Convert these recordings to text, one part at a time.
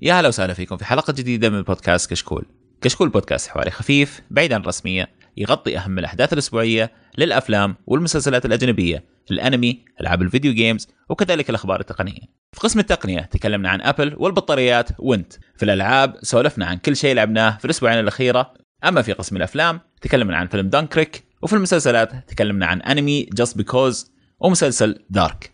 يا هلا وسهلا فيكم في حلقة جديدة من بودكاست كشكول. كشكول بودكاست حواري خفيف بعيد عن الرسمية، يغطي أهم الأحداث الأسبوعية للأفلام والمسلسلات الأجنبية، الأنمي، ألعاب الفيديو جيمز، وكذلك الأخبار التقنية. في قسم التقنية تكلمنا عن أبل والبطاريات وينت. في الألعاب سولفنا عن كل شيء لعبناه في الأسبوعين الأخيرة. أما في قسم الأفلام تكلمنا عن فيلم دانكريك، وفي المسلسلات تكلمنا عن أنمي Just Because ومسلسل دارك.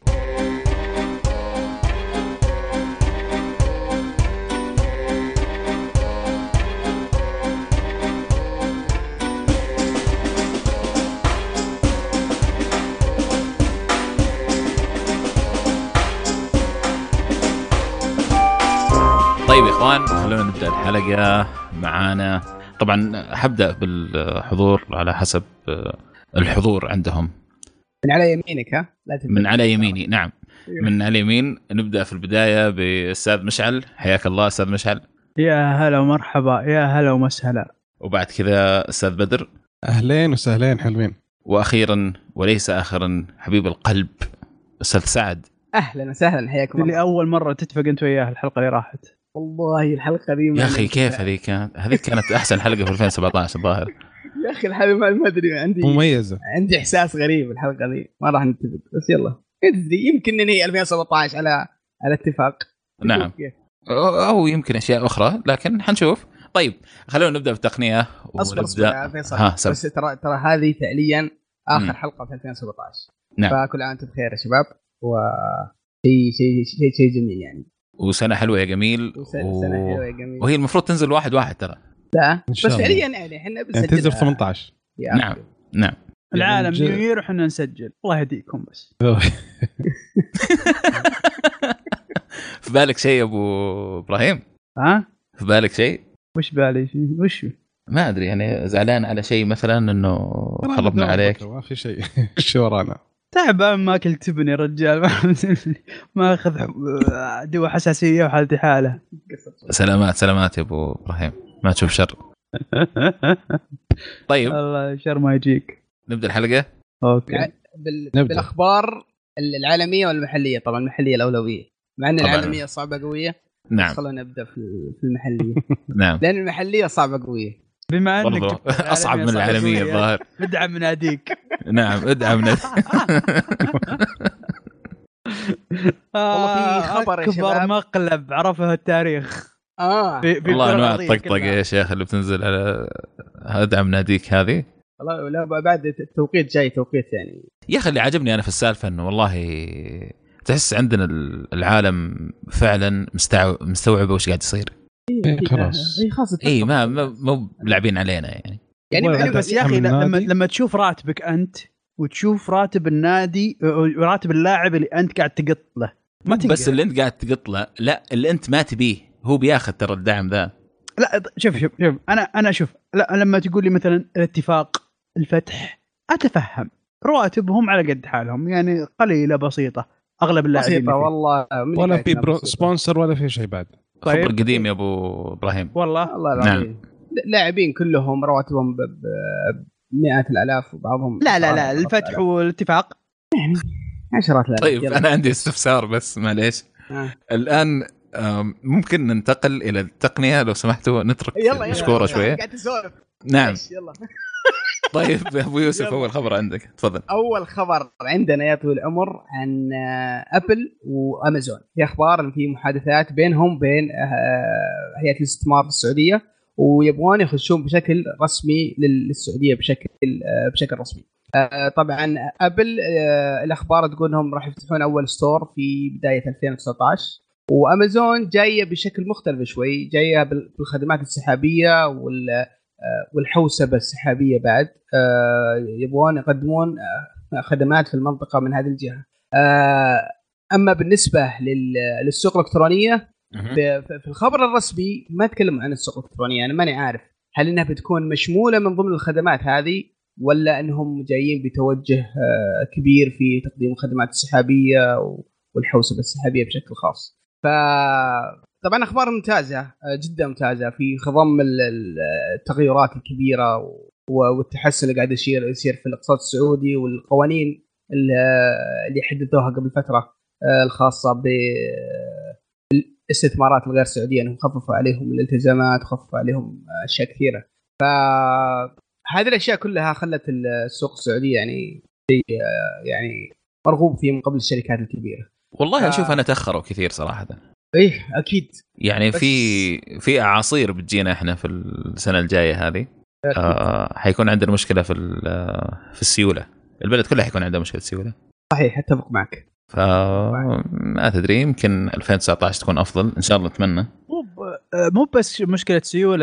طيب يا اخوان، خلونا نبدا الحلقه. معانا طبعا حبدا بالحضور على حسب الحضور عندهم. من على يمينك ها؟ من على يميني، نعم. من على يمين نبدا في البدايه باستاذ مشعل. حياك الله استاذ مشعل. يا هلا ومرحبا، يا هلا ومسهلا. وبعد كذا استاذ بدر. اهلين وسهلين حلوين. واخيرا وليس اخرا حبيب القلب استاذ سعد. اهلا وسهلا، حياكم الله. اللي اول مره تتفق انت وياه الحلقه اللي راحت. والله الحلقه دي يا اخي كيف هذيك كانت احسن حلقه في 2017 الظاهر. يا اخي الحلقه ما ادري، عندي مميزه، عندي احساس غريب الحلقه دي، ما راح نتفق بس يلا ادري يمكن ان هي 2017 على اتفاق. نعم، او يمكن اشياء اخرى لكن حنشوف. طيب خلونا نبدا بالتقنيه ونبدا. فيصل، بس ترى هذه فعليا اخر حلقه في 2017. نعم. فكل عام وانتم بخير يا شباب، شيء جميل يعني، وسنه حلوه يا جميل. سنه حلوه يا جميل. وهي المفروض تنزل 1/1 ترى. لا بس فعليا يعني احنا بنسجل تنزل 18. نعم العالم نيوير وحنا نسجل. الله يهديكم بس. في بالك شيء يا ابو ابراهيم؟ ها في بالك شيء؟ وش بالي؟ وش ما ادري يعني، زعلان على شيء مثلا انه خربنا عليك؟ ما في شيء. شو ورانا؟ تعبان ما اكلت تبن يا رجال. ما اخذ دواء حساسيه وحالتي حاله. سلامات يا ابو ابراهيم، ما تشوف شر. طيب الله شر ما يجيك. نبدا الحلقه. اوكي. بالاخبار العالميه والمحليه. طبعا المحليه الاولويه، مع ان العالميه صعبه قويه. نعم، خلونا نبدا في المحليه. نعم، لان المحليه صعبه قويه. بما انك اصعب من العالميه الظاهر. ادعم مناديك. نعم ادعم مناديك. والله في خبر يا شباب، اكبر مقلب عرفه التاريخ. والله انواع الطقطقه يا شيخ اللي بتنزل على ادعم ناديك هذه. والله لا، بعد التوقيت جاي توقيت يعني. يا اخي اللي عجبني انا في السالفه انه والله تحس عندنا العالم فعلا مستوعب وش قاعد يصير. خلاص اي ما لاعبين علينا يعني بس يا اخي لما تشوف راتبك انت وتشوف راتب النادي وراتب اللاعب اللي انت قاعد تقط له، ما بس اللي انت قاعد تقط له، لا اللي انت ما تبيه هو بياخذ ترى الدعم ذا. لا شوف انا شوف، لا لما تقول لي مثلا الاتفاق، الفتح، اتفهم رواتبهم على قد حالهم يعني قليله بسيطه اغلب اللاعبين بسيطه والله، ولا في سبونسر ولا في شيء بعد. طيب خبر قديم يا ابو ابراهيم. والله نعم. لاعبين كلهم رواتبهم بمئات الالاف وبعضهم لا الفتح والاتفاق يعني عشرات الالاف. طيب انا عندي استفسار بس معليش. الان ممكن ننتقل الى التقنيه لو سمحتوا، نترك مشكوره شويه. نعم يلا. طيب ابو يوسف اول خبر عندك تفضل. اول خبر عندنا يا طويل العمر عن ابل وامازون. في اخبار ان في محادثات بينهم بين هيئه الاستثمار السعوديه، ويبغون يخشون بشكل رسمي للسعوديه بشكل رسمي. طبعا ابل الاخبار تقول انهم راح يفتحون اول ستور في بدايه 2019، وامازون جايه بشكل مختلف شوي، جايه بالخدمات السحابيه والحوسبه السحابيه بعد. يبغون يقدمون خدمات في المنطقه من هذه الجهه. اما بالنسبه للسوق الالكترونيه، في الخبر الرسمي ما تكلم عن السوق الالكترونيه. انا ماني عارف هل انها بتكون مشموله من ضمن الخدمات هذه، ولا انهم جايين بتوجه كبير في تقديم الخدمات السحابيه والحوسبه السحابيه بشكل خاص. طبعا اخبار ممتازه جدا ممتازه في خضم التغيرات الكبيره والتحسن اللي قاعد يصير في الاقتصاد السعودي، والقوانين اللي حددوها قبل فتره الخاصه الاستثمارات الغير سعوديه انهم خففوا عليهم الالتزامات، خففوا عليهم اشياء كثيره. فهذه الاشياء كلها خلت السوق السعوديه يعني مرغوب فيه من قبل الشركات الكبيره. والله اشوف انا تاخروا كثير صراحه. ايه اكيد يعني في اعاصير بتجينا احنا في السنه الجايه هذه. حيكون عندنا مشكله في السيوله. البلد كلها حيكون عندها مشكله سيوله. صحيح اتفق معك. فما تدري يمكن 2019 تكون افضل ان شاء الله نتمنى. مو بس مشكله سيوله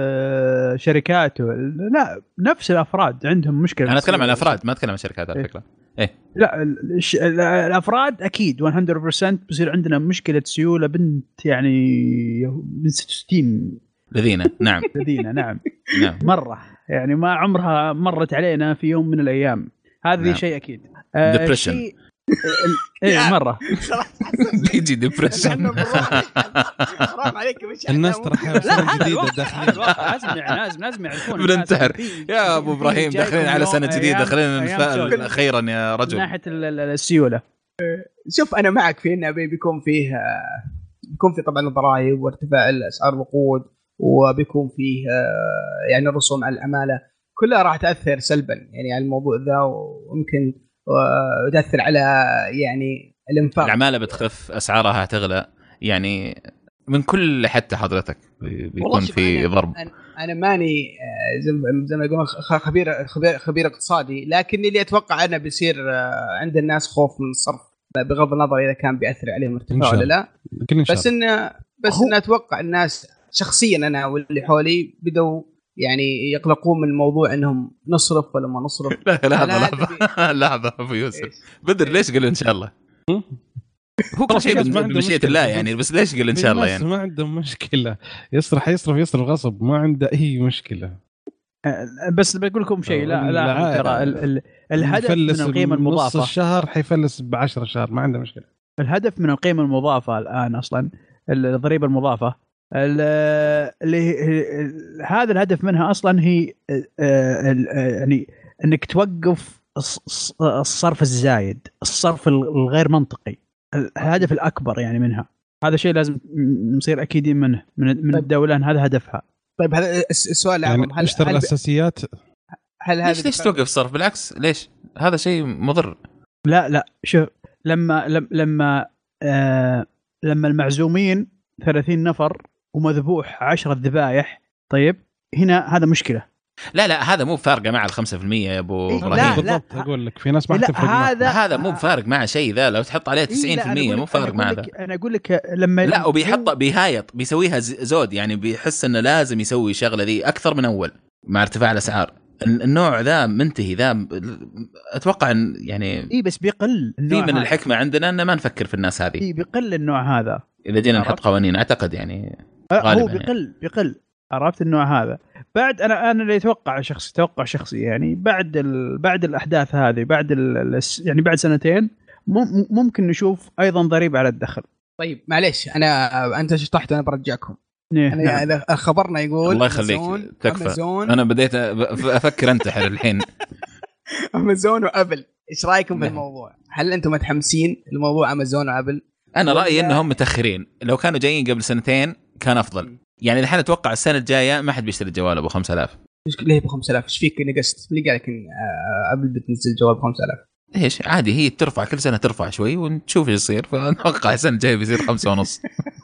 شركات لا نفس الافراد عندهم مشكله. انا اتكلم عن الافراد ما اتكلم عن شركات على فكره. ايه لا الافراد اكيد 100% بصير عندنا مشكله سيوله بنت يعني من 60 لذينه. نعم لذينه نعم نعم يعني ما عمرها مرت علينا في يوم من الايام. هذه نعم. شيء اكيد ديبريشن ايه مره بيجي ديبريشن. حرام عليك الناس ترى حيصير جديده داخلين لازم يعرفون بننتهر يا ابو ابراهيم داخلين على سنه جديده خلينا نتفائل خيرا يا رجل. من ناحيه السيوله شوف انا معك في انه بيكون فيه طبعا الضرائب وارتفاع الاسعار الوقود وبيكون فيه يعني الرسوم على العماله كلها راح تاثر سلبا يعني على الموضوع ذا ويمكن وتأثر على يعني الانفاق. العمالة بتخف أسعارها هتغلى يعني من كل حتى حضرتك بيكون في ضرب. أنا ماني زي ما يقولون خبير اقتصادي لكن اللي أتوقع أنه بيصير عند الناس خوف من الصرف بغض النظر إذا كان بيأثر عليهم ارتفاع ولا لا. بس إن أتوقع الناس شخصيا أنا واللي حولي بدوا يعني يقلقون من الموضوع انهم نصرف ولا ما نصرف. لحظه ابو يوسف بدر ليش قال ان شاء الله؟ هو كل شيء بمشيئه الله يعني بس ليش قال ان شاء الله يعني؟ ما عنده مشكله يصرف يغصب ما عنده اي مشكله. بس بقول لكم شيء لا ترى الهدف من القيمه المضافه نص الشهر حيفلس ب10 شهر ما عنده مشكله. الهدف من القيمه المضافه الان اصلا الضريبه المضافه اللي هذا الهدف منها اصلا هي يعني انك توقف الصرف الزايد الصرف الغير منطقي. الهدف الاكبر يعني منها هذا شيء لازم نصير اكيدين منه من الدوله ان هذا هدفها. طيب هذا السؤال يعني اشتري الاساسيات. هل هذا ليش توقف الصرف؟ بالعكس ليش هذا شيء مضر. لا شوف لما المعزومين 30 نفر ومذبوح 10 ذبايح طيب هنا هذا مشكلة. لا هذا مو فارقة مع 5% يا ابو ابراهيم. بالضبط اقول لك في ناس ما تفرق. هذا مو فارق مع شيء ذا لو تحط عليه 90% مو فارق مع هذا. انا اقول لك لما لا وبيحط بيهايط بيسويها زود يعني بيحس انه لازم يسوي شغلة ذي اكثر من اول مع ارتفاع الاسعار. النوع ذا منتهي ذا اتوقع ان يعني اي بس بيقل في من الحكمة عندنا ان ما نفكر في الناس هذه. اي بيقل النوع هذا اذا جينا نحط قوانين اعتقد يعني هو بيقل عرفت النوع هذا. بعد انا اللي توقع شخصي يعني بعد الاحداث هذه يعني بعد سنتين ممكن نشوف ايضا ضريبه على الدخل. طيب معليش انت شطحت وانا برجعكم. نعم. خبرنا يقول الله يخليك تكفى. انا بديت افكر انتحر الحين. امازون وابل ايش رايكم في الموضوع؟ هل انتم متحمسين الموضوع امازون وابل؟ انا رايي انهم متاخرين. لو كانوا جايين قبل سنتين كان افضل. يعني الحين اتوقع السنه الجايه ما حد بيشتري الجوال ابو 5000. ليه ابو 5000 ايش فيك نقصت اللي قال لك ان ابل بتنزل جوال ب 5000؟ ايش عادي هي ترفع كل سنه ترفع شوي ونشوف ايش يصير. فاتوقع السنه الجايه بيصير 5.5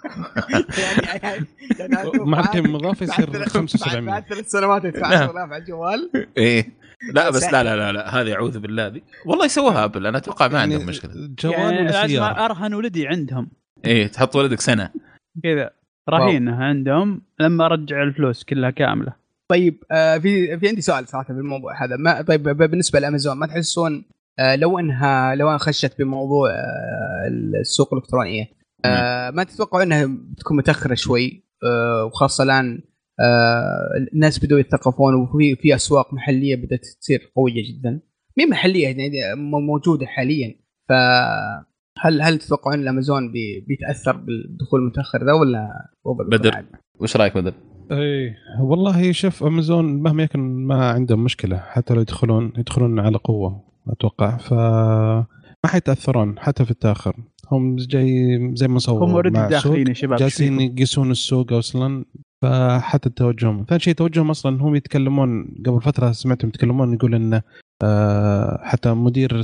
يعني مع القيمه المضافه يصير 75 بعد 3 سنوات يدفع 10,000 على الجوال. ايه لا بس لا هذه اعوذ بالله دي والله يسووها ابل. انا اتوقع ما عندهم مشكله. جوال ولا سياره ارهن ولدي عندهم. ايه تحط ولدك سنه كذا رهين عندهم لما رجع الفلوس كلها كامله. طيب في عندي سؤال صراحه بالموضوع هذا. ما طيب بالنسبه لامازون ما تحسون لو انها خشت بموضوع السوق الالكترونيه ما تتوقعوا انها بتكون متاخره شوي وخاصه الان الناس بدوا يتثقفون وفي اسواق محليه بدات تصير قويه جدا مين محليه يعني موجوده حاليا. هل تتوقعون الامازون بيتاثر بالدخول المتاخر ذا ولا بدر؟ وش رايك بدر؟ اي والله شوف امازون مهما يكن ما عندهم مشكله حتى لو يدخلون على قوه اتوقع. ما حيتاثرون حتى في التاخر. هم جاي زي ما سووا مع داخلين شباب جالسين يقيسون السوق اصلا. فحتى توجههم ثاني شيء توجههم اصلا هم يتكلمون قبل فتره سمعتهم يتكلمون يقول ان حتى مدير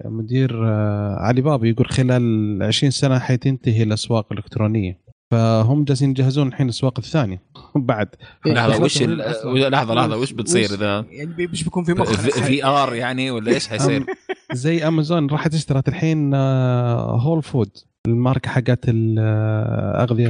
علي بابا يقول خلال 20 سنه حتنتهي الاسواق الالكترونيه. فهم جالسين يجهزون الحين الاسواق الثانيه بعد. لحظه وش بتصير اذا يعني مش بيكون في مخ في ار يعني ولا ايش حيصير؟ زي امازون راح تشتري الحين هول فود الماركه حقت الاغذيه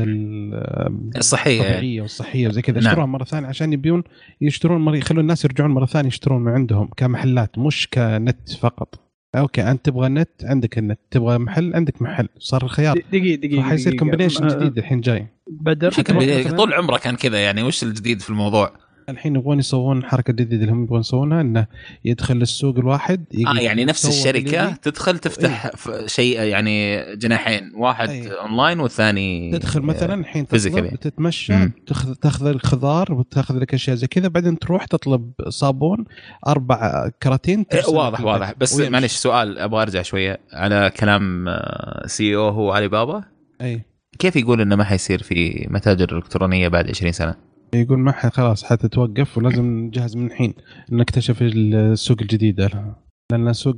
الصحيه الطبيعيه والصحيه وزي كذا يشترون مره ثانيه عشان يبيون يشترون يخلون الناس يرجعون مره ثانيه يشترون من عندهم كمحلات مش كنت فقط. اوكي انت تبغى نت عندك النت، تبغى محل عندك محل، صار الخيار. دقيقه حيصير كومبينيشن جديد الحين جاي. بدر طول عمره كان كذا يعني. وش الجديد في الموضوع؟ الحين يبغون يسوون حركه جديده اللي هم يبغون يسوونها انه يدخل السوق الواحد يعني نفس الشركه تدخل تفتح شيء يعني جناحين، واحد اونلاين والثاني تدخل مثلا الحين تتمشى تاخذ الخضار وتاخذ لك اشياء زي كذا، بعدين تروح تطلب صابون 4 كراتين. واضح بس معلش سؤال ابغى ارجع شويه على كلام سي او هو علي بابا. كيف يقول انه ما حيصير في متاجر الكترونيه بعد 20 سنه؟ يقول ما خلاص حتتوقف ولازم نجهز من الحين نكتشف السوق الجديدة لأن السوق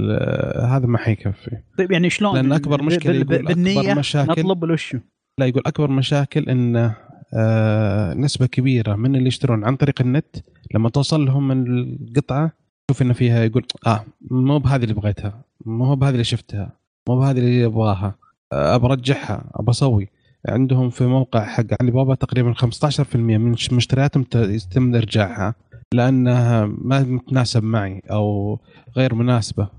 هذا ما حيكفي. طيب يعني شلون؟ لأن أكبر مشكلة بالنية نطلب الوشو. لا يقول أكبر مشاكل إن نسبة كبيرة من اللي يشترون عن طريق النت لما توصل لهم من القطعة شوف إن فيها يقول مو بهذه اللي بغيتها، مو بهذه اللي شفتها، مو بهذه اللي أبغاها، أبرجعها، أبسوي. عندهم في موقع حق علي بابا تقريبا 15% من مشترياتهم يتم ارجاعها لانها ما متناسب معي او غير مناسبه.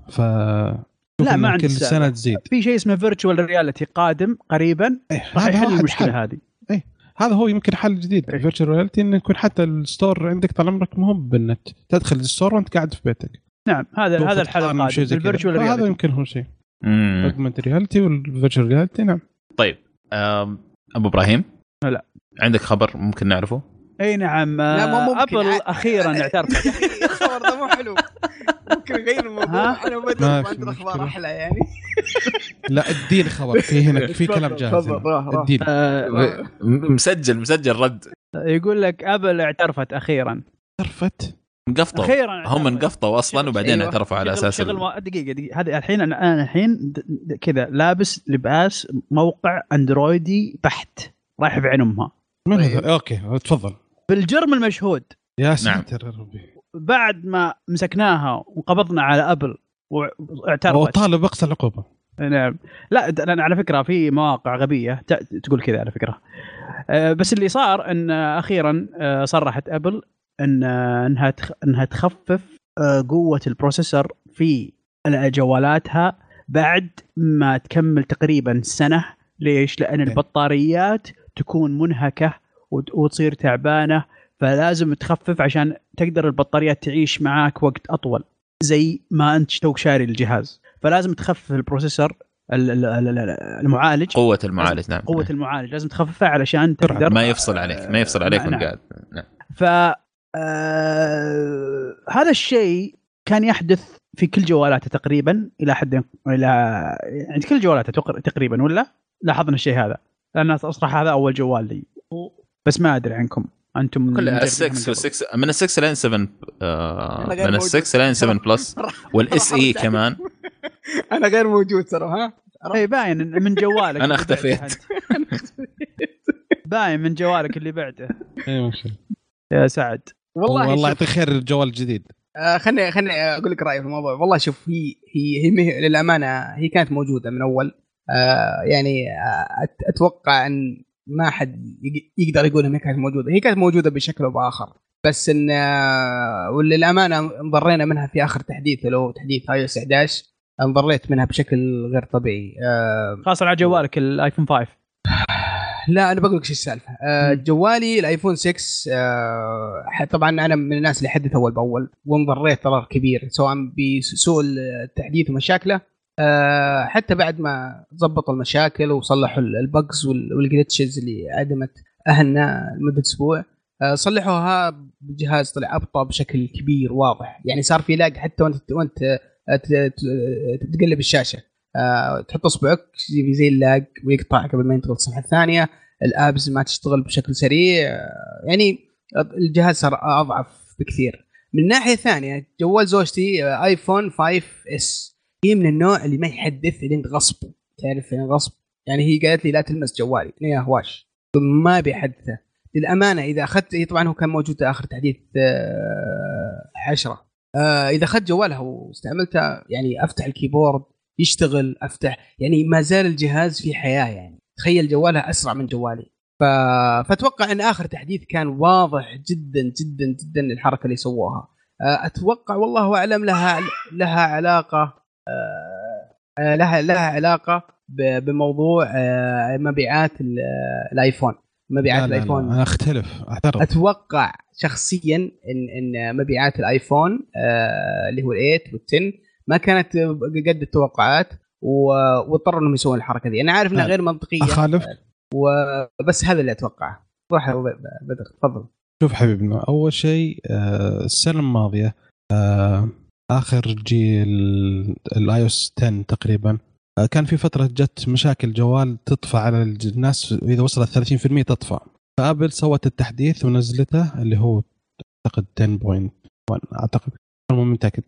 لا ما كل سنه تزيد. في شيء اسمه فيرتشوال رياليتي قادم قريبا راح يحل المشكله هذه. هذا هو يمكن حل جديد فيرتشوال رياليتي، انه يكون حتى الستور عندك طال عمرك مو بالنت، تدخل الستور وانت قاعد في بيتك. نعم هذا الحل القادم الفيرتشوال رياليتي. هذا يمكن هو شيء اوجمنت رياليتي والفيرتشوال رياليتي. نعم. طيب ابو ابراهيم، لا عندك خبر ممكن نعرفه؟ اي نعم. ابل اخيرا اعترف. الخبر ده مو حلو، ممكن نغير الموضوع. انا بدي عندنا اخبار احلى يعني. لا اديني خبر في هنا في كلام جاهز. اديني مسجل رد. يقول لك ابل اعترفت اخيرا. انقفطوا هم انقفطوا اصلا وبعدين اعترفوا على اساس دقيقه هذه الحين انا الحين كذا لابس لباس موقع اندرويدي بحت رايح بعين امها. اوكي تفضل. بالجرم المشهود يا ساتر يا ربي. بعد ما مسكناها وقبضنا على ابل واعترفت وطالب اقصى العقوبه. نعم. لا على فكره في مواقع غبيه تقول كذا على فكره. بس اللي صار ان اخيرا صرحت ابل انها تخفف قوه البروسيسور في جوالاتها بعد ما تكمل تقريبا سنه. ليش؟ لان البطاريات تكون منهكه وتصير تعبانه، فلازم تخفف عشان تقدر البطاريات تعيش معاك وقت اطول زي ما انت توك شاري الجهاز. فلازم تخفف البروسيسور المعالج، قوه المعالج. نعم قوه المعالج لازم تخففها علشان تقدر ما يفصل عليك نعم. قاعد. نعم. هذا الشيء كان يحدث في كل جوالاته تقريبا الى حد يعني كل جوالاته تقريبا، ولا لاحظنا الشيء هذا؟ لأن صراحة هذا أول جوال لي، بس ما أدري عنكم أنتم. كل 6 من 6 لين 7 من 6 لين 7 بلس والإس إي كمان. أنا غير موجود ترى. أي باين من جوالك. أنا اختفيت. باين من جوالك اللي بعده. أيوة يا سعد. والله يعطيك خير الجوال الجديد. خلني أقول لك رأيي في الموضوع. والله شوف هي للأمانة هي كانت موجودة من أول. يعني أتوقع أن ما حد يقدر يقول إنها كانت موجودة. هي كانت موجودة بشكل أو بآخر، بس إن وللأمانة انضرينا منها في آخر تحديث لو تحديث iOS 11 انضريت منها بشكل غير طبيعي. خاصة على جوالك الآيفون 5. لا أنا بقول لك شو السالفة. جوالي الآيفون 6 طبعا أنا من الناس اللي حدث أول بأول وانضريت ضرر كبير سواء بسوء التحديث ومشاكله، حتى بعد ما ضبطوا المشاكل وصلحوا البجز والجلitches اللي عدمت أهلنا لمدة أسبوع. صلحوها بالجهاز طلع أبطأ بشكل كبير واضح. يعني صار في لاج حتى وانت تقلب الشاشه، تحط اصبعك زي اللاج ويقطع قبل ما ينتقل الصفحه الثانيه. الابز ما تشتغل بشكل سريع، يعني الجهاز صار اضعف بكثير. من ناحيه ثانيه جوال زوجتي ايفون 5S، هي من النوع اللي ما يحدث لين غصب، تعرف يعني غصب، يعني هي قالت لي لا تلمس جوالي يا هواش، ما بيحدثه للامانه. اذا اخذت طبعا هو كان موجود اخر تحديث 10، اذا اخذت جوالها واستعملته يعني افتح الكيبورد يشتغل، افتح يعني ما زال الجهاز في حياه. يعني تخيل جوالها اسرع من جوالي. فاتوقع ان اخر تحديث كان واضح جدا جدا جدا الحركه اللي سووها. اتوقع والله اعلم لها علاقه لها علاقه بموضوع مبيعات الايفون. مبيعات الايفون انا اختلف، اعترض. اتوقع شخصيا ان مبيعات الايفون اللي هو ال8 وال10 ما كانت قد التوقعات، واضطروا انهم يسوون الحركه دي. انا عارف انها غير منطقيه، اخالف، وبس هذا اللي اتوقعه. روح بدر تفضل. شوف حبيبنا، اول شيء السنه الماضيه اخر جيل الاي او اس 10 تقريبا كان في فتره جت مشاكل جوال تطفى على الناس، اذا وصلت 30% تطفى. فابل سوت التحديث ونزلته اللي هو اعتقد 10.1 اعتقد، مو متاكد.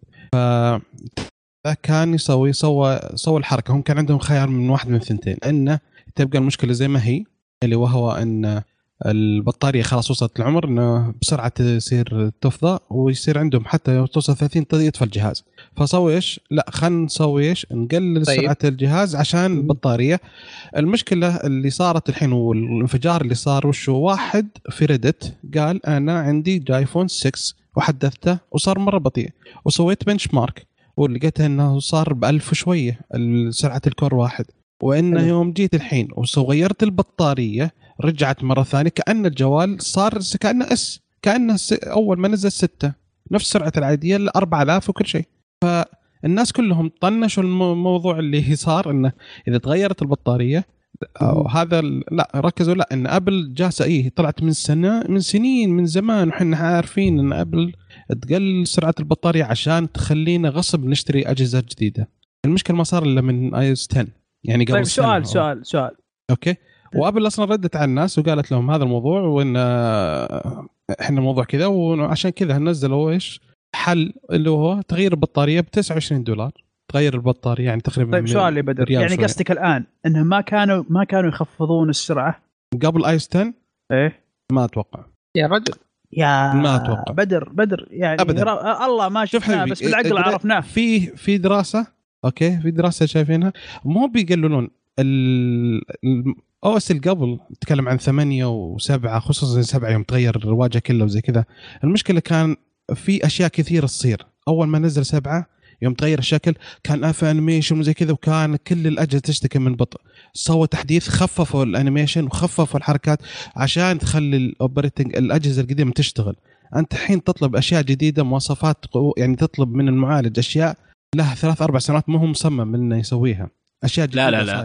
فكان سوى الحركه. هم كان عندهم خيار من واحد من ثنتين، انه تبقى المشكله زي ما هي، اللي وهو ان البطاريه خلاص وصلت العمر انه بسرعه تصير تفضى، ويصير عندهم حتى توصل 30 يطفى الجهاز. فسوي ايش؟ لا خلينا نسوي ايش؟ نقلل سرعه الجهاز عشان البطاريه. المشكله اللي صارت الحين والانفجار اللي صار وشو، واحد في ريدت قال انا عندي ايفون 6 وحدثته وصار مره بطيء، وسويت بنش مارك ولقيت انه صار ب1000 وشويه سرعه الكور واحد، وانه يوم جيت الحين وغيرت البطاريه رجعت مرة ثانية كأن الجوال صار كأنه أول ما نزل 6 نفس سرعة العادية 4000 وكل شيء. فالناس كلهم طنشوا الموضوع اللي صار إنه إذا تغيرت البطارية هذا لا ركزوا، لا إن أبل جالسة طلعت من سنين من زمان، وحنا عارفين إن أبل تقلل سرعة البطارية عشان تخلينا غصب نشتري أجهزة جديدة. المشكلة ما صار إلا من iOS 10 يعني قبل طيب سؤال أوكي. وابل اصلا ردت على الناس وقالت لهم هذا الموضوع، وان احنا الموضوع كذا، وعشان كذا نزلوا ايش حل اللي هو تغيير البطاريه $29 تغير البطاريه يعني تقريبا. طيب سؤال اللي بدر، يعني قصدك الان انهم ما كانوا يخفضون السرعه قبل ايس 10؟ ايه ما اتوقع يا رجل، يا ما اتوقع. بدر يعني الله ما شفناه بس بالعقل عرفناه. في دراسه اوكي، في دراسه شايفينها مو بيقللون اوس قبل نتكلم عن 8 و7، خصوصا 7 يوم تغير الواجهه كله وزي كذا. المشكله كان في اشياء كثيره تصير اول ما نزل 7 يوم تغير الشكل، كان انيميشن وزي كذا، وكان كل الاجهزه تشتكي من بطء. سووا تحديث خففوا الانيميشن وخففوا الحركات عشان تخلي الاوبريتنج الاجهزه القديمه تشتغل. انت الحين تطلب اشياء جديده، مواصفات يعني تطلب من المعالج اشياء له 3-4 سنوات ما هو مصمم انه يسويها. اشياء جديده. لا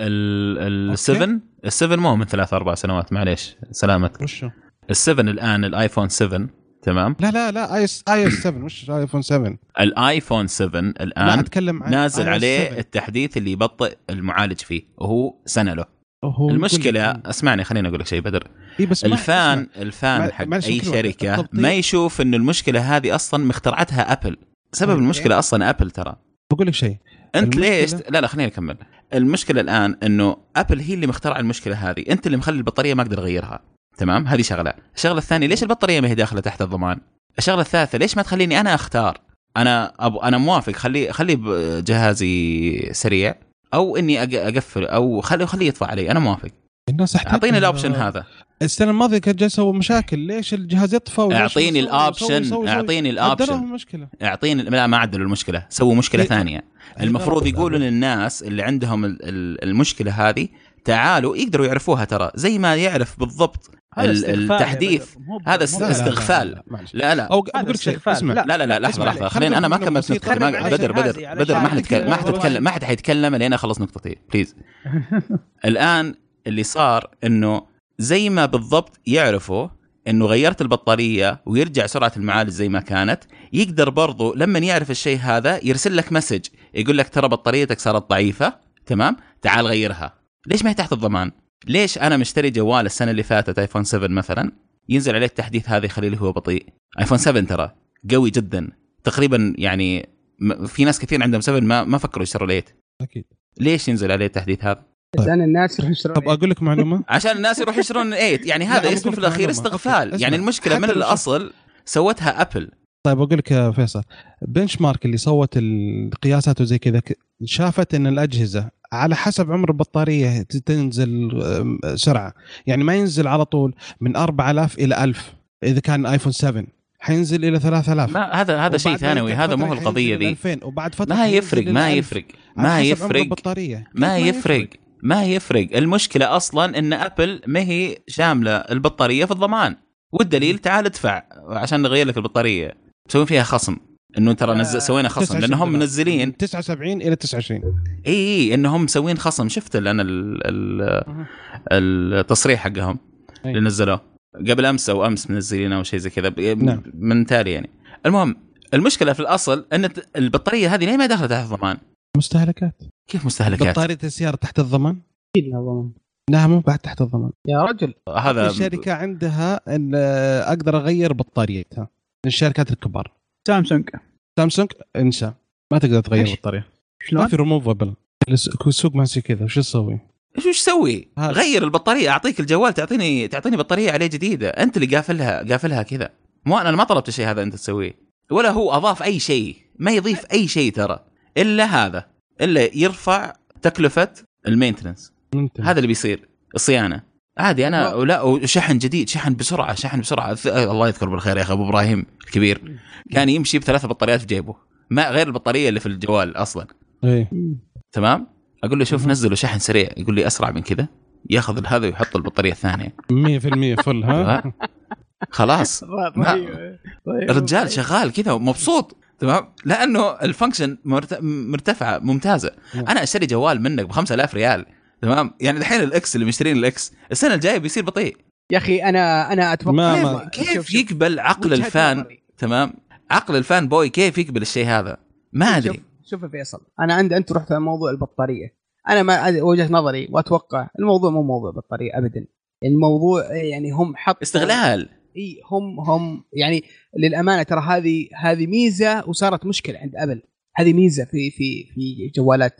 ال7 مو من 3-4 سنوات، معليش سلامتك. وشو ال7 الان الايفون 7 تمام؟ لا اي 7 مش ايفون 7. الايفون 7 الان نازل عليه 7. التحديث اللي يبطئ المعالج فيه، وهو سنه له. المشكله اسمعني خليني اقول لك شيء بدر. بس الفان حق اي شركه ما يشوف انه المشكله هذه اصلا مخترعتها ابل. سبب المشكله اصلا ابل. ترى بقول لك شيء، انت ليش لا خليني اكمل. المشكله الان انه ابل هي اللي مخترع المشكله هذه، انت اللي مخلي البطاريه ما اقدر اغيرها. تمام، هذه شغله. الشغله الثانيه، ليش البطاريه ما هي داخله تحت الضمان؟ الشغله الثالثه، ليش ما تخليني انا اختار؟ انا موافق، خلي جهازي سريع، او اني اقفل، او خليه يطفى علي، انا موافق. الناس اعطيني الاوبشن هذا. السنه الماضيه كان جالس يسوي مشاكل، ليش الجهاز يطفى؟ اعطيني الاوبشن، اعطيني لا ما عدلوا المشكله، سووا مشكله ثانيه. المفروض يقولوا للناس اللي عندهم المشكله هذه تعالوا يقدروا يعرفوها، ترى زي ما يعرف بالضبط التحديث. هذا استغفال. لا اقول لك اسمع، لا لحظه خلينا، انا ما كملت نقطتي. بدر ما حد حيتكلم لين اخلص نقطتي بليز. الان اللي صار انه زي ما بالضبط يعرفوا انه غيرت البطاريه ويرجع سرعه المعالج زي ما كانت، يقدر برضو لما يعرف الشيء هذا يرسل لك مسج يقول لك ترى بطاريتك صارت ضعيفه، تمام، تعال غيرها. ليش ما هي تحت الضمان؟ ليش انا مشتري جوال السنه اللي فاتت ايفون 7 مثلا ينزل عليه التحديث هذا يخليه اللي هو بطيء؟ ايفون 7 ترى قوي جدا تقريبا، يعني في ناس كثير عندهم 7 ما فكروا يشتروا ليت. اكيد. ليش ينزل عليه التحديث هذا؟ عشان الناس يروحوا يشترون. طب اقول لك معلومه عشان الناس يروحوا يشترون 8 يعني هذا لا، اسمه في الاخير استغفال. يعني المشكله من حتى لو الاصل سوتها ابل. طيب اقول لك يا فيصل، بنش مارك اللي صوت القياسات وزي كذا شافت ان الاجهزه على حسب عمر البطاريه تنزل سرعه، يعني ما ينزل على طول من 4000 الى 1000. اذا كان ايفون 7 حينزل الى 3000. ما هذا شيء ثانوي، هذا مو القضيه ذي. وبعد فتره ما يفرق ما يفرق. المشكله اصلا ان ابل ما هي شامله البطاريه في الضمان، والدليل تعال ادفع عشان نغير لك البطاريه، مسوين فيها خصم انه ترى سوينا خصم لانهم منزلين 79 الى 29. اي انهم مسوين خصم. شفت انا التصريح حقهم اللي نزلوه قبل امس او امس منزلينه او شيء زي كذا من تالي. يعني المهم المشكله في الاصل ان البطاريه هذه ليه ما داخله تحت الضمان؟ مستهلكات. كيف مستهلكات؟ بطاريه السياره تحت الضمان؟ اكيد الضمان. لا مو بعد تحت الضمان يا رجل. هذا الشركه عندها ان اقدر اغير بطاريتها. الشركات الكبار سامسونج انسى ما تقدر تغير البطاريه. شلون؟ ما في ريموفبل. السوق ماشي كذا. وش تسوي؟ ايش سوي؟ غير البطاريه، اعطيك الجوال تعطيني بطاريه عليه جديده. انت اللي قافلها كذا. مو انا ما طلبت الشيء هذا انت تسويه، ولا هو اضاف اي شيء. ما يضيف اي شيء ترى الا هذا، الا يرفع تكلفه المينتنس. هذا اللي بيصير الصيانه عادي. انا لا وشحن جديد، شحن بسرعه. الله يذكر بالخير يا اخي ابو ابراهيم الكبير كان يمشي ب3 بطاريات في جيبه، ما غير البطاريه اللي في الجوال اصلا. تمام. اقول له شوف نزله شحن سريع، يقول لي اسرع من كذا، ياخذ هذا ويحط البطاريه الثانيه 100% فل. ها خلاص. الرجال شغال كذا ومبسوط، تمام، لانه الفانكشن مرتفعه ممتازه. انا اشتري جوال منك ب5000 ريال، تمام، يعني الحين الاكس اللي مشترين الاكس السنه الجايه بيصير بطيء يا اخي. انا اتوقع كيف يقبل عقل الفان، تمام، عقل الفان بوي كيف يقبل الشيء هذا؟ ما ادري. شوف فيصل، انا انت رحت على موضوع البطاريه. انا ما وجهه نظري واتوقع الموضوع مو موضوع بطاريه ابدا. الموضوع يعني هم حط استغلال. اي هم يعني للامانه ترى هذه ميزه وصارت مشكله عند ابل. هذه ميزه في جوالات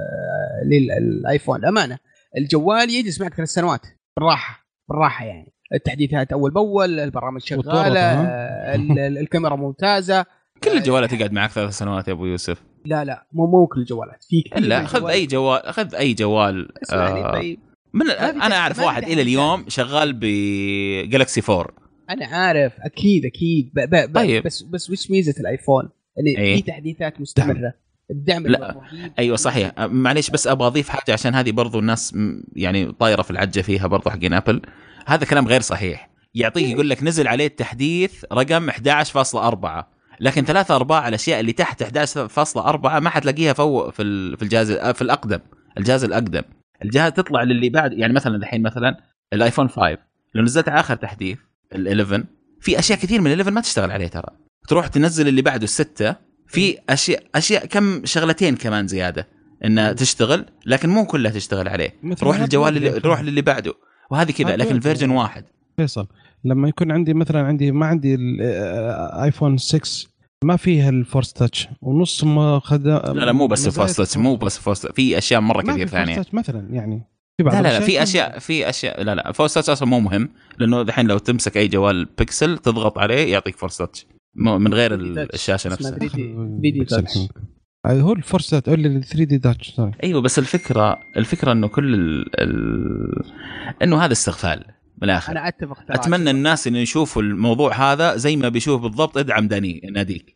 للايفون. الامانه الجوال يجلس معك 3 سنوات بالراحه يعني. التحديثات اول باول، البرامج شغاله، الكاميرا ممتازه. كل الجوالات تقعد معك 3 سنوات يا ابو يوسف. لا مو كل الجوالات. فيك لا خذ اي جوال طيب. انا اعرف واحد الى اليوم شغال بجالكسي 4. انا عارف اكيد طيب. بس وش ميزه الايفون اللي في تحديثات مستمره؟ الدعم الرهيب. ايوه صحيح. معليش بس ابغى اضيف حاجه عشان هذه برضو الناس يعني طايره في العجه فيها برضو حقين ابل. هذا كلام غير صحيح. يعطيك يقول لك نزل عليه التحديث رقم 11.4، لكن 3/4 الاشياء اللي تحت 11.4 ما حتلاقيها فوق في الجهاز في الاقدم. الجهاز الاقدم، الجهاز تطلع للي بعد. يعني مثلا الحين مثلا الايفون 5 لو نزلت اخر تحديث ال11 في اشياء كثير من ال11 ما تشتغل عليه ترى. تروح تنزل اللي بعده 6 في اشياء كم شغلتين كمان زياده انها تشتغل، لكن مو كلها تشتغل عليه. روح الجوال روح للي بعده وهذه كذا. لكن الفيرجن واحد. فيصل لما يكون عندي مثلا ما عندي الايفون 6 ما فيها الفورس تاتش ونص ما لا مو بس الفورس تاتش، مو بس الفورس، في اشياء مره كثير ثانيه مثلا. يعني لا في اشياء لا الفورس تاتش اصلا مو مهم، لانه الحين لو تمسك اي جوال بيكسل تضغط عليه يعطيك فورس تاتش من غير الشاشه نفسها. فيديو تاتش هو الفورس تاتش ولا 3 دي تاتش. ايوه بس الفكره انه كل انه هذا استغفال بالاخر. انا اتفق. اتمنى الناس ان يشوفوا الموضوع هذا زي ما بيشوف بالضبط ادعم ناديك.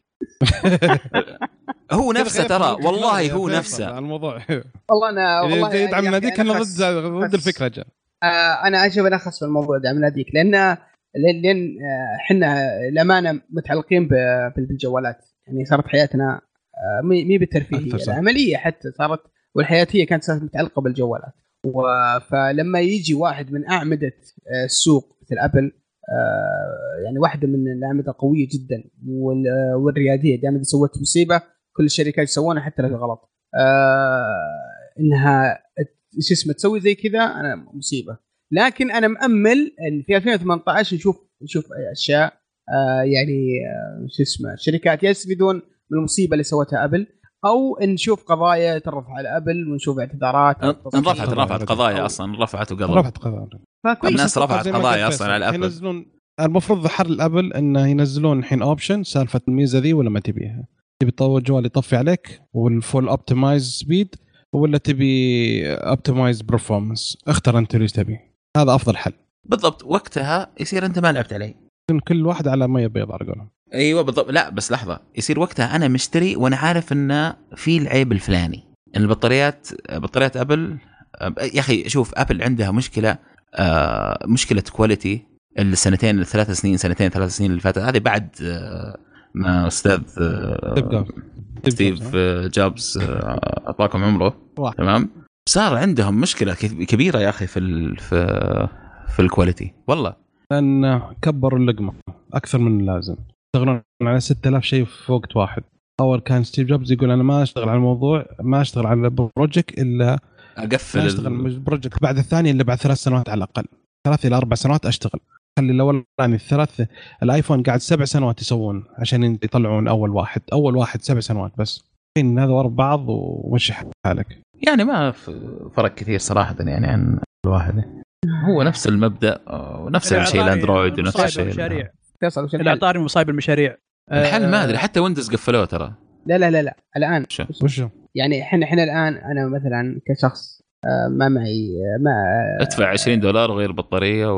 هو نفسه ترى والله هو نفسه الموضوع. والله يدعم ناديك. انا ضد الفكره جاء. انا اشوف نخص في الموضوع دعم ناديك لان احنا الامانه متعلقين بالجوالات. يعني صارت حياتنا مي بالترفيهيه، العمليه حتى صارت والحياتيه كانت صارت متعلقه بالجوالات. فلما يجي واحد من اعمده السوق مثل ابل يعني واحده من الاعمده القويه جدا والرياديه. دائما اذا سوت مصيبه كل الشركات يسوونها حتى لو غلط. انها شو اسمه تسوي زي كذا انا مصيبه. لكن انا مأمل ان في 2018 نشوف اشياء يعني شو اسمه الشركات يستفيدون من المصيبه اللي سوتها ابل، او نشوف قضايا ترفع على ابل ونشوف اعتذارات. رفعت قضايا اصلا رفعت قضايا. الناس رفعت قضايا اصلا على ابل. ينزلون المفروض حل الابل انه ينزلون الحين اوبشن سالفه الميزه ذي ولا ما تبيها. تبي تطور جوال يطفي عليك والفول اوبتمايز سبيد ولا تبي اوبتمايز برفورمانس؟ اختار انت اللي تبي، هذا افضل حل بالضبط. وقتها يصير انت ما لعبت عليه، كل واحد على ما يبيض على قولهم. ايوه بالضبط. لا بس لحظه، يصير وقتها انا مشتري وانا عارف انه في العيب الفلاني. ان البطاريات ابل يا اخي شوف ابل عندها مشكله كواليتي السنتين الثلاث سنين اللي فاتت هذه بعد ما استاذ ستيف جوبز اطاكم عمره. تمام. صار عندهم مشكله كبيره يا اخي في الكواليتي والله، لان كبروا اللقمه اكثر من اللازم. يشتغلون على 6000 شيء في وقت واحد. اول كان ستيف جوبز يقول انا ما اشتغل على الموضوع، ما اشتغل على بروجكت الا اقفل اشتغل البروجكت بعد الثاني اللي بعد 3 سنوات على الاقل، 3 إلى 4 سنوات اشتغل. خلي الاول يعني الثلاث الايفون قاعد 7 سنوات يسوون عشان يطلعون اول واحد 7 سنوات بس. الحين هذا ورا بعض ومشي حالك. يعني ما فرق كثير صراحه يعني عن الواحد. هو نفس المبدا ونفس الشيء الاندرويد ونفس الشيء. الاعطاري مصايب المشاريع. الحل ما ادري حتى ويندوز قفلوه ترى. لا الان وشو يعني احنا الان انا مثلا كشخص ما معي ما ادفع $20 غير بطاريه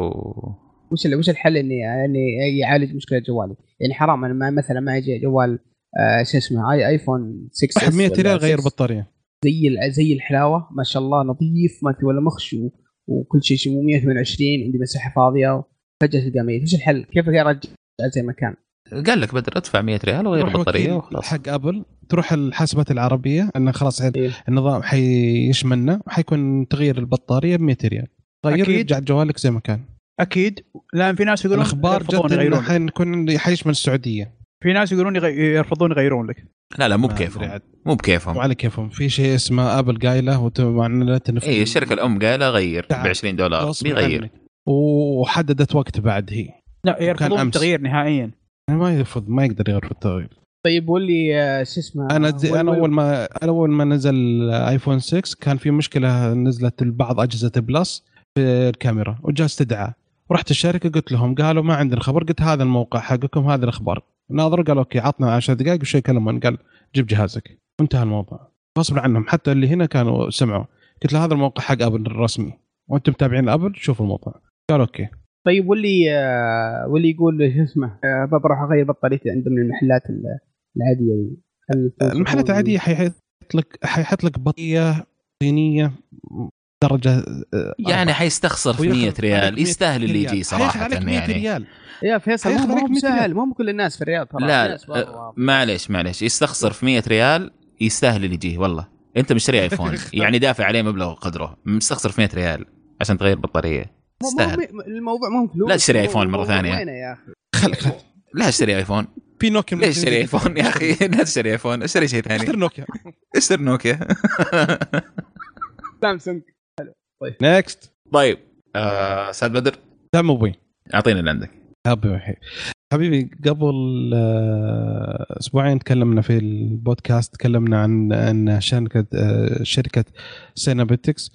وش الحل اني يعالج مشكله جوالي؟ يعني حرام انا مثلا ما يجي جوال شو اسمه ايفون 6 100 ريال غير بطاريه زي الحلاوه ما شاء الله نظيف ما في ولا مخش وكل شيء 128 عندي مساحه فاضيه فجاه تلقى ميت. وش الحل؟ كيف ارجع زي ما كان؟ قال لك بدر ادفع 100 ريال وغير بطاريه وخلاص. حق ابل تروح الحاسبات العربيه انه خلاص النظام حيشملنا وحيكون تغيير البطاريه ب 100 ريال غير يرجع جوالك زي ما كان. اكيد. لان في ناس يقولون الاخبار جد انه حيكون حيشمل السعوديه. في ناس يقولون يرفضون يغيرون لك. لا مو بكيفهم وعلى كيفهم. في شيء اسمه ابل قايله ومعنى اي الشركه الام قايله غير $20 بيغير وحددت وقت بعد هي. لا يرفضون التغيير نهائيا. ما يرفض ما يقدر يغير في التغيير. طيب قول شو اسمه انا اول ما نزل ايفون 6 كان في مشكله نزلت البعض اجهزه بلس في الكاميرا وجاء استدعاء. رحت الشركه قلت لهم قالوا ما عندنا خبر. قلت هذا الموقع حقكم هذا الاخبار. ناظر قال اوكي عطنا 10 دقائق وشي كلمون قال جيب جهازك وانتهى الموضوع. غصب عنهم حتى اللي هنا كانوا سمعوا. قلت له هذا الموقع حق ابل الرسمي وانتم متابعين ابل شوفوا الموضوع. قال اوكي. طيب واللي يقول شو اسمه بروح اغير بطاريتي عند من المحلات العاديه. المحلات العاديه حيحط لك بطاريه صينيه درجه يعني حيستخسر في 100 ريال. يستاهل اللي يجي صراحه يعني. يا فيصل مو سهل مو كل الناس في الرياض ترى. لا معليش يستخسر في 100 ريال يستاهل اللي يجي والله. انت مشتري ايفون يعني دافع عليه مبلغ قدره مستخسر في 100 ريال عشان تغير بطاريه. الموضوع مو فلوس. لا تشتري ايفون مره ثانيه يا اخي. خلك لا اشتري ايفون. في نوكيا. ليش اشتري ايفون يا اخي؟ لا تشتري ايفون اشتري شيء ثاني. اشتري نوكيا سامسونج. طيب نيكست. طيب سعد بدر دعم ابوي اعطينا اللي عندك. حبيبي قبل اسبوعين تكلمنا في البودكاست تكلمنا عن ان شركه سينابتكس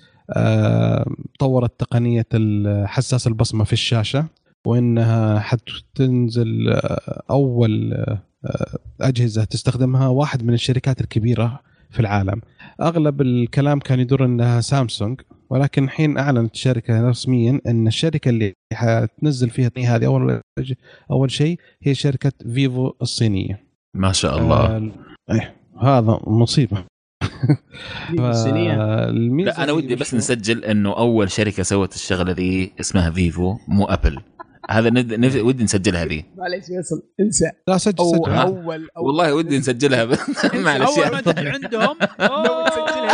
طورت تقنيه حساس البصمه في الشاشه وانها حتنزل اول اجهزه تستخدمها واحد من الشركات الكبيره في العالم. اغلب الكلام كان يدور انها سامسونج ولكن الحين اعلنت الشركه رسميا ان الشركه اللي حتنزل فيها هذه اول شيء هي شركه فيفو الصينيه. ما شاء الله. هذا مصيبه. لا انا ودي بس نسجل انه اول شركه سوت الشغله ذي اسمها فيفو مو ابل. هذا ودي نسجلها ذي. معليش يوصل انسى. لا سجل والله ودي نسجلها معليش اول ما عندهم لو تسجلها بيديك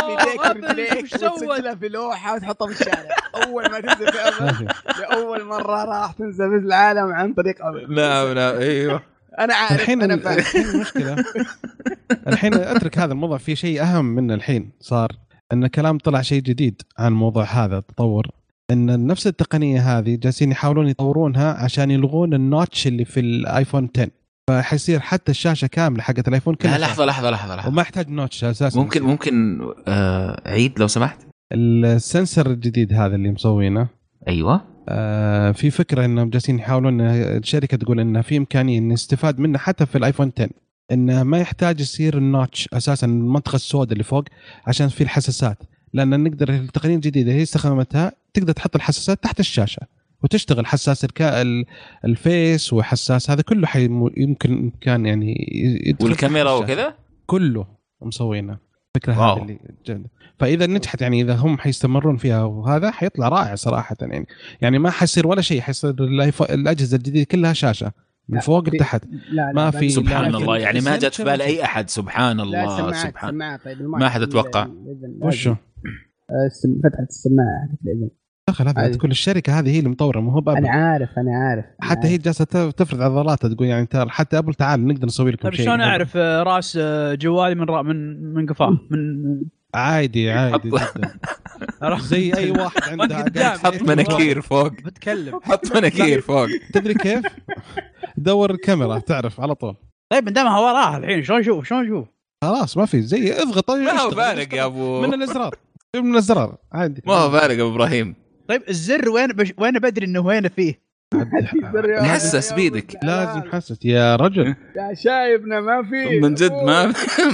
رجليك وتسجلها في لوحة وتحطها في الشارع. أول ما تنزل في أبل لأول مرة راح تنزل في العالم عن طريق أبل. لا أيوه أنا عارف. الحين أنا فاهم. الحين المشكلة الحين أترك هذا الموضوع، في شيء أهم من الحين صار، أن كلام طلع شيء جديد عن موضوع هذا التطور، أن نفس التقنية هذه جالسين يحاولون يطورونها عشان يلغون النوتش اللي في الآيفون 10، فحيصير حتى الشاشة كاملة حقت الآيفون كلها. لحظة وما يحتاج نوتش أساسا. ممكن عيد لو سمحت. السنسر الجديد هذا اللي مسوينه، أيوة في فكرة إنهم جالسين يحاولون، الشركة تقول إن في إمكانية إن نستفاد منه حتى في الآيفون 10، إنه ما يحتاج يصير النوتش أساسا المنطقة السوداء اللي فوق عشان في الحساسات، لأن نقدر التقنية الجديدة هي استخدمتها تقدر تحط الحساسات تحت الشاشة وتشتغل، حساس الفيس وحساس هذا كله يمكن كان يعني والكاميرا وكذا كله مسوينه. فكرة هذه اللي جامدة. فإذا نجحت يعني إذا هم حيستمرون فيها وهذا حيطلع رائع صراحة، يعني ما حيصير ولا شيء، حيصير الأجهزة الجديدة كلها شاشة من فوق لتحت. ما في سبحان الله يعني ما جت في بال أي أحد. سبحان الله سبحان. طيب ما حد اتوقع وشو فتحة السماعة الإذن دخل هذا كل الشركة هذه هي اللي مطورة، مو هو بابل. أنا عارف حتى هي جالسة تفرض عضلاتها تقول يعني ترى حتى أبل تعال نقدر نسوي لكم شيء. شلون أعرف راس جوالي من قفاه من عادي جدا زي أي واحد عنده. حط مناكير فوق بتكلم. حط مناكير فوق. تدري كيف دور الكاميرا تعرف على طول. طيب من دامها وراها الحين شلون نشوف خلاص ما في زي اضغط. ما هو فارق يا ابو من الازرار عادي. ما هو فارق يا ابو ابراهيم. طيب الزر وين بدري انه وين فيه؟ حسس بيدك. لازم حسس يا رجل. يا شايبنا ما في من جد ما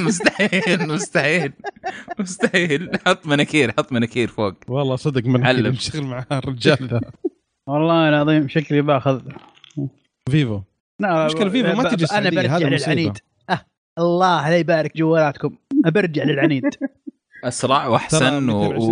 مستحيل. حط مناكير فوق. والله صدق من نشتغل مع الرجال ذا. والله العظيم شكلي باخذ فيفو. مشكلة فيفو ما تجي انا برجع للعنيد. الله لا يبارك جوالاتكم. برجع للعنيد اسرع واحسن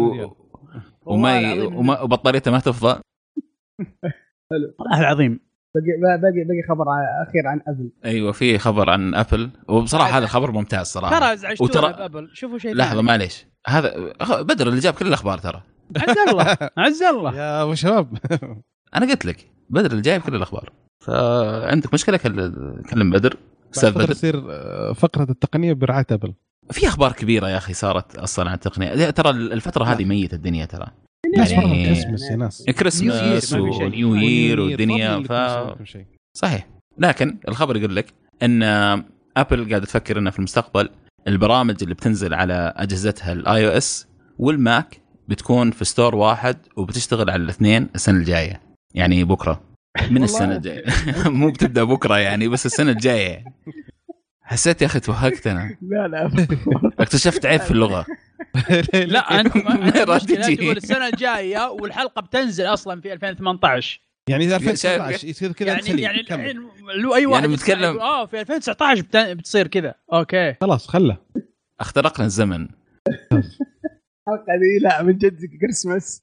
وبطاريته ما تفضى. والله العظيم. باقي خبر اخير عن ابل. ايوه في خبر عن ابل، وبصراحه هذا الخبر ممتاز صراحه. ترى ازعجتونا بابل. شوفوا شيء لحظه معليش، هذا بدر اللي جاب كل الاخبار ترى. عز الله يا ابو شباب. انا قلت لك بدر اللي جايب كل الاخبار، فعندك مشكله كلم بدر. تصير فقره التقنيه برعايه ابل. في اخبار كبيره يا اخي صارت اصلا عن التقنيه. ترى الفتره هذه ميته الدنيا ترى. يعني كريسماس يا ناس، كريسماس ونيو يير والدنيا صحيح. لكن الخبر يقول لك ان ابل قاعده تفكر انها في المستقبل البرامج اللي بتنزل على اجهزتها الاي او اس والماك بتكون في ستور واحد وبتشتغل على الاثنين السنه الجايه، يعني بكره من السنه الجايه. مو بتبدا بكره يعني، بس السنه الجايه. حسيت يا اخي توهقت انا. لا اكتشفت عيب في اللغه. لا انت تقول السنه الجايه والحلقه بتنزل اصلا في 2018 يعني اذا 2019 يصير كذا. يعني الحين لو اي واحد يعني بنتكلم في 2019 بتصير كذا. اوكي خلاص خله اخترقنا الزمن. الحلقه دي لا من جد كريسماس.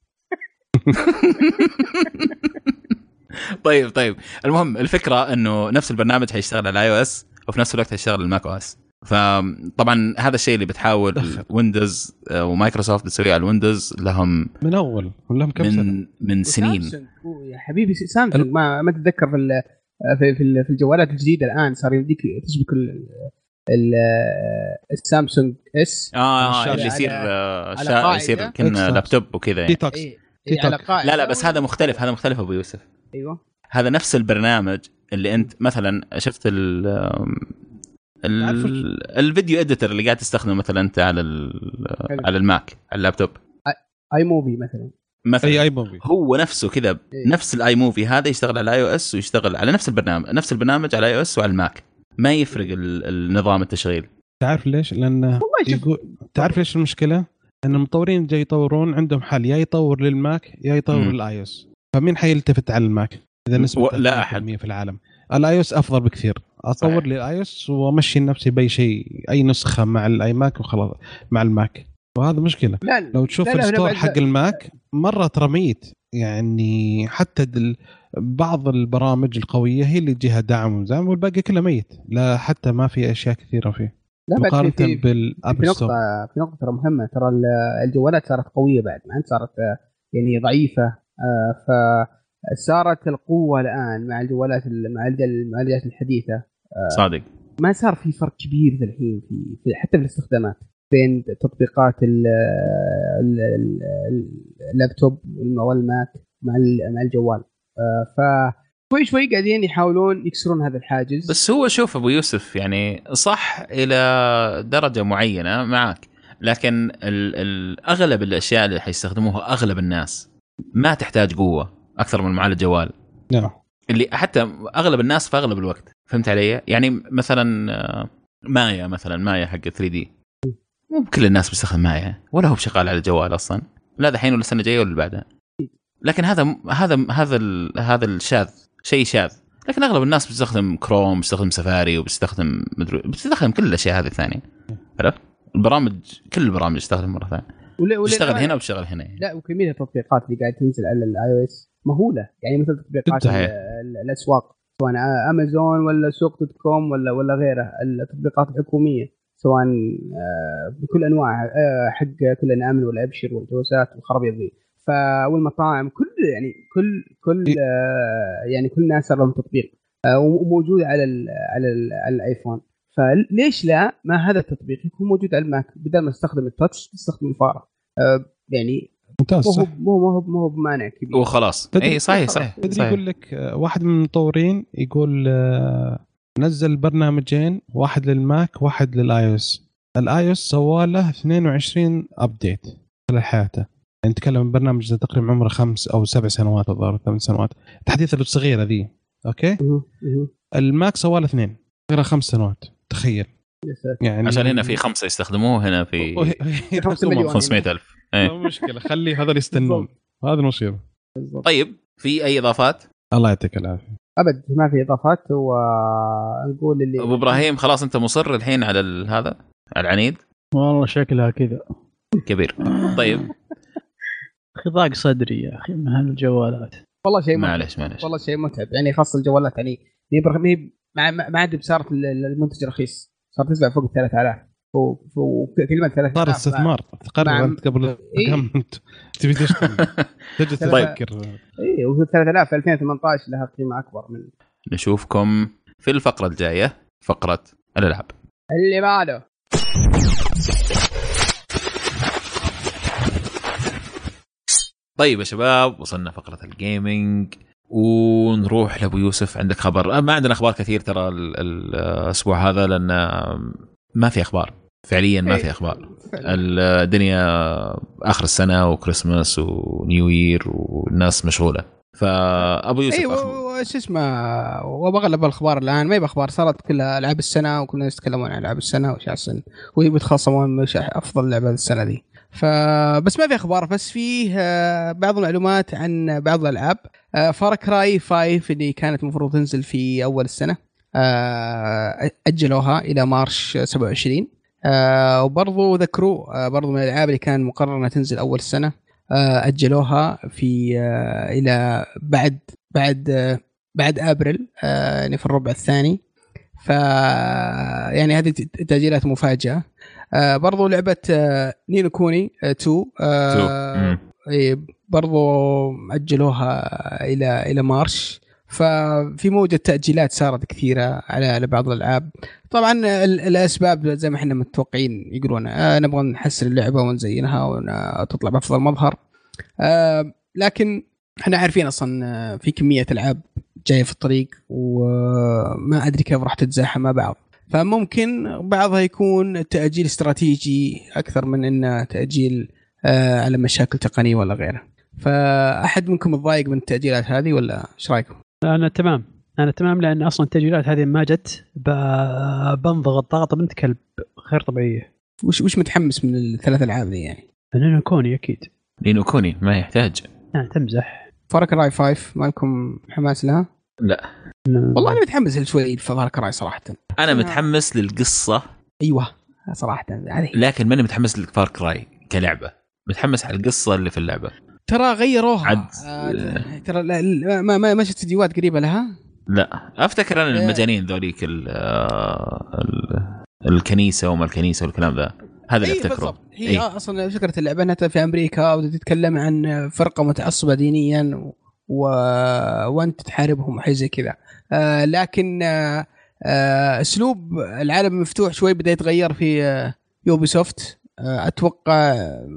طيب المهم الفكره انه نفس البرنامج حيشتغل على اي او اس وفي نفس الوقت حيشتغل على الماك او اس. فطبعا هذا الشيء اللي بتحاول ويندوز ومايكروسوفت تسويه على الويندوز لهم من اول ولا كم سنه من سنين. يا حبيبي سامسونج ما تتذكر في الجوالات الجديده الان صار يديك تشبك السامسونج اس اللي يصير كنا لابتوب وكذا يعني. لا بس هذا مختلف ابو يوسف. ايوه هذا نفس البرنامج اللي انت مثلا شفت الفيديو اديتور اللي قاعد تستخدمه مثلا انت على الماك على اللابتوب. اي موفي مثلا اي موفي هو نفسه كذا. نفس الاي موفي هذا يشتغل على اي او اس ويشتغل على نفس البرنامج على اي او اس وعلى الماك. ما يفرق النظام التشغيل. تعرف ليش؟ لان تعرف ليش المشكله؟ ان المطورين جاي يطورون عندهم حل يا يطور للماك يا يطور للاي او اس. فمين حيلتفت على الماك اذا نسبه لا احد في العالم؟ الاي او اس افضل بكثير. اطور للاي او اس وامشي نفسي باي شيء اي نسخه مع الاي ماك وخلاص مع الماك. وهذا مشكله. لو تشوف الستور حق الماك مره ترميت يعني. حتى بعض البرامج القويه هي اللي تجيها دعم والباقي كله ميت. لا حتى ما في اشياء كثيره فيه. لا بعد مقارنه بالابل ستور. في نقطه ترى مهمه، ترى الجوالات صارت قويه بعد، ما انت صارت يعني ضعيفه. فصارت القوه الان مع الجوالات مع المعالجات الحديثه. صادق ما صار في فرق كبير الحين في حتى في الاستخدامات بين تطبيقات اللابتوب والماك مع الجوال. فشوي شوي قاعدين يحاولون يكسرون هذا الحاجز. بس هو شوف ابو يوسف، يعني صح الى درجه معينه معك، لكن اغلب الاشياء اللي حيستخدموها اغلب الناس ما تحتاج قوه اكثر من معالج جوال. نعم. اللي حتى اغلب الناس في اغلب الوقت، فهمت علي؟ يعني مثلا مايا حق 3D، مو بكل الناس بيستخدم مايا، ولا هو شغال على الجوال اصلا، لا دحين ولا السنه الجايه ولا اللي بعدها. لكن هذا الشاذ، شيء شاذ. لكن اغلب الناس بتستخدم كروم، بتستخدم سفاري، بتستخدم كل الاشياء هذه الثانيه. عرفت؟ البرامج، كل البرامج تستخدم مره ثانيه، تشتغل هنا وتشتغل هنا. لا، وكميه التطبيقات اللي قاعد تنزل على الاي او اس مهوله، يعني مثل تطبيقات الاسواق، سواء امازون ولا سوق.com ولا غيره، التطبيقات الحكوميه سواء بكل انواعها، حق كل نعمل ولا ابشر والجوازات والخرابيط ذي، والمطاعم، يعني كل الناس لهم تطبيق وموجود على الايفون. فليش لا ما هذا التطبيق يكون موجود على الماك، بدل ما تستخدم التاتش تستخدم الفاره؟ يعني ممتاز. مو بمانع كبير وخلاص. اي صحيح. يقول لك واحد من المطورين يقول نزل برنامجين، واحد للماك واحد للاي او اس. الاي او اس سواله 22 ابديت خلال حياته، يعني نتكلم عن برنامج تقريبا عمره 5 أو 7 سنوات الظاهر 8 سنوات، التحديثات الصغيره ذي. اوكي. الماك سواله 2 غير 5 سنوات، تخيل. يعني عشان هنا في 5 يستخدموه، هنا في 500,000. ما مشكله، خلي هذا يستنون، هذا المصيبه. طيب في اي اضافات؟ الله يعطيك العافيه. ابد ما في اضافات. ونقول اللي ابو ابراهيم خلاص انت مصر الحين على هذا العنيد؟ والله شكلها كذا كبير. طيب خضاق صدري يا اخي من هالجوالات، والله شيء معلش والله شيء متعب، يعني خاصه الجوالات، يعني ما عاد صارت المنتج رخيص، صار تدفع فوق 3000 وكلمه 3000 صار استثمار. تقرر انت قبل كم تبي تشتري تجي تفكر. اي و3000 في 2018 لها قيمه اكبر من. نشوفكم في الفقره الجايه، فقره الالعاب اللي بعده. طيب يا شباب، وصلنا فقره الجيمنج، ونروح لابو يوسف. عندك خبر؟ ما عندنا اخبار كثير ترى الاسبوع هذا، لان ما في اخبار فعليا، ما في اخبار. الدنيا اخر السنه وكريسماس ونيو يير والناس مشغوله. فابو يوسف ايش اسمه، وبغلب الاخبار الان ما هي باخبار، صارت كلها العاب السنه، وكلنا يتكلمون عن العاب السنه وش السنه، ويتخاصمون مش افضل لعبه السنه دي. فبس ما في اخبار، بس فيه بعض المعلومات عن بعض الالعاب. فار كراي 5 اللي كانت المفروض تنزل في اول السنه اجلوها الى مارش 27. وبرضو ذكروا برضو من الالعاب اللي كان مقرر انها تنزل اول السنه اجلوها في الى بعد ابريل، يعني في الربع الثاني. ف يعني هذه تأجيلات مفاجئة. برضو لعبة نينو كوني 2 برضو أجلوها إلى مارش. ففي موجة تأجيلات صارت كثيرة على بعض الألعاب. طبعا الأسباب زي ما احنا متوقعين، يقولون نبغى نحسن اللعبة ونزينها وتطلع بأفضل مظهر. لكن احنا عارفين أصلا في كمية ألعاب جاية في الطريق، وما أدري كيف راح تتزاحم مع بعض. فممكن بعضها يكون تأجيل استراتيجي أكثر من إنه تأجيل على مشاكل تقنية ولا غيره. فأحد منكم متضايق من التأجيلات هذه ولا إيش رأيكم؟ أنا تمام لأن أصلا التأجيلات هذه ما جت بنضغط ضغطة بنت كلب غير طبيعية. وش متحمس من الثلاث ألعاب ذي يعني؟ نينو كوني أكيد. نينو كوني ما يحتاج. تمزح. فار كراي 5 مالكم حماس لها؟ لا والله أنا متحمس شوي لفار كراي صراحة. أنا متحمس للقصة. أيوة صراحة عليه. لكن ماني متحمس لفار كراي كلعبة، متحمس على القصة اللي في اللعبة. ترى غيروها ترى ما شفت فيديوهات قريبة لها؟ لا أفتكر أنا المجانين ذوليك الكنيسه وما الكنيسه والكلام ذا. هذا اللي افتكره. هي اصلا فكره اللعبه انها في امريكا وتتكلم عن فرقه متعصبه دينيا وانت تحاربهم وحاجه زي كذا. لكن اسلوب العالم المفتوح شوي بدا يتغير في يوبي سوفت. اتوقع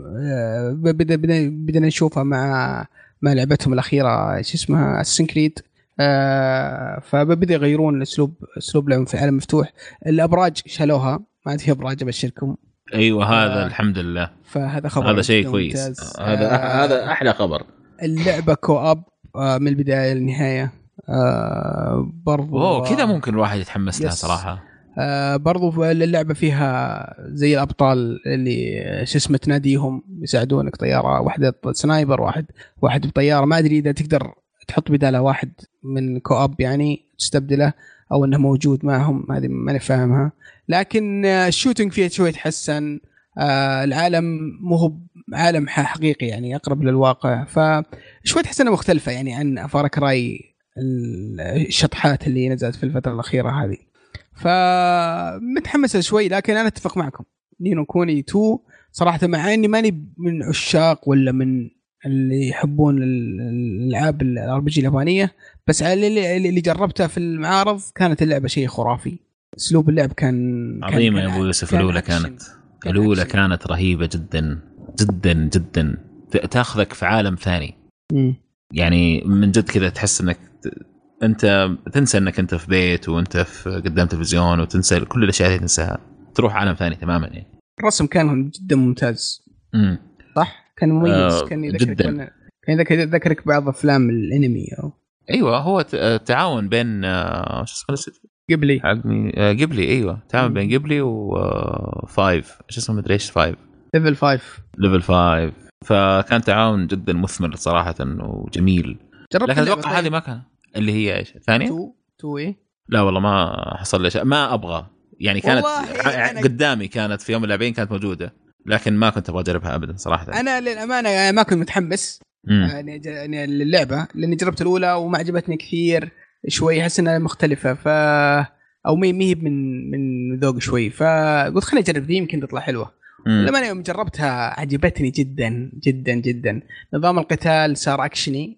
بدنا نشوفها مع لعبتهم الاخيره شو اسمها اساسن كريد. فبدأ يغيرون اسلوب لعبهم في العالم مفتوح. الابراج شالوها، ما عاد في ابراج ابشركم. ايوه هذا الحمد لله. فهذا خبر، هذا شيء كويس. هذا احلى خبر. اللعبه كواب من البدايه للنهايه. برضو كذا ممكن الواحد يتحمس لها صراحه. برضو اللعبه فيها زي الابطال اللي شو اسمه تناديهم يساعدونك، طياره واحده سنايبر، واحد بطياره. ما ادري اذا تقدر تحط بداله واحد من كواب يعني تستبدله او انه موجود معهم، هذه ما انا فاهمها. لكن الشوتينج فيها شوي تحسن. العالم مو هو عالم حقيقي يعني اقرب للواقع، فشوي تحس انها مختلفه يعني عن فار كراي الشطحات اللي نزلت في الفتره الاخيره هذه. فمتحمس شوي. لكن انا اتفق معكم ني نو كوني 2 صراحه، مع اني ماني من عشاق ولا من اللي يحبون الالعاب الار بي جي اليابانيه، بس اللي جربتها في المعارض كانت اللعبه شيء خرافي. اسلوب اللعب كان عظيمه يا ابو يوسف. الاولى كانت رهيبه جدا جدا جدا، تاخذك في عالم ثاني. يعني من جد كذا تحس انك انت تنسى انك انت في بيت وانت في قدام تلفزيون، وتنسى كل الاشياء اللي تنساها، تروح عالم ثاني تماما. يعني الرسم كان جدا ممتاز. صح، كان مميز. كان يذكرك بعض افلام الانمي ايوه، هو تعاون بين شو اسمه قبلي قبلي. ايوه، تعاون بين قبلي و5 ايش اسمه مدري ايش 5 ليفل 5. فكان تعاون جدا مثمر صراحه وجميل. لكن اتوقع هذه ما كان اللي هي ايش الثانيه 2 لا والله ما حصل لي شيء، ما ابغى يعني. كانت قدامي، كانت في يوم اللاعبين كانت موجوده، لكن ما كنت ابغى اجربها ابدا صراحه. انا للامانه ما كنت متحمس يعني للعبه، لاني جربت الاولى وما عجبتني كثير. شوي احس انها مختلفه، او مي من ذوق شوي. فقلت خليني اجرب دي يمكن تطلع حلوه. لما انا يوم جربتها عجبتني جدا جدا جدا. نظام القتال صار اكشني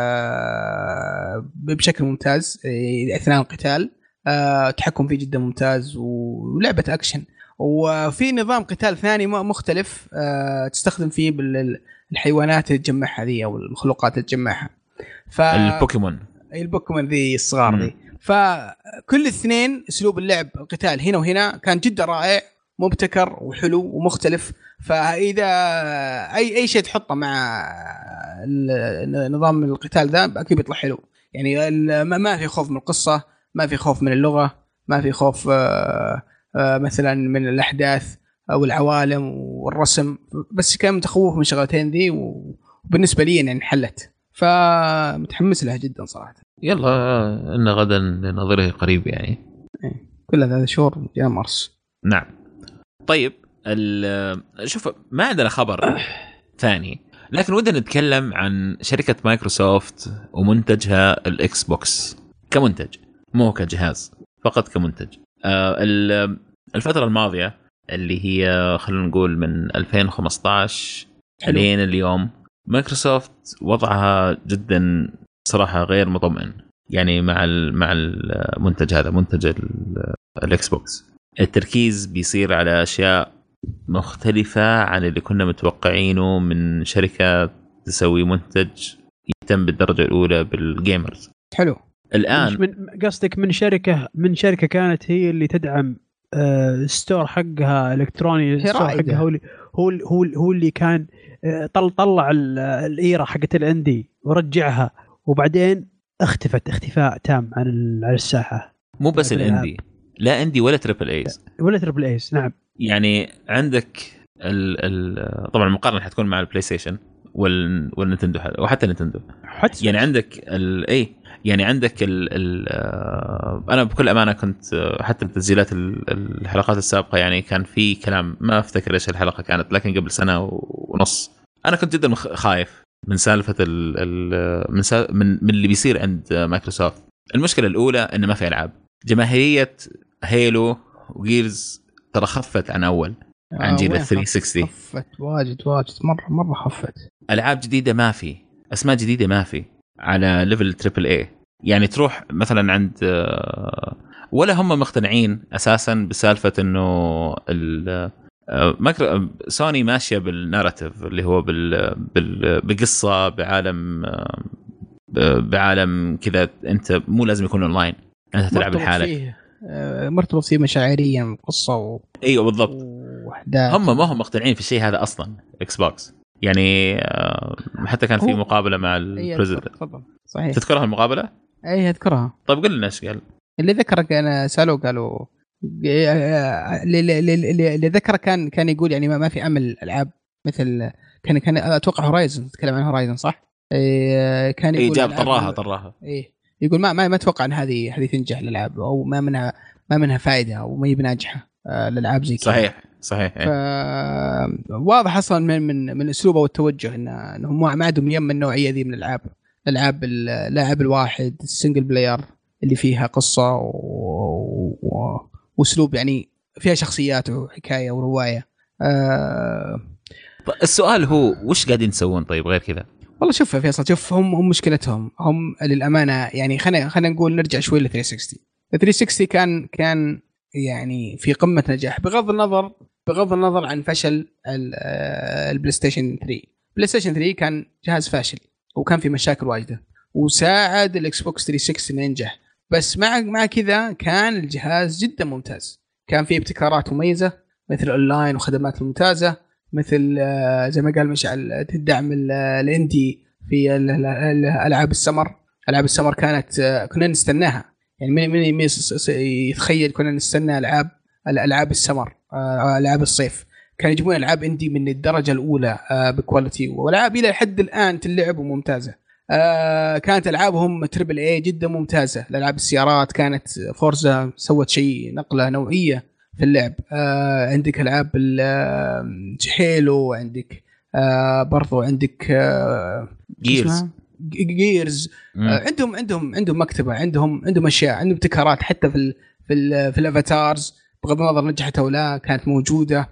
بشكل ممتاز اثناء القتال. تحكم فيه جدا ممتاز، ولعبه اكشن. وفي نظام قتال ثاني مختلف تستخدم فيه الحيوانات اللي تجمعها ذي او المخلوقات اللي تجمعها. البوكيمون ذي الصغار ذي. فكل اثنين اسلوب اللعب القتال هنا وهنا كان جدا رائع، مبتكر وحلو ومختلف. فاذا اي شيء تحطه مع نظام القتال ذا اكيد بيطلع حلو. يعني ما في خوف من القصه، ما في خوف من اللغه، ما في خوف مثلا من الاحداث او العوالم والرسم، بس كان متخوف من شغلتين ذي. وبالنسبه لي يعني انحلت، فمتحمس لها جدا صراحه. يلا ان غدا نظره قريب يعني. كل هذا شهور يا مارس. نعم. طيب شوف، ما عندنا خبر ثاني، لكن ودنا نتكلم عن شركة مايكروسوفت ومنتجها الإكس بوكس كمنتج، مو كجهاز، فقط كمنتج. الفترة الماضية اللي هي خلينا نقول من 2015 حاليا اليوم، مايكروسوفت وضعها جدا صراحة غير مطمئن يعني مع المنتج هذا، منتج الإكس بوكس. التركيز بيصير على أشياء مختلفة عن اللي كنا متوقعينه من شركة تسوي منتج يهتم بالدرجة الأولى بالجيمرز. حلو. الآن من قصدك من شركة كانت هي اللي تدعم ستور حقها إلكتروني، ستور حقها هو اللي كان طلع الإيرا حقت الأندي ورجعها، وبعدين اختفت اختفاء تام عن الساحة. مو بس الأندي، لا اندي ولا تريبل ايز. نعم. يعني عندك طبعا المقارنه حتكون مع البلاي ستيشن والنينتندو وحتى نينتندو. يعني عندك يعني عندك انا بكل امانه كنت حتى بتسجيلات الحلقات السابقه يعني كان في كلام، ما افتكر ايش الحلقه كانت، لكن قبل سنه ونص انا كنت جدا خايف من سالفه من اللي بيصير عند مايكروسوفت. المشكله الاولى انه ما في العاب. جماهيريه هيلو وجيرز ترى خفت عن اول، عن جيل 360 خفت واجد مره خفت. العاب جديده ما في، اسماء جديده ما في على ليفل تريبل اي. يعني تروح مثلا عند ولا هم مقتنعين اساسا بسالفه انه سوني ماشيه بالناراتيف اللي هو بقصه بعالم كذا، انت مو لازم يكون اونلاين، انت تلعب لحالك، مرتبط فيه مشاعريا قصه ايوه بالضبط. هم ما هم مقتنعين في الشيء هذا اصلا اكس بوكس. يعني حتى كان في مقابله مع البريزيدنت. صحيح تذكرها المقابله؟ اي اذكرها. طيب قل لنا ايش قال. اللي ذكرك انا سالوه قالوا اللي ذكره كان يقول يعني ما في عمل العاب مثل كان اتوقع هورايزن، تتكلم عن هورايزن صح؟ كان يقول جاب طراها يقول ما اتوقع ان هذه تنجح الالعاب، او ما منها فائده، او ما هي بناجحه الالعاب زي كذا. صحيح. واضح اصلا من اسلوبه والتوجه انه ما عندهم يم النوعيه ذي من الالعاب اللاعب الواحد السنجل بلاير اللي فيها قصه واسلوب يعني فيها شخصيات وحكايه وروايه. السؤال هو وش قاعدين يسوون طيب غير كذا؟ والله شوف يا فيصل، شوف هم مشكلتهم هم للامانه يعني خلينا نقول نرجع شوي ل 360. 360 كان يعني في قمه نجاح بغض النظر عن فشل البلاي ستيشن 3. بلاي ستيشن 3 كان جهاز فاشل وكان في مشاكل واجده، وساعد الاكس بوكس 360 ينجح، بس مع كذا كان الجهاز جدا ممتاز. كان فيه ابتكارات مميزه مثل الاونلاين وخدمات ممتازه، مثل زي ما قال مشعل تدعم الاندي في العاب السمر. العاب السمر كانت كنا نستناها، يعني من يتخيل كنا نستنى العاب السمر، العاب الصيف كانوا يجيبون العاب اندي من الدرجه الاولى بكواليتي، والعاب الى حد الان تلعب وممتازه. كانت العابهم تريبل اي جدا ممتازه. الالعاب السيارات كانت فورزا سوت شيء نقله نوعيه في اللعب. عندك العاب هيلو، عندك برضو عندك جيرز. عندهم مكتبه، عندهم اشياء، عندهم ابتكارات حتى في الافاتارز بغض النظر نجحت او لا كانت موجوده.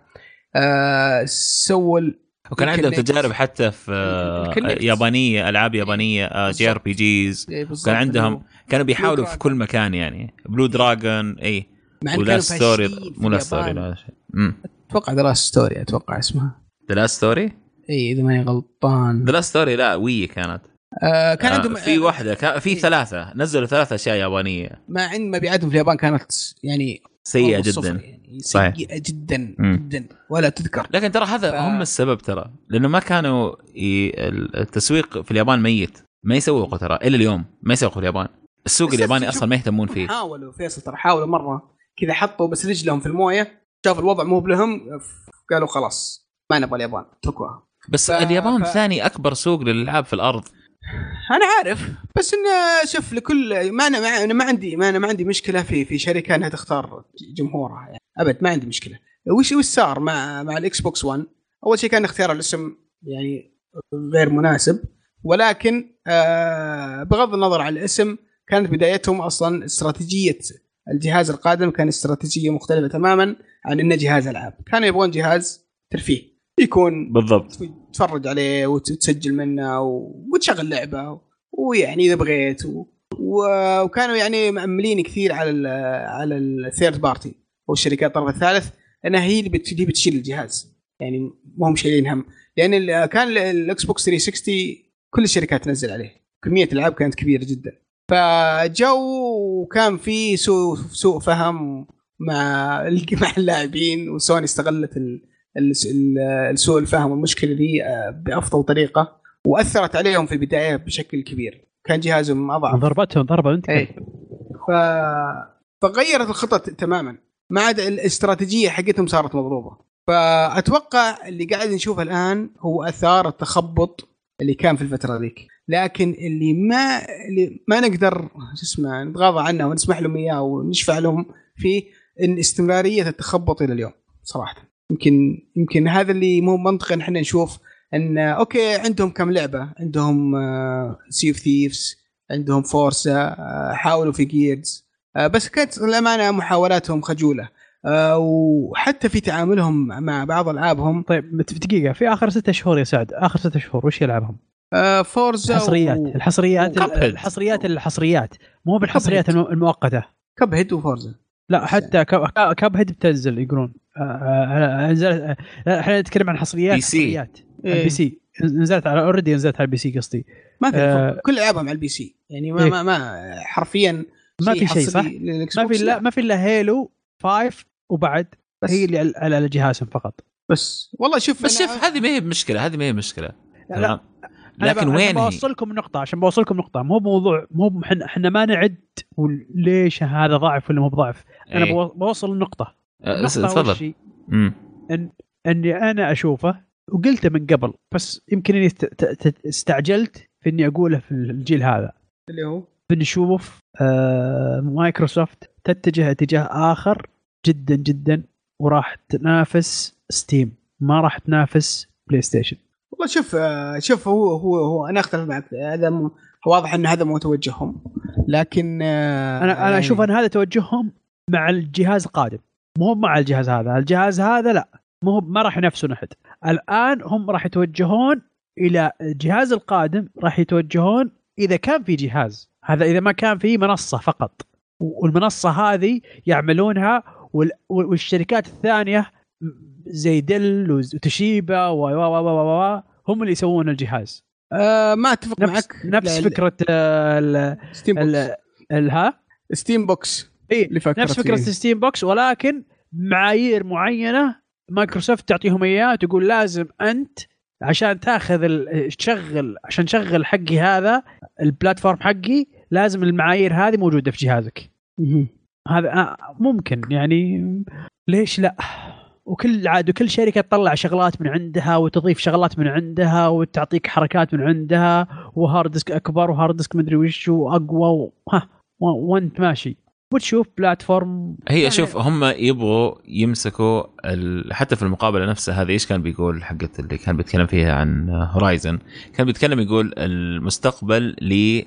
وكان عندهم تجارب حتى في يابانيه، العاب يابانيه جي ار بي جيز. كان عندهم كانوا بيحاولوا في كل مكان، يعني بلو دراجون ولا ستوري مو لا ستوري لا اتوقع ذا ستوري اتوقع اسمها ذا ستوري اذا ماني غلطان. ذا ستوري لا وي كانت كان عندهم في واحده في ثلاثه نزلوا 3 أشياء يابانيه، ما عند مبيعاتهم في اليابان كانت يعني سيئه جدا، يعني سيئه جدا جدا ولا تذكر. لكن ترى هذا هم السبب، ترى لانه ما كانوا التسويق في اليابان ميت، ما يسوقوا ترى الى اليوم ما يسوقوا اليابان. السوق الياباني اصلا ما يهتمون فيه. حاولوا فيصل ترى حاولوا مره كذا، حطوا بس رجلهم في المويه، شافوا الوضع مو بلهم، قالوا خلاص ما نبغى اليابان اتركوها. بس اليابان ثاني اكبر سوق للالعاب في الارض. انا عارف، بس انه شوف لكل ما عندي مشكله في شركه انها تختار جمهورها، يعني ابد ما عندي مشكله. وش صار مع الاكس بوكس 1؟ اول شيء كان اختيار الاسم يعني غير مناسب، ولكن بغض النظر عن الاسم كانت بدايتهم اصلا استراتيجيه الجهاز القادم كان استراتيجيه مختلفه تماما عن انه جهاز العاب. كانوا يبغون جهاز ترفيه يكون بالضبط تتفرج عليه وتسجل منه وتشغل لعبه، ويعني اذا بغيت وكانوا يعني مأملين كثير على الثيرد بارتي والشركات الطرف الثالث انها هي اللي بتشيل الجهاز، يعني ما هم شايلين هم، لان كان الاكس بوكس 360 كل الشركات تنزل عليه، كميه الالعاب كانت كبيره جدا، فجو وكان في سوء فهم مع اللاعبين، وسوني استغلت السوء الفهم والمشكله دي بافضل طريقه، واثرت عليهم في البدايه بشكل كبير. كان جهازهم اضعف، ضربتهم ضربه انت فغيرت الخطط تماما، ما عاد الاستراتيجية حقتهم صارت مضروبة. فأتوقع اللي قاعد نشوفه الآن هو أثار التخبط اللي كان في الفترة ذيك، لكن اللي ما نقدر نتغاضى عنه ونسمح لهم إياه ونشفع لهم في إن استمرارية التخبط إلى اليوم صراحة. يمكن هذا اللي مو منطقي. نحن نشوف أن أوكي عندهم كم لعبة، عندهم سي اوف ثيفز، عندهم فورسا، حاولوا في جيرز، بس كانت الأمانة محاولاتهم خجولة. وحتى في تعاملهم مع بعض العابهم. طيب دقيقه، في اخر 6 شهور يا سعد، اخر 6 شهور وش يلعبهم؟ فورزا الحصريات مو بالحصريات المؤقته. كب هيد وفورزا، لا حتى كب هيد بتنزل يقولون نزلت. احنا نتكلم عن حصريات البي سي نزلت على اوريدي، نزلت على البي سي قصدي. ما في كل العابهم على البي سي يعني ما حرفيا ما في شيء صح. ما في الا هيلو 5 وبعد بس. هي اللي على الجهاز فقط بس. والله شوف هذه ما هي مشكله تمام. لكن وين بوصلكم النقطه عشان بوصلكم نقطه، مو موضوع مو احنا ما نعد ليش هذا ضعف ولا مو بضعف. انا بوصل النقطه تفضل. اني انا اشوفه وقلته من قبل، بس يمكن اني استعجلت في اني اقوله في الجيل هذا اللي هو بنشوف مايكروسوفت تتجه اتجاه اخر جدا جدا، وراح تنافس ستيم، ما راح تنافس بلاي ستيشن. والله شوف هو انا اختلف معك. هذا واضح ان هذا مو توجههم، لكن انا اشوف ان هذا توجههم مع الجهاز القادم، مو مع الجهاز هذا لا، ما راح ينافسون احد. الان هم راح يتوجهون الى الجهاز القادم، راح يتوجهون اذا كان في جهاز هذا، اذا ما كان في منصه فقط، والمنصه هذه يعملونها والشركات الثانيه زي دل وتشيبا هم اللي يسوون الجهاز. ما اتفق معك. نفس فكره ستيم بوكس نفس فكره ستيم بوكس، ولكن معايير معينه مايكروسوفت تعطيهم اياه، تقول لازم انت عشان تاخذ عشان تشغل حقي هذا البلاتفورم حقي، لازم المعايير هذه موجوده في جهازك. هذا ممكن يعني، ليش لا؟ وكل شركه تطلع شغلات من عندها وتضيف شغلات من عندها وتعطيك حركات من عندها، وهارد ديسك اكبر وهارد ديسك مدري وش واقوى وانت ماشي وتشوف بلاتفورم. هي يعني شوف هم يبغوا يمسكوا حتى في المقابله نفسها هذه ايش كان بيقول حقت اللي كان بيتكلم فيها عن هورايزن، كان بيتكلم يقول المستقبل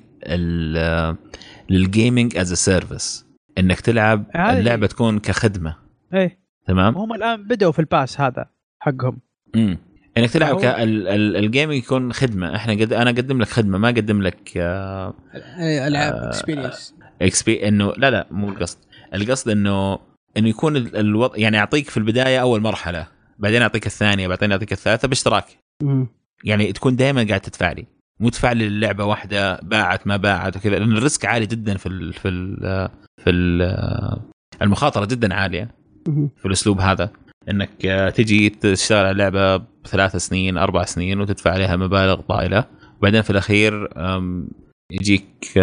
للجيمنج از ا سيرفيس، انك تلعب اللعبه تكون كخدمه. تمام. هم الان بدأوا في الباس هذا حقهم، انك تلعب الجيمنج يكون خدمه. انا اقدم لك خدمه، ما اقدم لك العاب اكسبيرينس انه لا مو القصد انه يكون يعني اعطيك في البدايه اول مرحله، بعدين اعطيك الثانيه، بعدين اعطيك الثالثه باشتراك. يعني تكون دائما قاعد تدفع لي، مو تدفع لي اللعبه واحده باعت ما باعت وكذا، لان الريسك عالي جدا في المخاطره جدا عاليه في الاسلوب هذا، انك تجي تشتغل على اللعبه 3 سنين 4 سنين وتدفع عليها مبالغ طائله، وبعدين في الاخير يجيك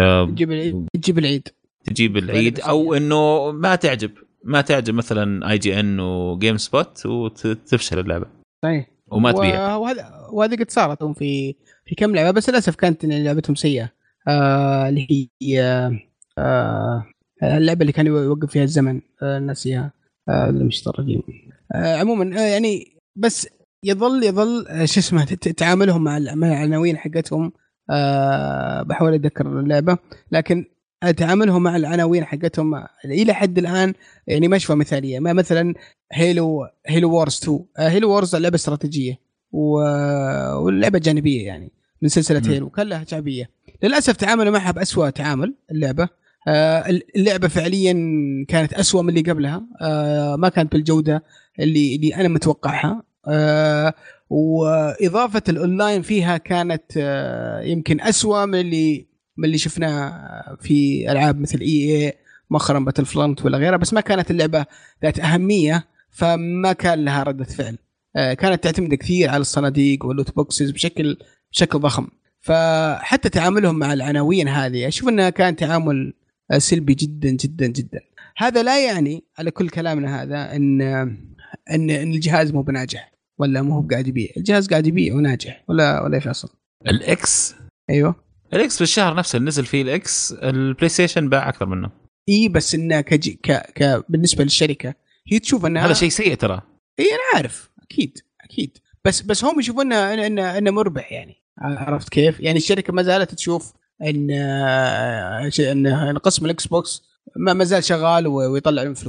تجيب العيد او انه ما تعجب مثلا IGN وجيم سبوت وتفشل اللعبه. صحيح. وما تبيع. وهذه قد صارت في كم لعبه، بس للاسف كانت لعبتهم سيئه. اللي هي اللعبه اللي كان يوقف فيها الزمن، ناسيها، مش الرجيم. عموما يعني بس يظل شو اسمه تعاملهم مع العناوين حقتهم. بحاول اتذكر اللعبه، لكن تعاملهم مع العناوين حقتهم الى حد الان يعني ما اشوفها مثاليه. ما مثلا هيلو وورز 2، هيلو وورز لعبه استراتيجيه واللعبه جانبيه يعني من سلسله هيلو، كلها شعبيه. للاسف تعاملوا معها بأسوأ تعامل. اللعبه فعليا كانت أسوأ من اللي قبلها، ما كانت بالجوده اللي انا متوقعها. واضافه الاونلاين فيها كانت يمكن أسوأ من اللي شفناه في العاب مثل EA مؤخرا باتل فرونت ولا غيرها، بس ما كانت اللعبه ذات اهميه، فما كان لها رده فعل. كانت تعتمد كثير على الصناديق واللوت بوكسز بشكل ضخم. فحتى تعاملهم مع العناوين هذه اشوف انها كان تعامل سلبي جدا جدا جدا. هذا لا يعني على كل كلامنا هذا ان الجهاز مو بناجح ولا مو قاعد يبيع. الجهاز قاعد يبيع وناجح ولا ايش اصلا. الاكس ايوه الاكس في الشهر نفسه اللي نزل فيه الاكس، البلاي ستيشن باع اكثر منه. بس انه بالنسبه للشركه هي تشوف ان هذا شيء سيء ترى. انا عارف اكيد بس هم يشوفون انه مربح يعني. عرفت كيف؟ يعني الشركه ما زالت تشوف ان قسم الاكس بوكس ما زال شغال ويطلع لهم فلوس.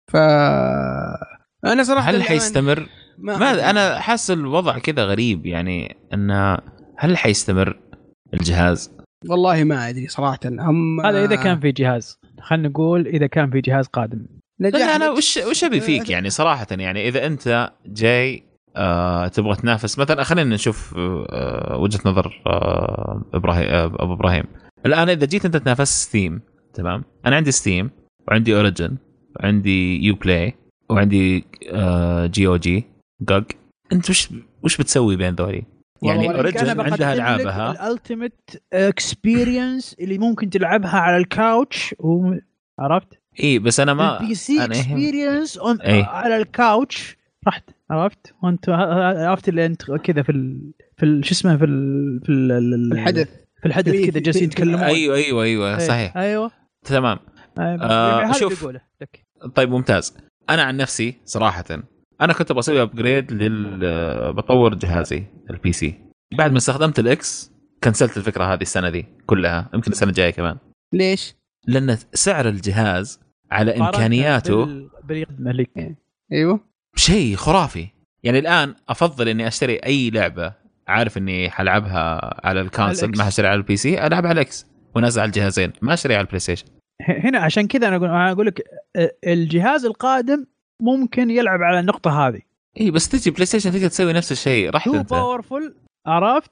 انا صراحه هل حيستمر؟ ما انا حاسس الوضع كذا غريب، يعني انه هل حيستمر الجهاز؟ والله ما ادري صراحه. هذا اذا كان في جهاز، خلينا نقول اذا كان في جهاز قادم. لا انا وش ابي فيك يعني صراحه، يعني اذا انت جاي تبغى تنافس مثلا، خلينا نشوف وجهه نظر ابراهيم ابو ابراهيم. الان اذا جيت انت تنافس ستيم، تمام، انا عندي ستيم وعندي اوريجن وعندي يو بلاي وعندي جي او جي جوج، انت وش بتسوي بين ذولي؟ يعني اوريجن عندها العابها الالتيميت اكسبيرينس اللي ممكن تلعبها على الكاوتش عرفت؟ اي بس انا ما البي سي اكسبيرينس على الكاوتش رحت، عرفت؟ وانت عرفت اللي انت كذا في شو اسمه في الحدث كذا جالسين يتكلمون. ايوه صحيح، ايوه تمام. شوف طيب ممتاز. انا عن نفسي صراحه انا كنت بسوي ابجريد بطور جهازي البي سي، بعد ما استخدمت الاكس كنسلت الفكره هذه السنه دي كلها، يمكن السنه الجايه كمان. ليش؟ لان سعر الجهاز على امكانياته بالملك ايوه شيء خرافي. يعني الان افضل اني اشتري اي لعبه عارف اني حلعبها على الكونسول، ما هشتري على البي سي، العبها على الاكس ونازل على الجهازين، ما اشتري على البلاي ستيشن. هنا عشان كذا انا اقول لك الجهاز القادم ممكن يلعب على النقطه هذه. اي بس تجي بلاي ستيشن تقدر تسوي نفس الشيء، رحت انت باورفل، عرفت؟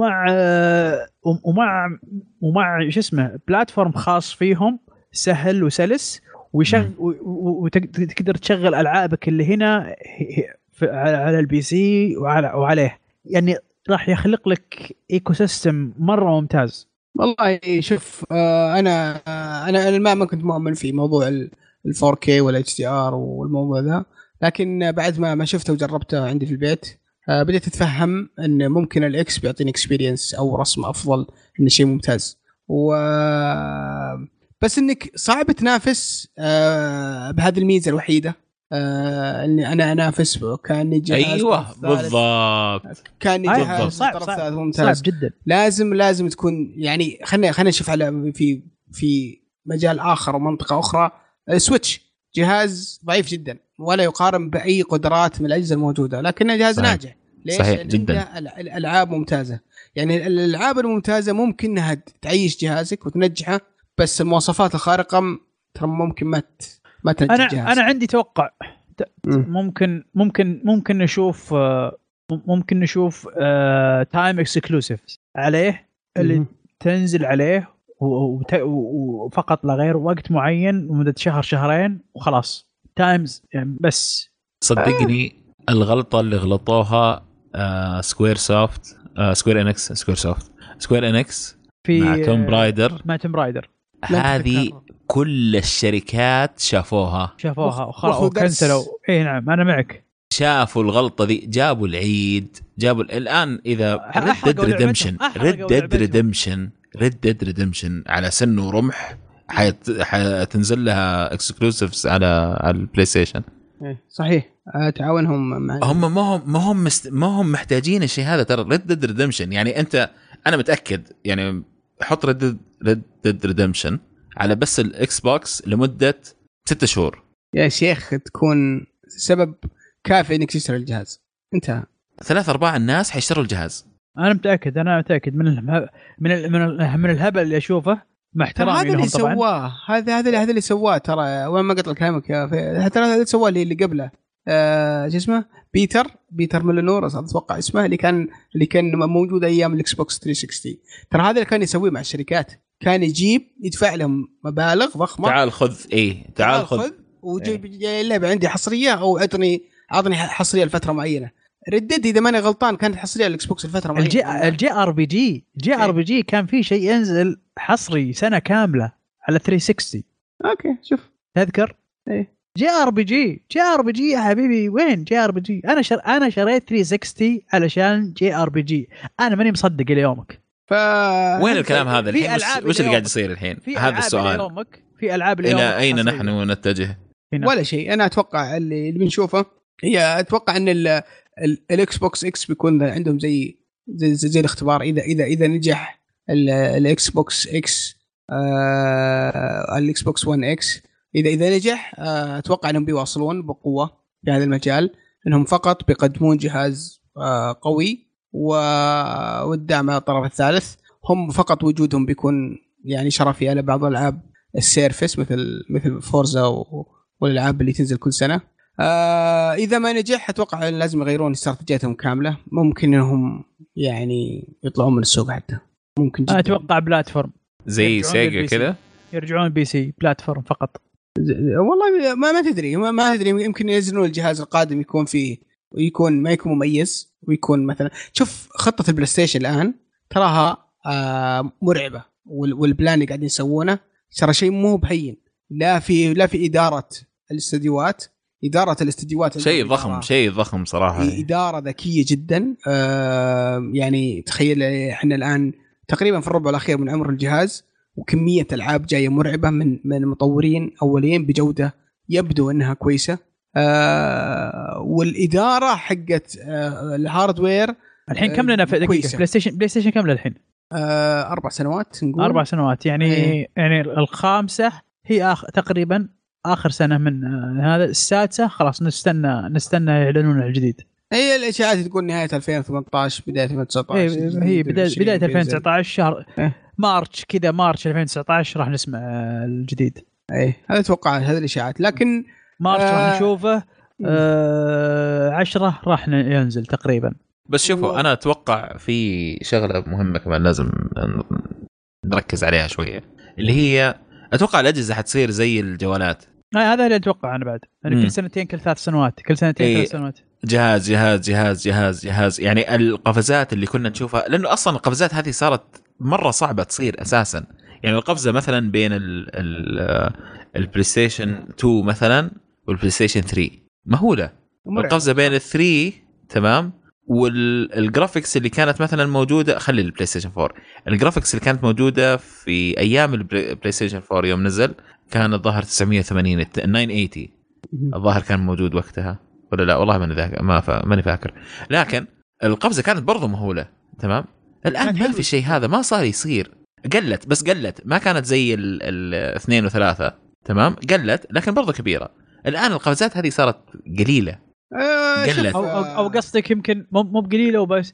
ومع شو اسمه بلاتفورم خاص فيهم سهل وسلس، وتقدر تشغل العابك اللي هنا على البي سي وعليه، يعني راح يخلق لك ايكو سيستم مره ممتاز. والله شوف انا ما كنت مؤمن في موضوع ال 4K ولا HDR والموضوع ذا، لكن بعد ما شفته وجربته عندي في البيت بديت اتفهم ان ممكن الاكس بيعطيني اكسبيرينس او رسم افضل، انه شيء ممتاز. بس انك صعب تنافس بهذه الميزه الوحيده، اني انا انافس كاني جهاز. ايوه بالضبط، كاني جهاز صعب ممتاز، صعب جدا. لازم تكون يعني خلينا نشوف على في مجال اخر ومنطقه اخرى. سويتش جهاز ضعيف جدا ولا يقارن باي قدرات من الاجهزه الموجوده، لكنه جهاز صحيح. ناجح. ليش؟ صحيح جدا. الالعاب ممتازه، يعني الالعاب الممتازه ممكن انها تعيش جهازك وتنجحه، بس المواصفات الخارقه ترى ممكن ما تنجح جهاز. انا عندي توقع ممكن نشوف تايم اكسكلوسيف عليه اللي تنزل عليه وفقط لا غير، وقت معين ومدة شهرين وخلاص تايمز يعني. بس صدقني الغلطة اللي غلطوها سكوير انكس في مع توم برايدر هذه كل الشركات شافوها وكنسلوا. اي نعم انا معك، شافوا الغلطة ذي، جابوا العيد، الآن إذا ريد ديد ريدمشن على سن ورمح حتنزل لها اكسكلوسيفز على البلاي ستيشن. صحيح، تعاونهم مع ما هم محتاجين الشيء هذا. ترى ريد ديد ريدمشن يعني أنا متأكد يعني حط ريد ديد ريدمشن على بس الإكس بوكس لمدة 6 شهور يا شيخ، تكون سبب كافي انك تشتري الجهاز. انتهى. 3/4 الناس حيشتروا الجهاز. انا متاكد من الهبل اللي اشوفه، مع احترامي لهم طبعا. هذا اللي سواه ترى، وين ما قلت كلامك يا ترى هذا اللي سواه اللي قبله شو اسمه بيتر ميلونور اتوقع اسمه، اللي كان موجود ايام الاكس بوكس 360. ترى هذا اللي كان يسويه مع الشركات، كان يدفع لهم مبالغ ضخمه. تعال خذ وجيب اللعبه عندي حصريه، او اعطني حصريه لفتره معينه. ردد اذا ماني غلطان كانت حصريه الاكس بوكس لفتره معينه. الجي ار بي جي كان في شيء ينزل حصري سنه كامله على 360. اوكي شوف تذكر ايه جي ار بي جي يا حبيبي. وين جي ار بي جي؟ انا شريت 360 علشان جي ار بي جي. انا ماني مصدق اليومك. وين الكلام هذا الحين؟ وش اللي قاعد يصير الحين؟ هذا السؤال. في العاب اليوم الى اين نحن نتجه؟ ولا شيء. انا اتوقع اللي بنشوفه هي اتوقع ان الاكس بوكس اكس بيكون عندهم زي الاختبار. اذا نجح الاكس بوكس اكس الاكس بوكس 1 اكس اذا نجح اتوقع انهم بيواصلون بقوه في هذا المجال، انهم فقط بيقدمون جهاز قوي والدعم على الطرف الثالث. هم فقط وجودهم بيكون يعني شرفي على بعض الالعاب السيرفس مثل فورزا والالعاب اللي تنزل كل سنه. اذا ما نجح اتوقع لازم يغيرون استراتيجيتهم كامله. ممكن انهم يعني يطلعون من السوق حتى، ممكن جدا. اتوقع بلاتفورم زي سيجا كذا، يرجعون بي سي بلاتفورم فقط. والله ما تدري ما تدري، يمكن ينزلون الجهاز القادم يكون فيه ويكون ما يكون مميز، ويكون مثلا شوف خطة البلاي ستيشن الآن تراها مرعبة، والبلان اللي قاعدين يسوونه ترى شيء مو بهين. لا في إدارة الاستديوهات شيء ضخم صراحة، إدارة ذكية جدا. يعني تخيل احنا الآن تقريبا في الربع الأخير من عمر الجهاز، وكمية ألعاب جاية مرعبة من مطورين أولين بجودة يبدو أنها كويسة. والإدارة حقت الهاردوير الحين كم لنا في دقيقة؟ بلاي ستيشن كم الحين؟ 4 سنوات نقول. 4 سنوات يعني الخامسة هي تقريبا آخر سنة من هذا، السادسة خلاص نستنى يعلنون الجديد. هي الإشاعات تقول نهاية 2018 بداية 2019. هي بداية 2019 شهر مارش 2019 راح نسمع الجديد. هذا أتوقع هذه الإشاعات، لكن مارش راح نشوفه. 10 راح ينزل تقريبا. بس شوفوا أنا أتوقع في شغلة مهمة كمان لازم نركز عليها شوية، اللي هي أتوقع الأجهزة حتصير زي الجوالات. هذا اللي أتوقع أنا بعد يعني كل سنتين كل 3 سنوات كل سنتين 3 سنوات جهاز جهاز جهاز جهاز جهاز. يعني القفزات اللي كنا نشوفها، لأنه أصلا القفزات هذه صارت مرة صعبة تصير أساسا. يعني القفزة مثلا بين البلاي ستيشن 2 مثلا والبلاي ستيشن 3 مهولة. القفزة بين ال3 تمام، والجرافيكس اللي كانت مثلا موجودة، خلي البلاي ستيشن 4، الجرافيكس اللي كانت موجودة في أيام البلاي ستيشن 4 يوم نزل كان الظاهر 980 980 الظاهر كان موجود وقتها ولا لا، والله ماني فاكر. لكن القفزة كانت برضو مهولة تمام. الآن ما في شيء، هذا ما صار يصير، قلت ما كانت زي الاثنين وثلاثة تمام، قلت لكن برضو كبيرة. الآن القفزات هذه صارت قليلة قلت أو قصدك يمكن مو بقليلة وبس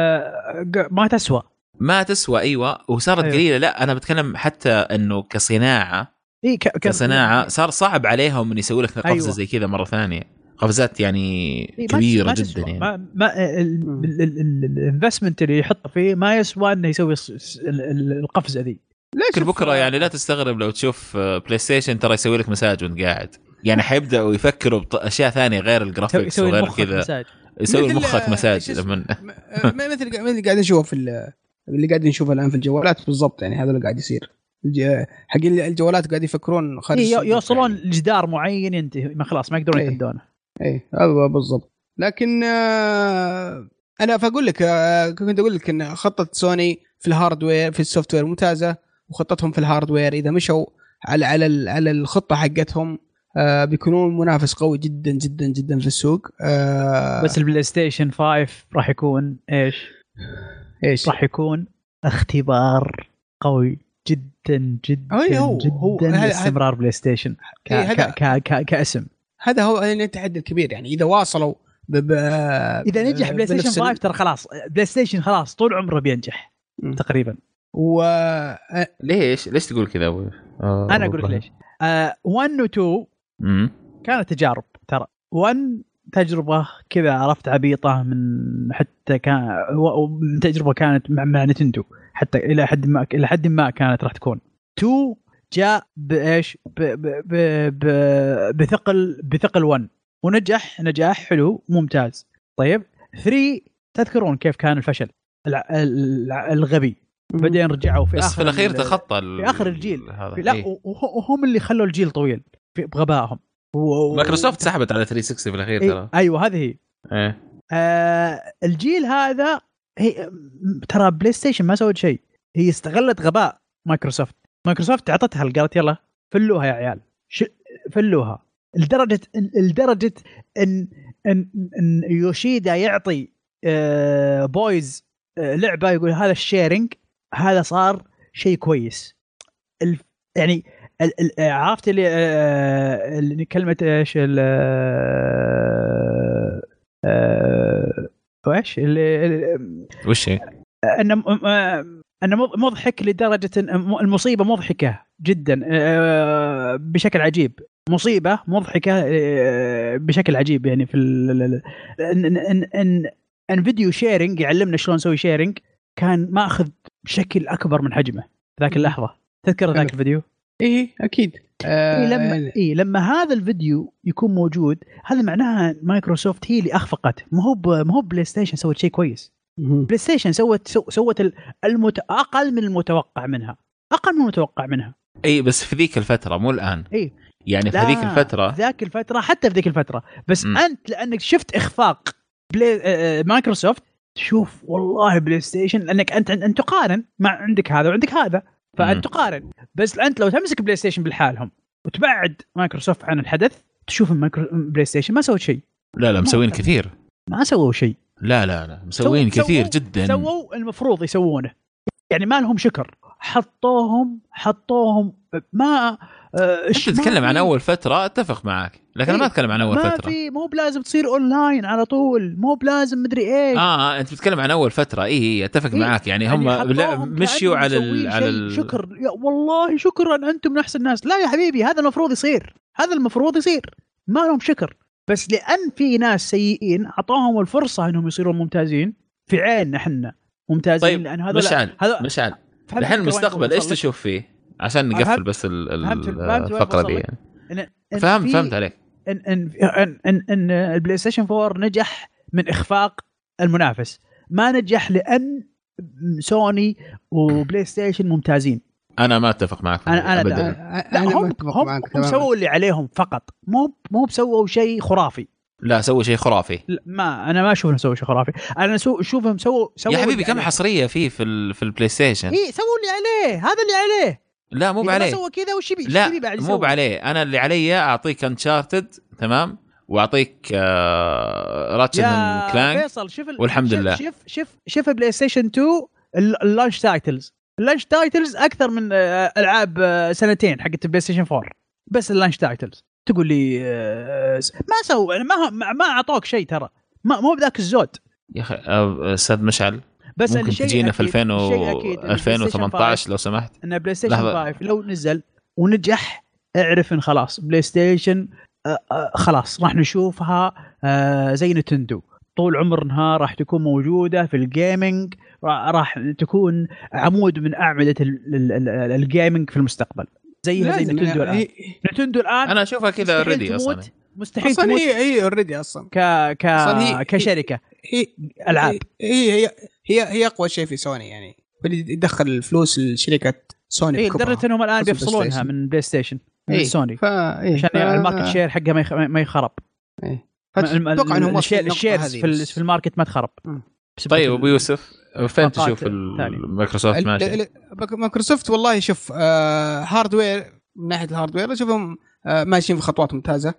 ما تسوى أيوة وصارت قليلة. لا أنا بتكلم حتى أنه كصناعة كصناعة صار صعب عليهم أن يسوي لك قفزة زي كذا مرة ثانية. قفزات يعني كبيرة جدا يعني ما الانفستمنت اللي يحط فيه ما يسوى انه يسوي القفزة ذي. لكن بكرة يعني لا تستغرب لو تشوف بلاي ستيشن ترى يسوي لك مساج وانت قاعد. يعني حيبدأوا يفكروا بأشياء ثانية غير الجرافيكس وغير كذا، يسوي مخك مساج مثل اللي قاعد نشوفه اللي قاعد نشوفه الآن في الجوالات بالضبط. يعني هذا اللي قاعد يصير حق الجوالات قاعد يفكرون خارج يوصلون لجدار معين ينتهي ما خلاص ما يقدرون يحدونه. هذا بالضبط. لكن انا فاقول لك كنت اقول لك ان خطه سوني في الهاردوير في السوفت وير ممتازه، وخطتهم في الهاردوير اذا مشوا على الخطه حقتهم بيكونون منافس قوي جدا جدا جدا في السوق. بس البلاي ستيشن 5 راح يكون ايش راح يكون اختبار قوي جدا جدا جدا استمرار بلاي ستيشن كاسم. هذا هو التحدي الكبير. يعني اذا واصلوا اذا نجح بلاي ستيشن 5 ترى خلاص بلاي ستيشن خلاص طول عمره بينجح تقريبا. ليش تقول كذا انا اقول لك ليش. 1 و 2 كانت تجارب، ترى 1 تجربه كذا عرفت عبيطه من حتى كان تجربه كانت مع نينتندو حتى الى حد ما كانت راح تكون. 2 جاء بايش بثقل 1 ونجح نجاح حلو ممتاز. طيب 3 تذكرون كيف كان الفشل الغبي، بعدين رجعوا في بس في الاخير تخطى في اخر الجيل لا وهم اللي خلوا الجيل طويل بغبائهم. مايكروسوفت سحبت على 360 في الاخير ترى. ايوه هذه هي. الجيل هذا هي ترى بلاي ستيشن ما سوت شيء، هي استغلت غباء مايكروسوفت عطتها قالت يلا فلوها يا عيال فلوها لدرجة ان يوشيدا يعطي بويز لعبة يقول هذا الشيرنج هذا صار شيء كويس. يعني عرفت اللي كلمه ايش وش اللي وش هي؟ أنا مضحك لدرجة المصيبة مضحكة جدا بشكل عجيب، مصيبة مضحكة بشكل عجيب. يعني في ان فيديو شيرنج يعلمنا شلون نسوي شيرنج كان ماخذ بشكل أكبر من حجمه ذاك اللحظة. تذكر ذاك الفيديو؟ إيه أكيد. لما هذا الفيديو يكون موجود هذا معناها مايكروسوفت هي اللي أخفقت، مو بلاي ستيشن سوت شيء كويس. بلاي ستيشن سوت أقل من المتوقع منها. اي بس في ذيك الفتره مو الان. اي يعني في هذيك الفتره، حتى في ذيك الفتره بس انت لانك شفت اخفاق مايكروسوفت تشوف والله بلاي ستيشن، لانك انت تقارن مع عندك هذا وعندك هذا، فانت تقارن. بس انت لو تمسك بلاي ستيشن بالحالهم وتبعد مايكروسوفت عن الحدث تشوف بلاي ستيشن ما سوت شيء. لا مسوين كثير، ما سووا شيء. لا مسوين كثير جدا. سووا المفروض يسوونه، يعني ما لهم شكر. حطوهم ما انت تتكلم عن اول فتره، اتفق معك، لكن انا ما اتكلم عن اول فتره. ما في، مو بلازم تصير اونلاين على طول، مو بلازم مدري ايش. انت بتتكلم عن اول فتره. اي اتفق معك. يعني هم مشيوا على شكر يا والله، شكرا انتم من احسن الناس. لا يا حبيبي، هذا المفروض يصير. ما لهم شكر، بس لان في ناس سيئين اعطاهم الفرصه انهم يصيرون ممتازين في عيننا احنا ممتازين. طيب لان هذا مشعل الحين المستقبل ايش تشوف فيه عشان نقفل بس الفقره دي؟ يعني فهمت عليك. ان البلاي ستيشن 4 نجح من اخفاق المنافس، ما نجح لان سوني وبلاي ستيشن ممتازين. انا ما اتفق معك. هم سووا اللي عليهم فقط، مو بسووا شيء خرافي. لا سووا شيء خرافي. انا ما اشوفهم سووا شيء خرافي. انا اشوفهم سووا يا حبيبي كم حصريه في البلاي ستيشن. ايه سووا اللي عليه، هذا اللي عليه. لا مو بعليه. سووا كذا وش بي لا مو بعليه. انا اللي علي اعطيك انشارتد تمام، واعطيك راتشت اند كلانك فيصل. والحمد لله. شوف بلاي ستيشن 2 اللانش تايتلز اكثر من العاب سنتين حقت بلاي ستيشن 4. بس اللانش تايتلز تقول لي ما سووا، ما اعطوك شيء ترى، مو بذاك الزود يا اخي. استاذ مشعل بس ممكن تجينا في 2018 لو سمحت ان بلاي ستيشن 5 لو نزل ونجح، اعرف ان خلاص بلاي ستيشن خلاص راح نشوفها زي نتندو طول عمرها، راح تكون موجودة في الجيمنج، راح تكون عمود من أعمدة الجيمنج في المستقبل زيها زي نتندو الآن. نتندو الآن أنا أشوفها كذا أوريدي أصلا. مستحيل أصلا تموت. هي أوريدي أصلا كشركة ألعاب. هي أقوى شيء في سوني، يعني يدخل الفلوس لشركة سوني. لدرجة أنهم الآن بيفصلونها من بلاي ستيشن من سوني عشان الماركت شير حقها ما يخرب. اتوقع انه الشيرز في الماركت ما تخرب. طيب ابو يوسف فين تشوف مايكروسوفت ماشي؟ مايكروسوفت والله شوف هاردوير، من ناحيه الهاردوير اشوفهم ماشيين في خطوات ممتازه.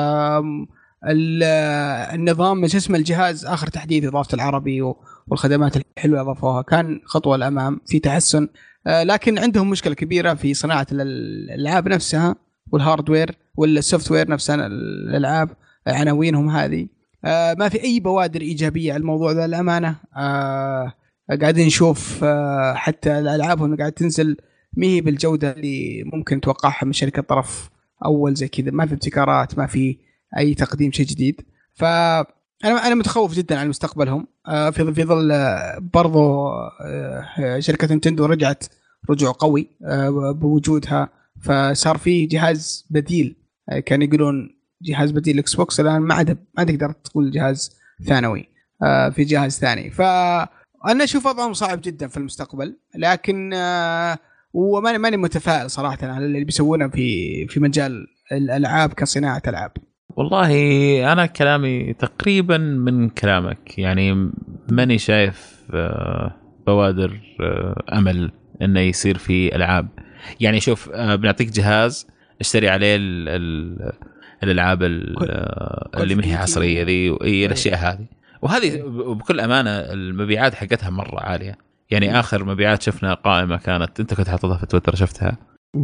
النظام ايش اسمه الجهاز اخر تحديث اضافه العربي والخدمات الحلوه اضافوها كان خطوه للامام في تحسن. لكن عندهم مشكله كبيره في صناعه الالعاب نفسها والهاردوير والسوفت وير نفسها. الالعاب عناوينهم هذه ما في أي بوادر إيجابية على الموضوع ذا الأمانة. قاعدين نشوف حتى الألعابهم قاعد تنزل مهي بالجودة اللي ممكن توقعها من شركة طرف أول زي كذا. ما في ابتكارات، ما في أي تقديم شيء جديد. فأنا متخوف جدا عن مستقبلهم في ظل برضو شركة نينتندو رجعت رجوع قوي بوجودها، فصار فيه جهاز بديل. كان يقولون جهاز بديل الاكس بوكس، الان ما تقدر تقول جهاز ثانوي في جهاز ثاني. فانا اشوف وضعهم صعب جدا في المستقبل، لكن وماني متفائل صراحه على اللي بيسوونه في مجال الالعاب كصناعه العاب. والله انا كلامي تقريبا من كلامك، يعني ماني شايف بوادر امل انه يصير في العاب. يعني شوف بنعطيك جهاز اشتري عليه الالعاب اللي ما هي حصريه ذي الاشياء هذه، وهذه بكل امانه المبيعات حقتها مره عاليه. يعني اخر مبيعات شفنا قائمه كانت انت كنت حاططها في تويتر شفتها،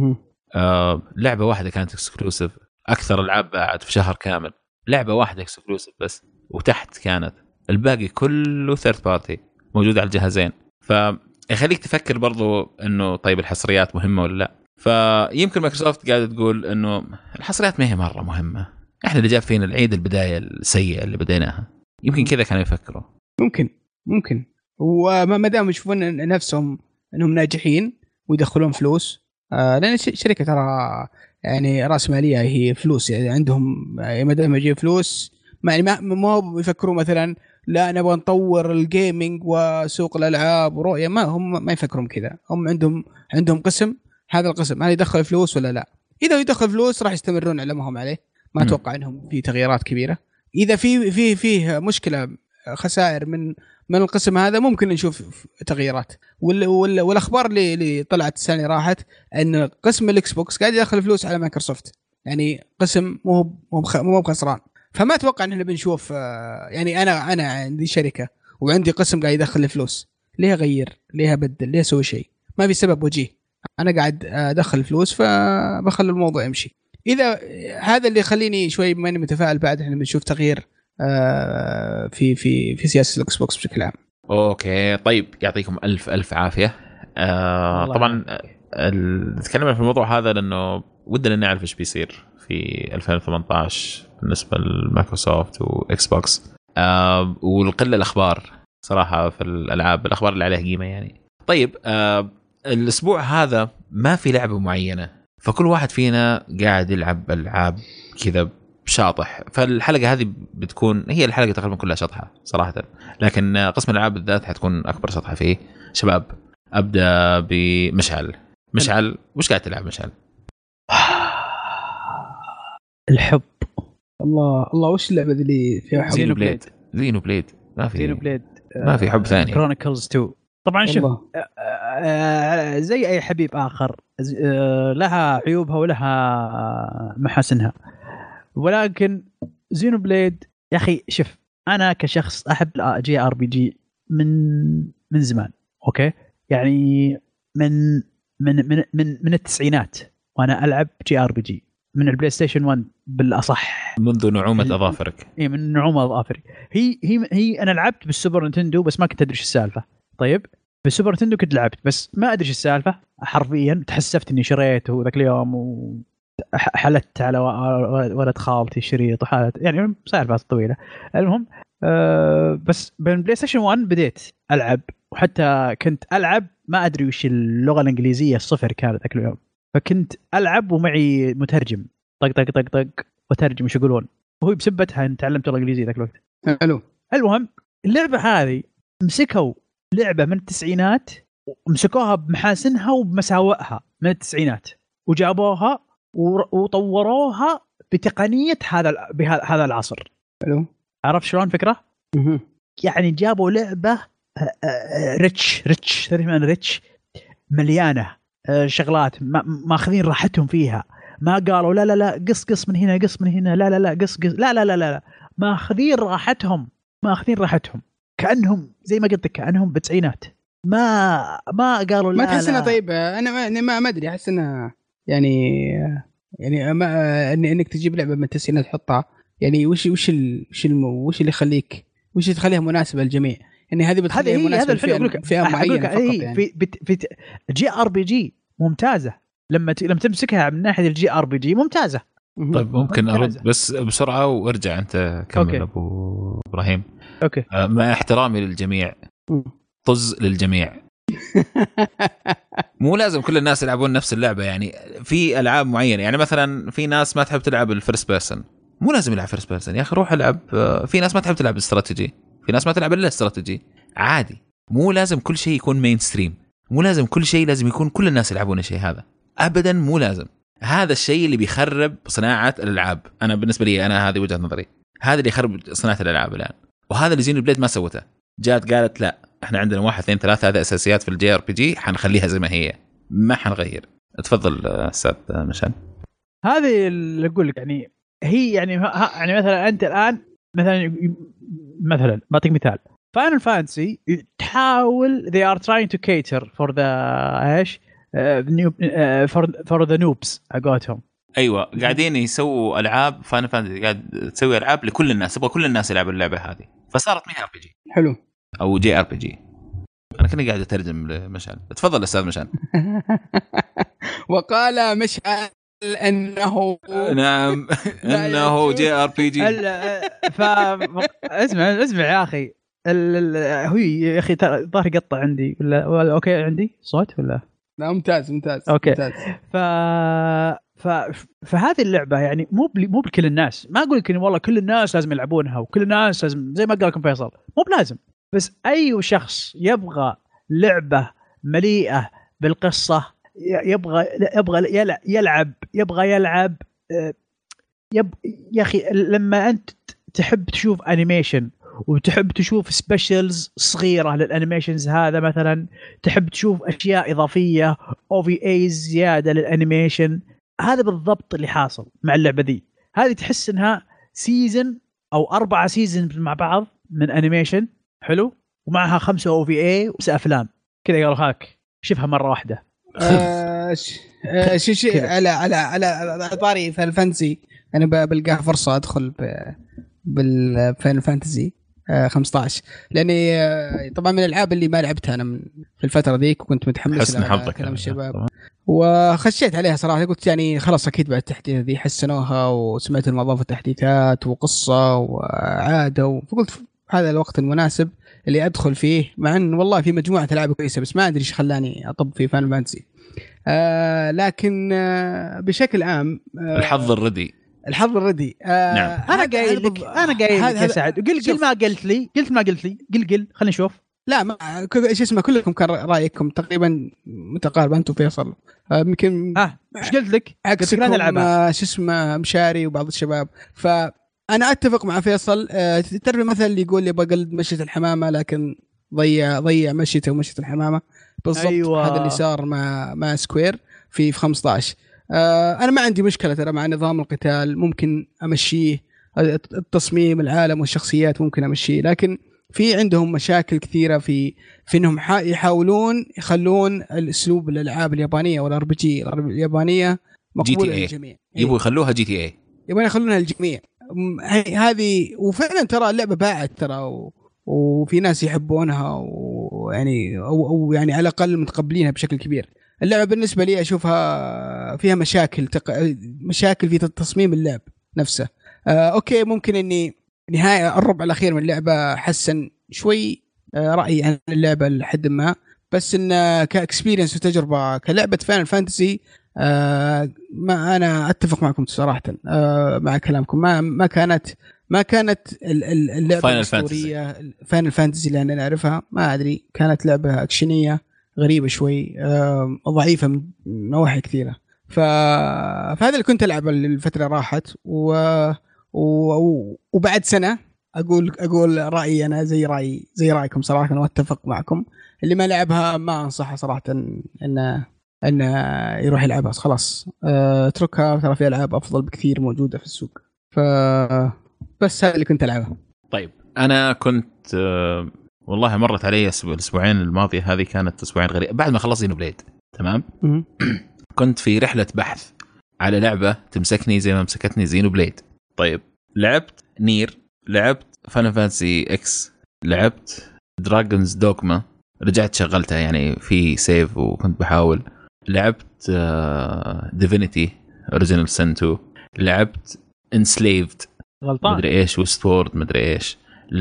لعبه واحده كانت اكسكلوسيف، اكثر العاب باعت في شهر كامل لعبه واحده اكسكلوسيف بس، وتحت كانت الباقي كله ثيرد بارتي موجود على الجهازين. فيخليك تفكر برضو انه طيب الحصريات مهمه ولا لا. فيمكن مايكروسوفت قاعده تقول انه الحصريات ما هي مره مهمه، احنا اللي جاب فينا العيد البدايه السيئه اللي بديناها. يمكن كذا كانوا يفكروا. ممكن وما دام يشوفون نفسهم انهم ناجحين ويدخلون فلوس، لان شركه ترى يعني راس ماليه هي فلوس، يعني عندهم ما دام يجي فلوس ما يفكروا مثلا لا نبغى نطور الجيمنج وسوق الالعاب ورؤيه، ما هم ما يفكرون كذا. هم عندهم قسم، هذا القسم هل يدخل فلوس ولا لا؟ اذا يدخل فلوس راح يستمرون على ما هم عليه، ما اتوقع انهم في تغييرات كبيره. اذا فيه مشكله خسائر من القسم هذا ممكن نشوف تغييرات. والاخبار اللي طلعت السنه اللي راحت ان قسم الاكس بوكس قاعد يدخل فلوس على مايكروسوفت، يعني قسم مو بخسران. فما اتوقع ان احنا بنشوف يعني انا عندي شركه وعندي قسم قاعد يدخل فلوس، ليه اغير؟ ليه ابدل؟ ليه اسوي شيء؟ ما في سبب وجيه، انا قاعد ادخل فلوس فبخلي الموضوع يمشي. اذا هذا اللي يخليني شوي ماني متفائل بعد احنا بنشوف تغيير في سياسه الاكس بوكس بشكل عام. اوكي طيب يعطيكم الف عافيه. طبعا تكلمنا في الموضوع هذا لانه ودنا نعرف ايش بيصير في 2018 بالنسبه لمايكروسوفت واكس بوكس، والقله الاخبار صراحه في الالعاب، الاخبار اللي عليها قيمه يعني. طيب الاسبوع هذا ما في لعبه معينه، فكل واحد فينا قاعد يلعب العاب كذا بشاطح، فالحلقه هذه بتكون هي الحلقه تقريبا كلها شطحه صراحه، لكن قسم الالعاب بالذات حتكون اكبر شطحه فيه. شباب ابدا بمشعل. مشعل وش قاعد تلعب مشعل؟ الحب. الله وش اللعبه اللي فيها حب؟ زينو بليد ما في زينو بليد ما في حب ثاني. كرونيكلز 2 طبعا. شوف زي اي حبيب اخر لها عيوبها ولها محاسنها، ولكن زينو بليد يا اخي شوف، انا كشخص احب جي ار بي جي من زمان، اوكي يعني من التسعينات وانا العب جي ار بي جي، من البلاي ستيشن 1 بالاصح، منذ نعومه اظافرك. اي من نعومه اظافري. هي انا لعبت بالسوبر نينتندو بس ما كنت ادري ايش السالفه. طيب بالسوبر نينتندو كنت لعبت بس ما ادري ايش السالفه حرفيا، تحسفت اني شريته ذاك اليوم وحلت على ولد خالتي شريط وحالت يعني سالفه طويله. المهم بس بالبلاي ستيشن 1 بديت العب، وحتى كنت العب ما ادري وش اللغه الانجليزيه الصفر كانت ذاك اليوم، فكنت العب ومعي مترجم طق طق طق طق وترجم ايش يقولون، وهو بسبتها ان تعلمت اللغه الانجليزيه ذاك الوقت. حلو. المهم اللعبه هذه مسكوا لعبه من التسعينات ومسكوها بمحاسنها وبمساوئها من التسعينات وجابوها وطوروها بتقنيه هذا العصر. حلو. عرفت شلون فكره؟ يعني جابوا لعبه ريتش مليانه شغلات، ماخذين راحتهم فيها، ما قالوا لا قص من هنا قص من هنا، لا قص لا ماخذين راحتهم كأنهم زي ما قلت كأنهم بالتسعينات، ما قالوا لا. ما تحس انها طيب؟ انا ما ادري، احس انها يعني ما انك تجيب لعبه من التسعينات تحطها، يعني وش اللي يخليك وش تخليها مناسبه للجميع؟ يعني هذه بتخليها مناسبه لفئه معينه فقط يعني. في جي ار بي جي ممتازه، لما تمسكها من ناحيه الجي ار بي جي ممتازه. طيب ممكن ارد بس بسرعه وارجع انت كمل. أوكي. ابو ابراهيم. اوكي. مع احترامي للجميع، طز للجميع. مو لازم كل الناس يلعبون نفس اللعبه، يعني في العاب معينه، يعني مثلا في ناس ما تحب تلعب الفيرست بيرسون، مو لازم يلعب فيرست بيرسون يا اخي، روح العب. في ناس ما تحب تلعب الاستراتيجي، في ناس ما تلعب الا الاستراتيجي، عادي. مو لازم كل شيء يكون مين ستريم، مو لازم كل شيء لازم يكون كل الناس يلعبون الشيء هذا، ابدا مو لازم. هذا الشيء اللي بيخرب صناعه الالعاب. انا بالنسبه لي انا هذه وجهه نظري، هذا اللي يخرب صناعه الالعاب الان، وهذا اللي زينو بليد ما سوته. جات قالت لا احنا عندنا 1 2 3 هذه اساسيات في الجي ار بي جي، حنخليها زي ما هي، ما حنغير. تفضل استاذ مشان. هذه اللي اقول لك، يعني هي يعني مثلا انت الان مثلا بعطيك مثال، فاينل فانتسي تحاول they are trying to cater for the ايش فور ذا نوبس اقولتهم. ايوه قاعدين يسووا العاب فاينل فانتسي، قاعد تسوي العاب لكل الناس، يبغى كل الناس يلعبوا اللعبه هذه، فصارت مي ار بي جي. حلو. او جي ار بي جي. انا كنت قاعد اترجم لمشعل. تفضل استاذ مشعل. وقال مشعل انه نعم انه جي ار بي جي. اسمع يا اخي، هو يا اخي ظهري قطع عندي ولا اوكي عندي صوت ولا لا؟ ممتاز اوكي ممتاز. فهذه اللعبه يعني مو بكل الناس، ما اقول لك ان والله كل الناس لازم يلعبونها وكل الناس لازم زي ما قال لكم فيصل، مو بلازم، بس اي شخص يبغى لعبه مليئه بالقصه، يبغى يلعب يا اخي لما انت تحب تشوف انيميشن وتحب تشوف سبيشلز صغيره للانيميشنز، هذا مثلا تحب تشوف اشياء اضافيه OVAs زياده للانيميشن، هذا بالضبط اللي حاصل مع اللعبه دي. هذه تحس انها سيزن او 4 سيزن مع بعض من انيميشن حلو، ومعها 5 OVA و6 افلام كذا. قالوا هاك شوفها مره واحده. شيء على طاري في الفانتسي، انا بلقاها فرصه ادخل بالفاينل فانتسي 15، لاني طبعا من الالعاب اللي ما لعبتها انا في الفتره ذيك، وكنت متحمس لكلام الشباب وخشيت عليها صراحه. قلت يعني خلاص اكيد بعد التحديث ذي حسنوها، وسمعت انهم اضافوا تحديثات وقصه وعاده، فقلت هذا الوقت المناسب اللي ادخل فيه، مع ان والله في مجموعه العاب كويسه بس ما ادري ايش خلاني اطب في فاينل فانتسي. لكن بشكل عام الحظ الردي. نعم. انا قايل لك يا سعد، قل ما قلت لي قل خلينا نشوف. لا ما ايش اسمه، كلكم كان رايكم تقريبا متقارب انت وفيصل. يمكن ايش قلت لك؟ عكسكم شو اسمه مشاري وبعض الشباب. فانا اتفق مع فيصل. تعرف مثلا اللي يقول لي بقلد مشية الحمامه، لكن ضيع مشيته ومشية الحمامه بالضبط. أيوة. هذا اللي صار مع سكوير في 15. أنا ما عندي مشكلة ترى مع نظام القتال، ممكن أمشيه، التصميم العالم والشخصيات ممكن أمشيه، لكن في عندهم مشاكل كثيرة في إنهم يحاولون يخلون الأسلوب الألعاب اليابانية والRPG اليابانية مقبولة للجميع. يبغوا يخلوها GTA، يبغوا يخلونها للجميع هذه. وفعلا ترى اللعبة باعت ترى، وفي ناس يحبونها، ويعني أو يعني على الأقل متقبلينها بشكل كبير. اللعبة بالنسبة لي أشوفها فيها مشاكل في تصميم اللعب نفسه. أوكي ممكن إني نهاية الربع الأخير من اللعبة حسن شوي رأيي عن اللعبة لحد ما، بس إن كإكسبيرينس وتجربة كلعبة فاينل فانتسي ما أنا أتفق معكم صراحة مع كلامكم. ما كانت اللعبة الأسطورية فاينل فانتسي اللي أنا أعرفها. ما أدري، كانت لعبة أكشنية غريبة شوي، ضعيفة من نواحي كثيرة. فهذا اللي كنت ألعبه الفترة راحت، وبعد سنة أقول رأيي أنا زي رأيكم صراحة، وأتفق معكم. اللي ما لعبها ما أنصحه صراحة إن يروح يلعبها، خلاص اتركها، ترى في ألعاب أفضل بكثير موجودة في السوق. بس هذا اللي كنت ألعبها. طيب أنا كنت والله مرت علي الأسبوعين الماضية هذه، كانت أسبوعين غريبة بعد ما خلص زينو بليد. تمام. كنت في رحلة بحث على لعبة تمسكني زي ما مسكتني زينو بليد. طيب لعبت نير، لعبت فاينل فانتسي اكس، لعبت دراجونز دوغما، رجعت شغلتها يعني في سيف وكنت بحاول. لعبت ديفينيتي اوريجينال سن 2، لعبت انسليفد مدري ايش وستورد مدري ايش،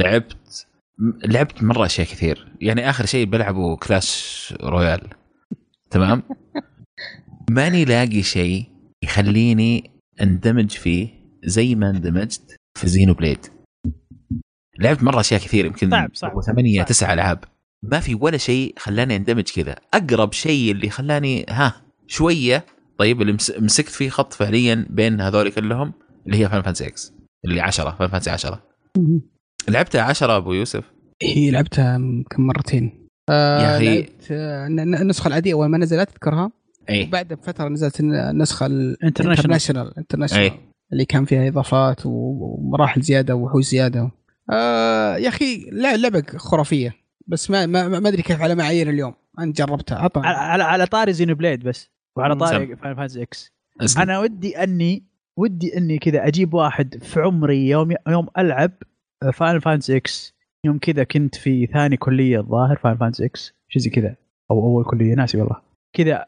لعبت مرة أشياء كثير. يعني آخر شيء بلعبه كلاش رويال. تمام. ماني لاقي شيء يخليني اندمج فيه زي ما اندمجت في زينو بليد. لعبت مرة أشياء كثير، يمكن 8-9 ألعاب، ما في ولا شيء خلاني اندمج كذا. أقرب شيء اللي خلاني شوية طيب اللي مسكت فيه خط فعليا بين هذول كلهم اللي هي فاينل فانتسي اكس اللي 10 فاينل فانتسي 10. لعبتها 10 أبو يوسف. هي لعبتها كم مرتين يا أخي. لعبت النسخة العادية أول ما نزلت تذكرها. بعد فترة نزلت النسخة الانترناشنال اللي كان فيها إضافات ومراحل زيادة ووحوش زيادة. يا أخي لعبة خرافية، بس ما أدري كيف على معايير اليوم. انا جربتها على طاري زينو بليد بس، وعلى طاري فاينل فانتسي اكس. انا ودي اني كذا اجيب واحد في عمري يوم العب فاينل فانتسي اكس، يوم كذا كنت في ثاني كليه الظاهر فاينل فانتسي اكس شيء زي كذا، او اول كليه ناسي والله كذا،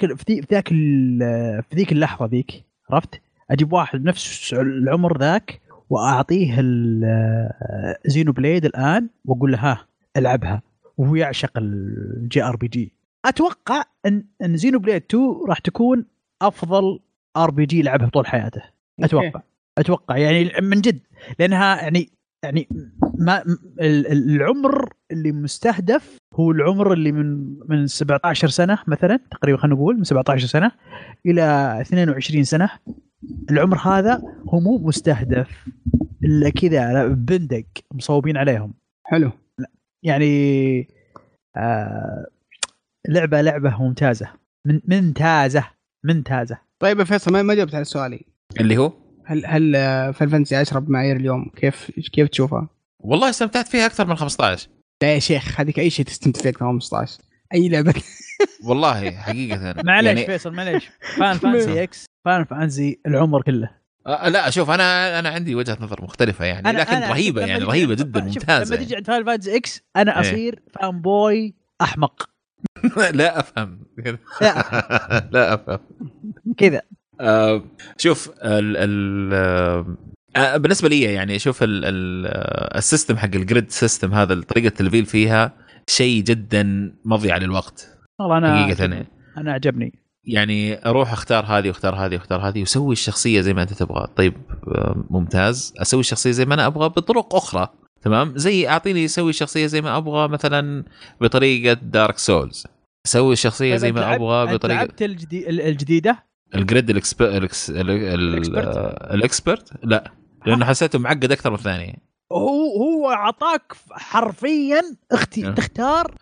في ذيك اللحظه ذيك عرفت، اجيب واحد بنفس العمر ذاك واعطيه زينو بليد الان واقول له ها العبها، وهو يعشق الجي ار بي جي. اتوقع ان زينو بليد 2 راح تكون افضل ار بي جي لعبها طول حياته. اتوقع يعني من جد، لانها يعني ما العمر اللي مستهدف هو العمر اللي من 17 سنه مثلا تقريبا، خلينا نقول من 17 سنه الى 22 سنه. العمر هذا هو مو مستهدف الا كذا بندق مصوبين عليهم. حلو يعني لعبه ممتازه ممتازه. طيب يا فيصل ما جاوبت على سؤالي اللي هو هل فالفانسي 10 بمعايير اليوم كيف تشوفها؟ والله استمتعت فيها اكثر من 15. لا يا شيخ هذيك اي شيء تستمتع فيه اكثر من 15 اي لعبه. والله حقيقه معليش يعني فيصل معليش، فان فانسي اكس فان فانسي العمر كله. لا شوف انا عندي وجهه نظر مختلفه يعني، لكن رهيبه يعني رهيبه جدا ممتازه. لما تيجي عند فان فانسي اكس انا اصير فان بوي احمق. لا افهم لا افهم كذا. شوف بالنسبه لي يعني شوف السيستم حق الجريد سيستم هذا، طريقه التلفيل فيها شيء جدا مضيع للوقت. والله حقيقه انا عجبني يعني اروح اختار هذه واختار هذه واختار هذه وسوي الشخصيه زي ما انت تبغى. طيب ممتاز، اسوي الشخصيه زي ما انا ابغى بطرق اخرى تمام، زي اعطيني اسوي الشخصيه زي ما ابغى مثلا بطريقه دارك سولز، اسوي الشخصيه زي ما ابغى بطريقه. لعبت الجديده الجريد الاكسبرت لا، لانه حسيته معقد اكثر من الثانيه. هو عطاك حرفيا تختار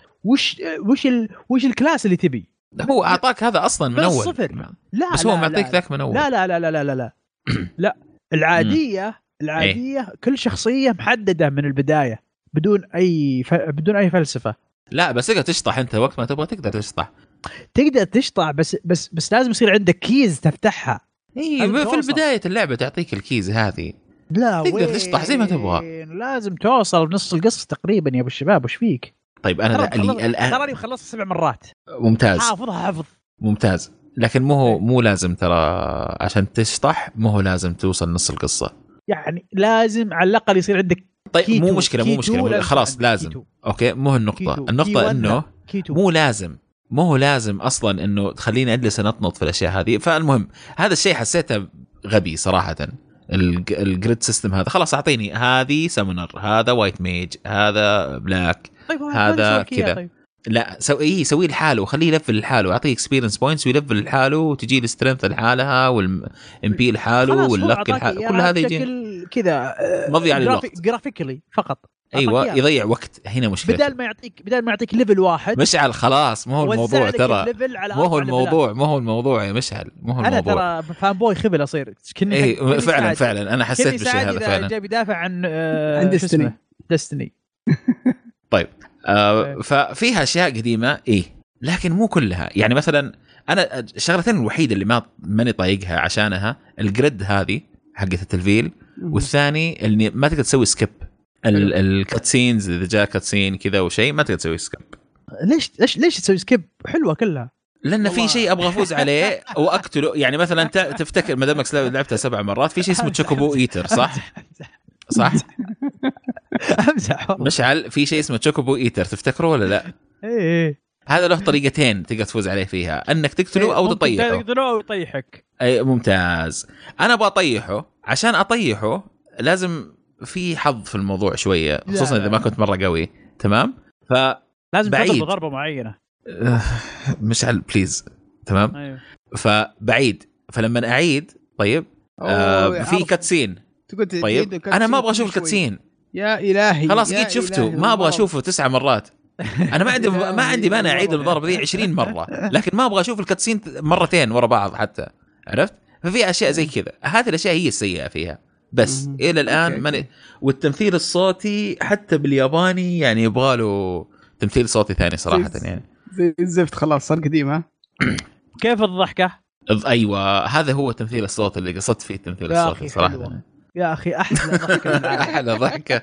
وش الكلاس اللي تبي. هو اعطاك هذا اصلا من اول صفر. لا بس هو معطيك ذاك من اول. لا لا لا لا لا لا لا العاديه كل شخصيه محدده من البدايه بدون اي فلسفه. لا بس تقدر تشطح انت وقت ما تبغى، تقدر تشطح بس لازم يصير عندك كيز تفتحها. في البدايه اللعبه تعطيك الكيز هذه، لا تقدر تشطح زي ما تبغى. لازم توصل بنص القصه تقريبا يا ابو الشباب. وش فيك؟ طيب انا الان ترى خلصت 7 مرات. ممتاز، حافظها حفظ ممتاز، لكن مو لازم ترى عشان تشطح مو لازم توصل نص القصه، يعني لازم على الاقل يصير عندك. طيب مو مشكله خلاص لازم اوكي. مو النقطه انه مو لازم اصلا انه تخليني اجلس انطنط في الاشياء هذه. فالمهم هذا الشيء حسيته غبي صراحه. الجريد سيستم هذا خلاص اعطيني هذه سامونر، هذا وايت ميج، هذا بلاك، طيب هذا كذا. طيب. لا سوي لحاله وخليه يلفل لحاله، اعطيه اكسبيرينس بوينتس ويلفل لحاله وتجي السترينث لحالها والام بي لحاله واللك لحاله، كل هذا يجي كذا مضيع للوقت جرافيكلي فقط. ايوه يضيع وقت. هنا مشكله بدل ما يعطيك ليفل واحد مشعل خلاص. مو هو الموضوع ترى، مو هو الموضوع يا مشعل. مو هو الموضوع. انا ترى فان بوي خبل اصير. فعلا انا حسيت بالشيء هذا فعلا. جاي بيدافع عن ديستني. طيب ففيها اشياء قديمه لكن مو كلها. يعني مثلا انا الشغلتين الوحيده اللي ماني طايقها عشانها الجريد هذه حقه التلفيل، والثاني اللي ما تقدر تسوي سكيب الكاتسينز. اذا جاء كاتسين كذا وشيء ما تقدر تسوي سكيب. ليش تسوي سكيب؟ حلوه كلها. لان في شيء ابغى افوز عليه واقتله. يعني مثلا تفتكر ما دامك لعبتها 7 مرات في شيء اسمه تشوكوبو ايتر صح امزح مشعل. في شيء اسمه تشوكوبو ايتر تفتكره ولا لا؟ ايه هذا له طريقتين تقدر تفوز عليه فيها، انك تقتله او تطيحه. تقتله او يطيحك. اي ممتاز. انا ابغى اطيحه، عشان اطيحه لازم في حظ في الموضوع شويه، خصوصا اذا ما كنت مره قوي تمام. لازم تضرب ضربه معينه مشعل بليز تمام. أيوه. فبعيد. فلما اعيد طيب في كاتسين. طيب انا ما ابغى اشوف الكاتسين يا الهي. خلاص جيت شفته ما ابغى اشوفه 9 مرات. انا ما عندي مانع اعيد الضربه دي 20 مره، لكن ما ابغى اشوف الكاتسين مرتين ورا بعض حتى. عرفت؟ ففي اشياء زي كذا. هذه الاشياء هي السيئه فيها. بس الى الان والتمثيل الصوتي حتى بالياباني يعني يبغى له تمثيل صوتي ثاني صراحه يعني. زي الزفت خلاص صار قديم. ها كيف الضحكه؟ ايوه هذا هو تمثيل الصوت اللي قصدت فيه تمثيل يا الصوت أخي صراحه حلوة. يا اخي احلى ضحكه من العالم. احلى ضحكه.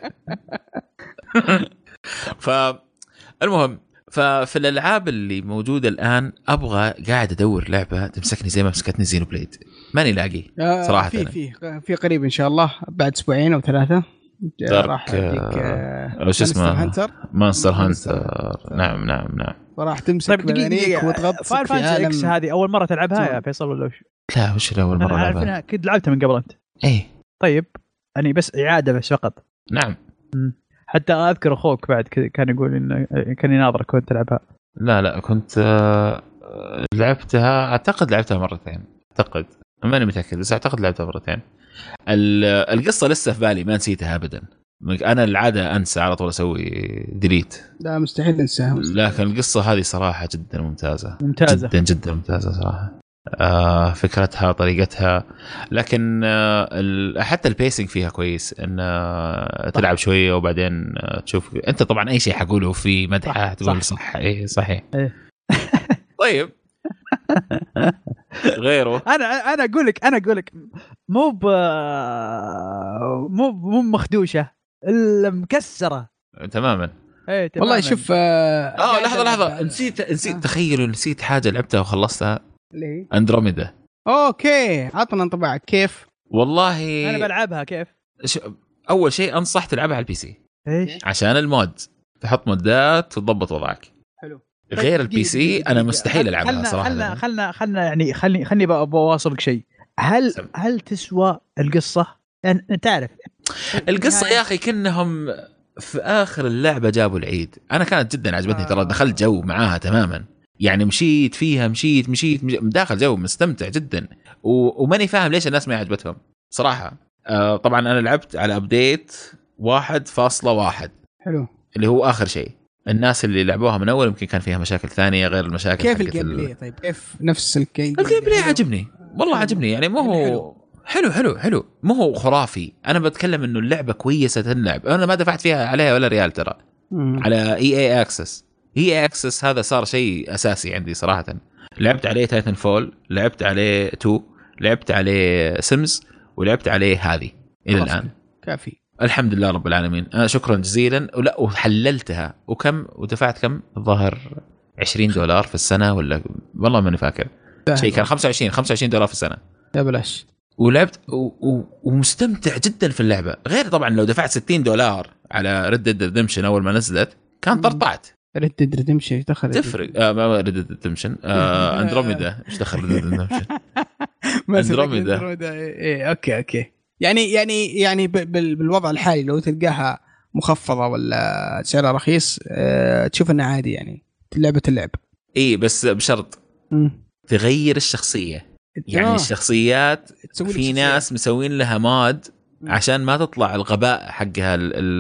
فالمهم ففي الالعاب اللي موجوده الان ابغى قاعد ادور لعبه تمسكني زي ما مسكتني زينو بليد ماني لاقي صراحه. في قريب ان شاء الله بعد اسبوعين او 3 راح اديك وش اسمه مانستر هانتر. نعم راح تمسك ملانيك وتغطس في عالم إكس. هذه اول مره تلعبها يا فيصل ولا وش؟ لا وش اول مره العبها؟ كنت لعبتها من قبل انت. ايه طيب اني بس اعاده بس فقط. نعم. حتى اذكر اخوك بعد كان يقول انه كان يناظرك كنت تلعبها. لا كنت لعبتها اعتقد لعبتها مرتين اعتقد ماني متاكد بس اعتقد لعبتها مرتين. القصه لسه في بالي ما نسيتها ابدا. انا العاده انسى على طول اسوي ديليت. لا مستحيل انساها. لكن القصه هذه صراحه جدا ممتازه جدا ممتازه صراحه. فكرتها طريقتها لكن حتى البيسنج فيها كويس ان تلعب شويه وبعدين تشوف. انت طبعا اي شيء حقوله في مدحه تقول صح. ايه صحيح. إيه. طيب غيره انا اقول لك مو مخدوشه الا مكسره تماما. ايه والله شوف لحظه نسيت تخيلوا نسيت حاجه لعبتها وخلصتها. ليه؟ اندروميدا. اوكي عطنا انطباعك كيف. والله انا بلعبها كيف. اول شيء انصح تلعبها على البي سي. ايش؟ عشان المود تحط مودات وتضبط وضعك. حلو. غير البي سي انا مستحيل العبها صراحه. خلنا يعني خلني بواصلك شيء. هل تسوى القصه؟ يعني تعرف القصه يا اخي كأنهم في اخر اللعبه جابوا العيد. انا كانت جدا عجبتني ترى دخلت جو معاها تماما. يعني مشيت فيها مشيت داخل جو مستمتع جدا وماني فاهم ليش الناس ما عجبتهم صراحه. طبعا انا لعبت على ابديت 1.1 حلو اللي هو اخر شيء. الناس اللي لعبوها من اول يمكن كان فيها مشاكل ثانيه غير المشاكل. كيف الجيم بلاي؟ طيب كيف نفس الجيم بلاي؟ عجبني والله عجبني. يعني مو هو حلو مو هو خرافي. انا بتكلم انه اللعبه كويسه تلعب. انا ما دفعت فيها عليها ولا ريال ترى. على اي اكسس هذا صار شيء اساسي عندي صراحه. لعبت عليه تايتن فول، لعبت عليه 2، لعبت عليه سيمز، ولعبت عليه هذه الى الان. كافي الحمد لله رب العالمين. شكرا جزيلا. ولا وحللتها وكم ودفعت كم الظاهر $20 في السنه ولا والله ماني فاكر شيء. كان $25 في السنه لا بلاش. ولعبت ومستمتع جدا في اللعبه. غير طبعا لو دفعت $60 على Red Dead Redemption اول ما نزلت كان طرطعت. Red Dead Redemption دخل تفرق. ما Red Dead Redemption اندروميدا ايش دخل Red Dead Redemption؟ اندروميدا. ايه اوكي يعني بالوضع الحالي لو تلقاها مخفضه ولا سعرها رخيص تشوف انها عادي يعني لعبه اللعب. ايه بس بشرط تغير الشخصيه. يعني الشخصيات في ناس مسوين لها مود عشان ما تطلع الغباء حقها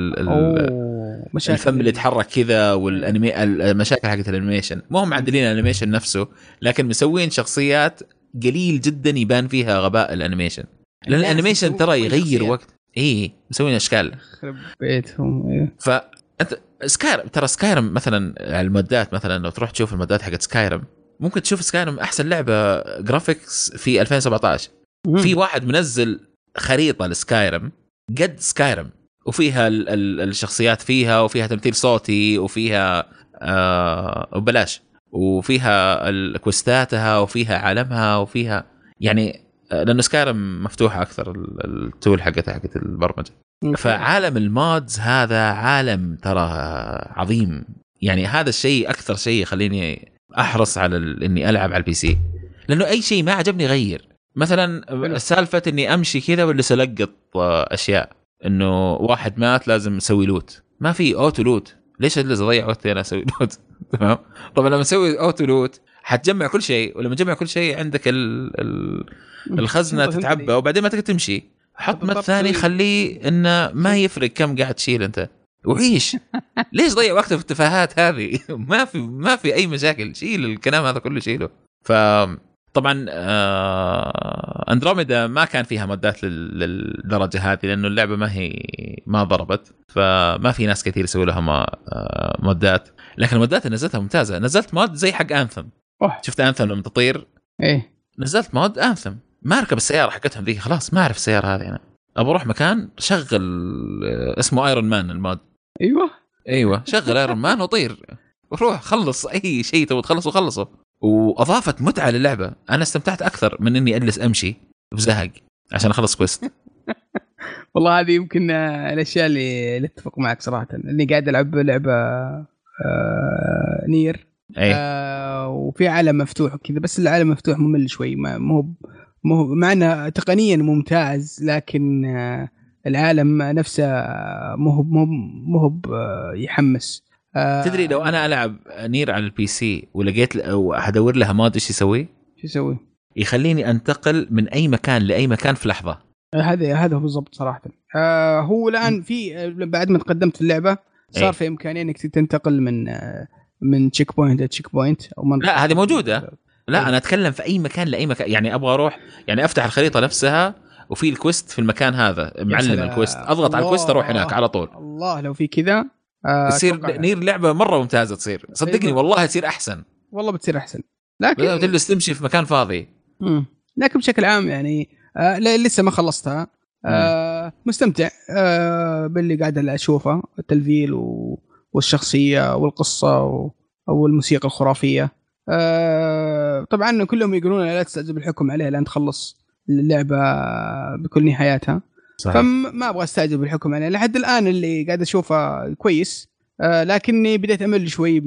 الفم اللي يتحرك كذا المشاكل حقت الانيميشن. مو هم معدلين الانيميشن نفسه لكن مسوين شخصيات قليل جدا يبان فيها غباء الانيميشن. لان الانيميشن ترى يغير وقت. ايه مسوين اشكال خرب بيتهم. ايه فانت سكايرم مثلا المودات. مثلا لو تروح تشوف المودات حقت سكايرم ممكن تشوف سكايرم احسن لعبه جرافيكس في 2017. في واحد منزل خريطه لسكايرم قد سكايرم وفيها الشخصيات فيها وفيها تمثيل صوتي وفيها وبلاش وفيها الكوستاتها وفيها عالمها وفيها يعني لأنه سكايرم مفتوحة أكثر التول حقت البرمجة. فعالم المودز هذا عالم ترى عظيم. يعني هذا الشيء أكثر شيء يخليني أحرص على إني ألعب على البي سي. لأنه أي شيء ما عجبني غير. مثلا سالفة إني أمشي كذا ولا سلقط أشياء إنه واحد مات لازم أسوي لوت. ما في أوتو لوت. ليش اللي أضيع وقتي أنا أسوي لوت؟ تمام. طبعا لما أسوي أوتو لوت حتجمع كل شيء ولما تجمع كل شيء عندك الخزنة تتعبى وبعدين ما تقدر تمشي. حط مد ثاني خليه إنه ما يفرق كم قاعد تشيل أنت وعيش. ليش ضيع وقته في التفاهات هذه؟ ما في أي مشاكل. شيل الكلام هذا كله شيله. طبعا اندروميدا ما كان فيها مودات للدرجه هذه لانه اللعبه ما ضربت فما في ناس كثير يسوي لها مودات. لكن المودات اللي نزلتها ممتازه. نزلت مود زي حق انثم. شفت انثم لما تطير؟ ايه نزلت مود انثم، ما اركب السياره حقتهم ذي، خلاص ما اعرف السياره هذه انا ابى اروح مكان شغل اسمه ايرون مان المود. ايوه شغل ايرون مان وطير وروح خلص اي شيء تبغى تخلصه وخلصه. واضافت متعه للعبه. انا استمتعت اكثر من اني اجلس امشي بزهق عشان اخلص كويست. والله هذه يمكن الاشياء اللي اتفق معك صراحه، اني قاعد العب لعبه نير وفي عالم مفتوح وكذا، بس العالم مفتوح ممل شوي، مو معنا تقنيا ممتاز، لكن العالم نفسه مو يحمس. تدري لو انا العب نير على البي سي ولقيت او ادور لها مود ايش يسوي؟ يخليني انتقل من اي مكان لاي مكان في لحظه. هذا هو بالضبط صراحه. هو الان في بعد ما تقدمت في اللعبه صار في امكانيه انك تنتقل من تشيك بوينت لتشيك بوينت او لا هذه موجوده. لا انا اتكلم في اي مكان لاي مكان، يعني ابغى اروح يعني افتح الخريطه نفسها وفي الكويست في المكان هذا معلم الكويست، اضغط على الكويست اروح هناك على طول. الله لو في كذا تصير نير لعبه مره ممتازه، تصير صدقني والله تصير احسن، والله بتصير احسن، لكن تجلس تمشي في مكان فاضي. لكن بشكل عام يعني لسه ما خلصتها. مستمتع باللي قاعد اشوفه، التلفيل والشخصيه والقصه والموسيقى الخرافيه. طبعا كلهم يقولون لا تستعجل الحكم عليها لان تخلص اللعبه بكل نهاياتها، فما ابغى استعجل بالحكم عليها. لحد الان اللي قاعد اشوفه كويس، لكني بديت امل شوي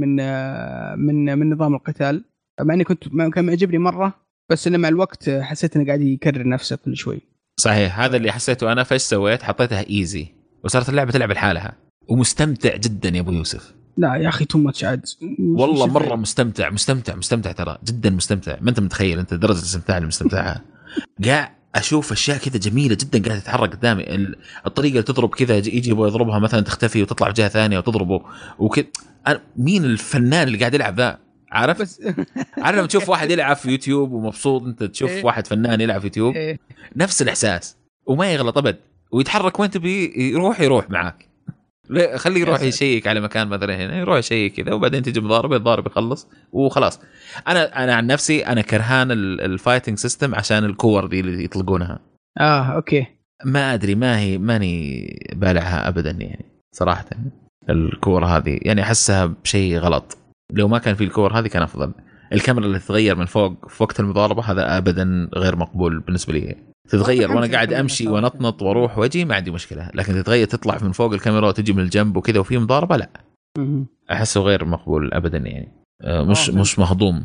من نظام القتال، مع اني كان معجبني مره، بس إن مع الوقت حسيت انه قاعد يكرر نفسه كل شوي. صحيح هذا اللي حسيته انا. فايش سويت؟ حطيتها ايزي وصارت اللعبه تلعب لحالها ومستمتع جدا يا ابو يوسف. لا يا اخي تومتش عاد والله مره مستمتع ترى، جدا مستمتع. ما انت متخيل انت درجه الاستمتاع اللي مستمتعها. قاعد اشوف اشياء كذا جميله جدا قاعده تتحرك قدامي. الطريقه اللي تضرب كذا يجي يبغى يضربها مثلا تختفي وتطلع في جهه ثانيه وتضربه وكذا. مين الفنان اللي قاعد يلعب ذا؟ عارف بس عارف لما تشوف واحد يلعب في يوتيوب ومبسوط، انت تشوف واحد فنان يلعب في يوتيوب نفس الاحساس، وما يغلط ابد ويتحرك وين تبي يروح معك. خليه يروح يشيك على مكان مثلا هنا، يروح يشيك كذا وبعدين تجي مضاربه يضارب يخلص وخلاص. انا عن نفسي انا كرهان الفايتنج سيستم عشان الكور دي اللي يطلقونها. اوكي ما ادري ماني بالعها ابدا يعني صراحه. الكور هذه يعني احسها بشيء غلط. لو ما كان في الكور هذه كان افضل. الكاميرا اللي تتغير من فوق في وقت المضاربه هذا ابدا غير مقبول بالنسبه لي. تتغير وانا قاعد امشي ونطنط واروح واجي ما عندي مشكله، لكن تتغير تطلع من فوق الكاميرا وتجي من الجنب وكذا وفي مضاربه لا، احسه غير مقبول ابدا يعني. مش مهضوم.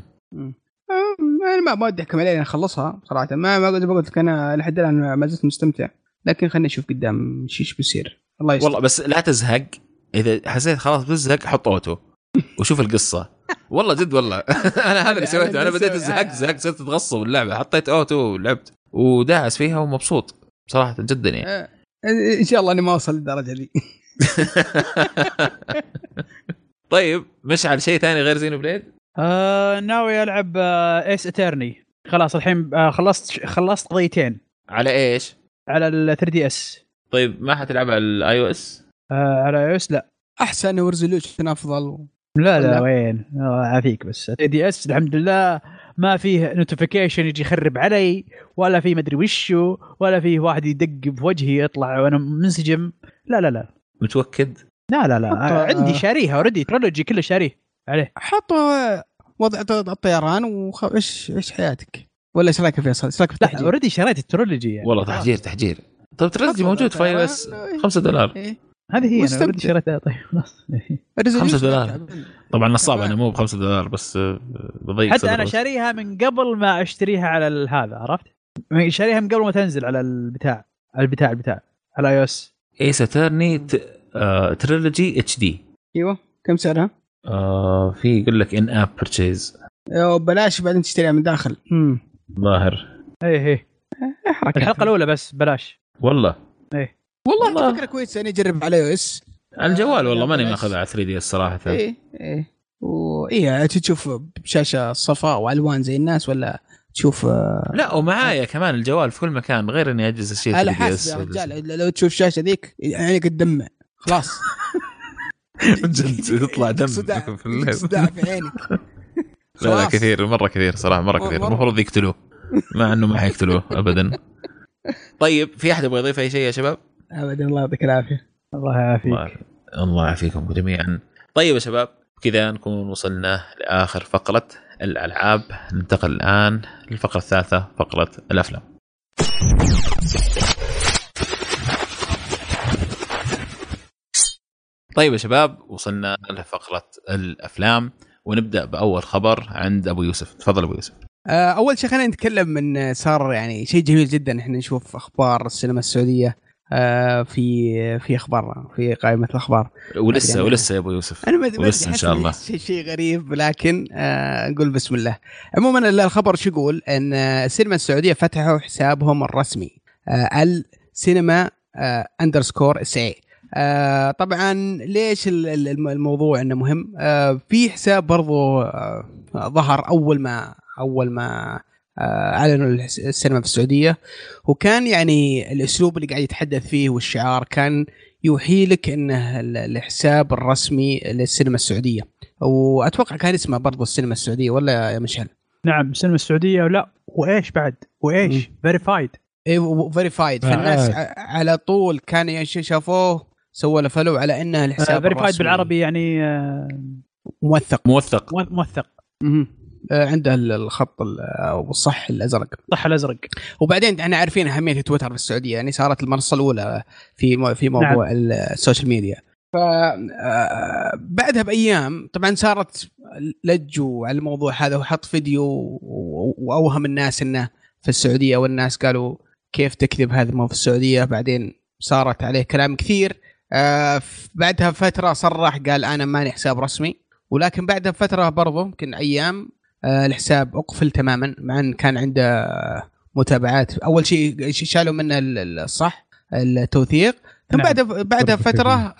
انا ما ودي احكم عليه، اخلصها صراحه. ما قلت لك انا لحد الان ما زلت مستمتع، لكن خلينا نشوف قدام ايش بيصير. الله يستر. والله بس لا تزهق. اذا حسيت خلاص بتزهق حط اوتو وشوف القصه. والله جد والله انا هذا اللي سويته. انا بديت زهقت صرت اتغصب اللعبه، حطيت اوتو ولعبت وداعس فيها ومبسوط صراحه جدا يعني. ان شاء الله اني ما اوصل للدرجه دي. طيب مش على شيء ثاني غير زينو بليد؟ ناوي العب ايس اترني. خلاص الحين خلصت قضيتين. على ايش؟ على ال 3DS. طيب ما حتلعب على الاي او اس؟ على اي اس لا، احسن وريزولوشن افضل. لا وين عافيك. بس 3DS الحمد لله ما فيه نوتيفيكيشن يجي يخرب علي، ولا فيه مدري وشو، ولا فيه واحد يدق بوجهي يطلع وانا منسجم. لا متوكد؟ لا عندي شاريها اوريدي، ترولوجي كله شاريه عليه. حطوا وضع الطيران ايش حياتك؟ ولا ايش رايك فيصل؟ ايش رايك في التحجير؟ اوريدي شريت الترولوجي يعني. والله تحجير. طيب ترولوجي موجود في اي اس $5. هذه هي انا اوريدي شريتها. طيب خلاص $5 طبعا نصاب. انا مو $5 بس بضيق حتى انا شاريها من قبل ما اشتريها على هذا، عرفت؟ شاريها من قبل ما تنزل على البتاع على اي او اس. ايس اترني تريلوجي اتش دي. ايوه كم سعرها؟ في يقول لك ان اب بيرتشيز بلاش بعدين تشتريها من داخل. ظاهر ايه الحلقه الاولى بس بلاش والله. ايه والله فكره كويسه اني اجرب على اي او اس. الجوال والله ماني ماخذها على 3D الصراحه. ايه تشوف بشاشه صفاء والوان زي الناس ولا تشوف لا ومعايا كمان الجوال في كل مكان غير اني اجلس اشيل 3DS. يا رجال لو تشوف شاشه ذيك عينك تدمع خلاص. من جد يطلع دم في الليل. صداع في عينك. لا كثير مرة كثير صراحة مرة كثير. المفروض يقتلوه مع انه ما حيقتلوه ابدا. طيب في احد يبغى يضيف اي شيء يا شباب؟ ابدا الله يعطيك العافيه. الله يعافيك. الله يعافيكم جميعا. طيب يا شباب كذا نكون وصلنا لاخر فقرة الالعاب. ننتقل الان للفقرة الثالثة فقرة الافلام. طيب يا شباب وصلنا لفقرة الافلام ونبدا باول خبر عند ابو يوسف. تفضل ابو يوسف. اول شيء خلينا نتكلم من صار يعني شيء جميل جدا احنا نشوف اخبار السينما السعوديه في اخبار في قائمه الاخبار ولسه يا ابو يوسف انا ولسه ان شاء الله شيء غريب لكن نقول بسم الله. عموما الخبر شو يقول ان السينما السعوديه فتحوا حسابهم الرسمي السينما _SA. طبعا ليش الموضوع انه مهم؟ في حساب برضو ظهر اول ما اعلنوا السينما في السعوديه، وكان يعني الاسلوب اللي قاعد يتحدث فيه والشعار كان يوحي لك انه الحساب الرسمي للسينما السعوديه، واتوقع كان اسمه برضو السينما السعوديه ولا يا مشعل؟ نعم السينما السعوديه. ولا وايش بعد وايش فيريفايد. ايه فيريفايد. فالناس على طول كانوا شافوه سووا له فلو على انه الحساب فيريفايد بالعربي يعني موثق. عنده الخط والصح الازرق. صح الازرق. وبعدين احنا عارفين اهميه تويتر في السعوديه، يعني صارت المنصه الاولى في موضوع نعم. السوشيال ميديا. فبعدها بايام طبعا صارت لجوا على الموضوع هذا وحط فيديو واوهم الناس انه في السعوديه، والناس قالوا كيف تكذب هذا ما في السعوديه. بعدين صارت عليه كلام كثير. بعدها فتره صرح قال انا ماني حساب رسمي، ولكن بعدها فتره برضه يمكن ايام الحساب اقفل تماما مع ان كان عنده متابعات. اول شيء شالوا منه الصح التوثيق، ثم بعدها فتره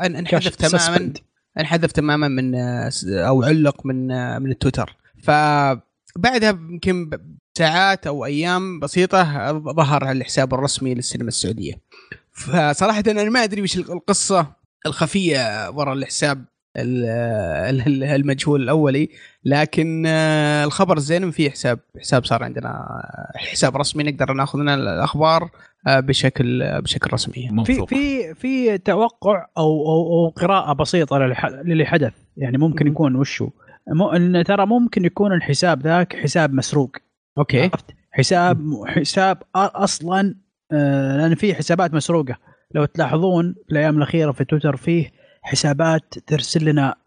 انحذف تماما من او علق من التويتر. فبعدها يمكن ساعات او ايام بسيطه ظهر الحساب الرسمي للسينما السعوديه. فصراحه انا ما ادري وش القصه الخفيه وراء الحساب المجهول الاولي، لكن الخبر زين في حساب صار عندنا حساب رسمي نقدر ناخذ منه الاخبار بشكل رسمي. في توقع او قراءه بسيطه للي حدث، يعني ممكن يكون وشو ان ترى ممكن يكون الحساب ذاك حساب مسروق. اوكي حساب اصلا لان في حسابات مسروقه. لو تلاحظون في الايام الاخيره في تويتر فيه حسابات ترسل لنا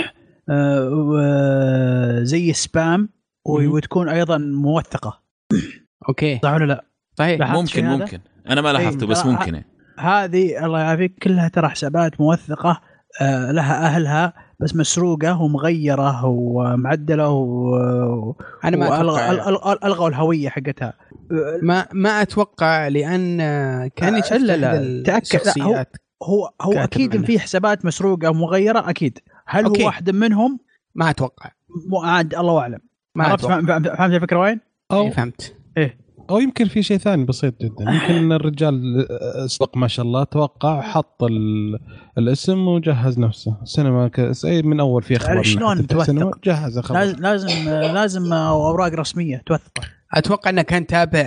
زي سبام وتكون ايضا موثقه. اوكي صح ولا لا؟ صحيح. ممكن انا ما لاحظته بس ممكن. هذه الله يعافيك كلها ترى حسابات موثقه لها اهلها بس مسروقه ومغيره ومعدله انا ما الغوا الهويه حقتها. ما اتوقع لان كان لا تاكد. هو اكيد ان في حسابات مسروقه ومغيره اكيد. هل هو واحد منهم؟ ما اتوقع. الله اعلم. ما فهمت الفكره وين؟ فهمت. او يمكن في شيء ثاني بسيط جدا. يمكن الرجال سبق ما شاء الله توقع حط الاسم وجهز نفسه سينما اي من اول في اخبار شلون توثق؟ جهز خبر. لازم اوراق رسميه توثق. اتوقع انه كان تابع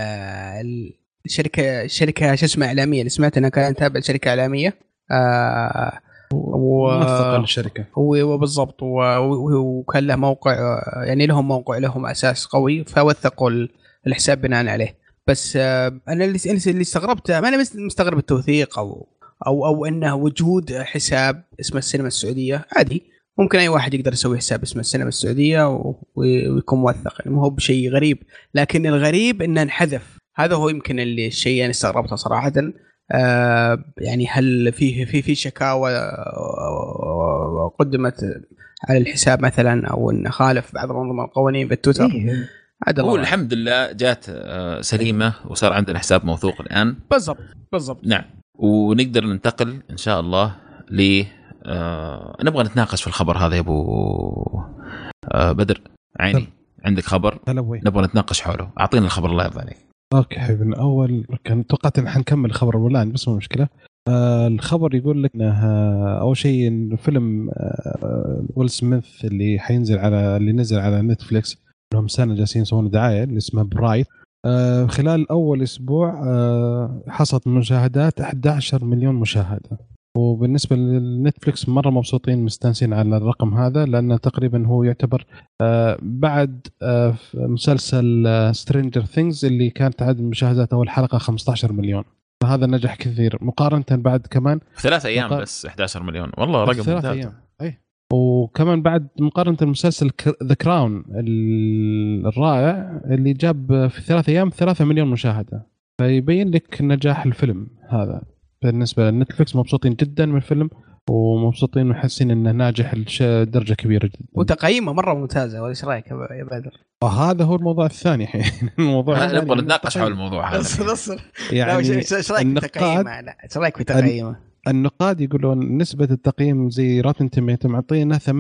الشركه شو اسمها اعلاميه اللي سمعت انها كان تابع شركه اعلاميه موثق الشركه هو بالضبط. وكان له موقع، يعني لهم موقع لهم اساس قوي فوثقوا الحساب بناء عليه. بس انا اللي استغربته، ما انا مستغرب التوثيق او انه وجود حساب اسمه السينما السعوديه عادي. ممكن اي واحد يقدر يسوي حساب اسمه السينما السعوديه ويكون موثق، يعني ما هو بشيء غريب. لكن الغريب انه انحذف. هذا هو يمكن اللي الشيء يعني استغربته صراحه. يعني هل في شكاوى قدمت على الحساب مثلا او ان خالف بعض الانظمه القوانين بالتويتر؟ هو الحمد لله جات سليمه وصار عندنا حساب موثوق الان. بالضبط نعم. ونقدر ننتقل ان شاء الله ل نبغى نتناقش في الخبر هذا يا ابو بدر عيني. عندك خبر نبغى نتناقش حوله، اعطينا الخبر الله يرضى عليك. اوكي حبيبنا. اول كان توقعت ان حنكمل الخبر الاولاني بس مو مشكله. الخبر يقول لك انه اول شيء إن فيلم ويل سميث اللي نزل على نتفليكس لهم سنه جالسين يسوون دعايه اللي اسمها برايت. خلال اول اسبوع حصلت مشاهدات 11 مليون مشاهده. وبالنسبه للنتفليكس مره مبسوطين مستانسين على الرقم هذا لانه تقريبا هو يعتبر بعد مسلسل سترينجر ثينجز اللي كانت عدد مشاهدات اول حلقه 15 مليون. فهذا نجح كثير مقارنه بعد كمان في 3 ايام بس 11 مليون والله رقم ممتاز. اي وكمان بعد مقارنه المسلسل ذا كراون الرائع اللي جاب في 3 ايام 3 مليون مشاهده. فيبين لك نجاح الفيلم هذا. بالنسبه لنتفليكس مبسوطين جدا من الفيلم ومبسوطين وحاسين انه ناجح لدرجه كبيره جدا وتقييمه مره ممتازه. ولا ايش رايك يا بدر؟ وهذا هو الموضوع الثاني الحين. الموضوع نبغى نتناقش حول الموضوع هذا. اصبر يعني ايش رايك في تقييمه؟ ايش رايك في تقييمه؟ النقاد يقولون نسبه التقييم زي راتن توميتو معطينا 28%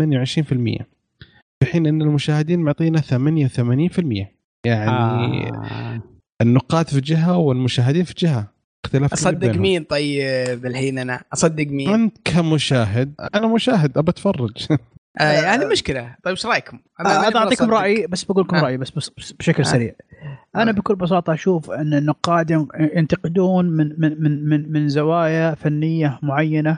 في حين ان المشاهدين معطينا 88%. يعني النقاد في جهه والمشاهدين في جهه. اصدق مين؟ طيب الحين انا اصدق مين؟ انت كمشاهد. انا مشاهد ابى اتفرج. يعني مشكله. طيب ايش رايكم؟ انا اعطيكم رايي بس بقول لكم رايي بس بشكل سريع. انا بكل بساطه اشوف ان النقاد ينتقدون من زوايا فنيه معينه،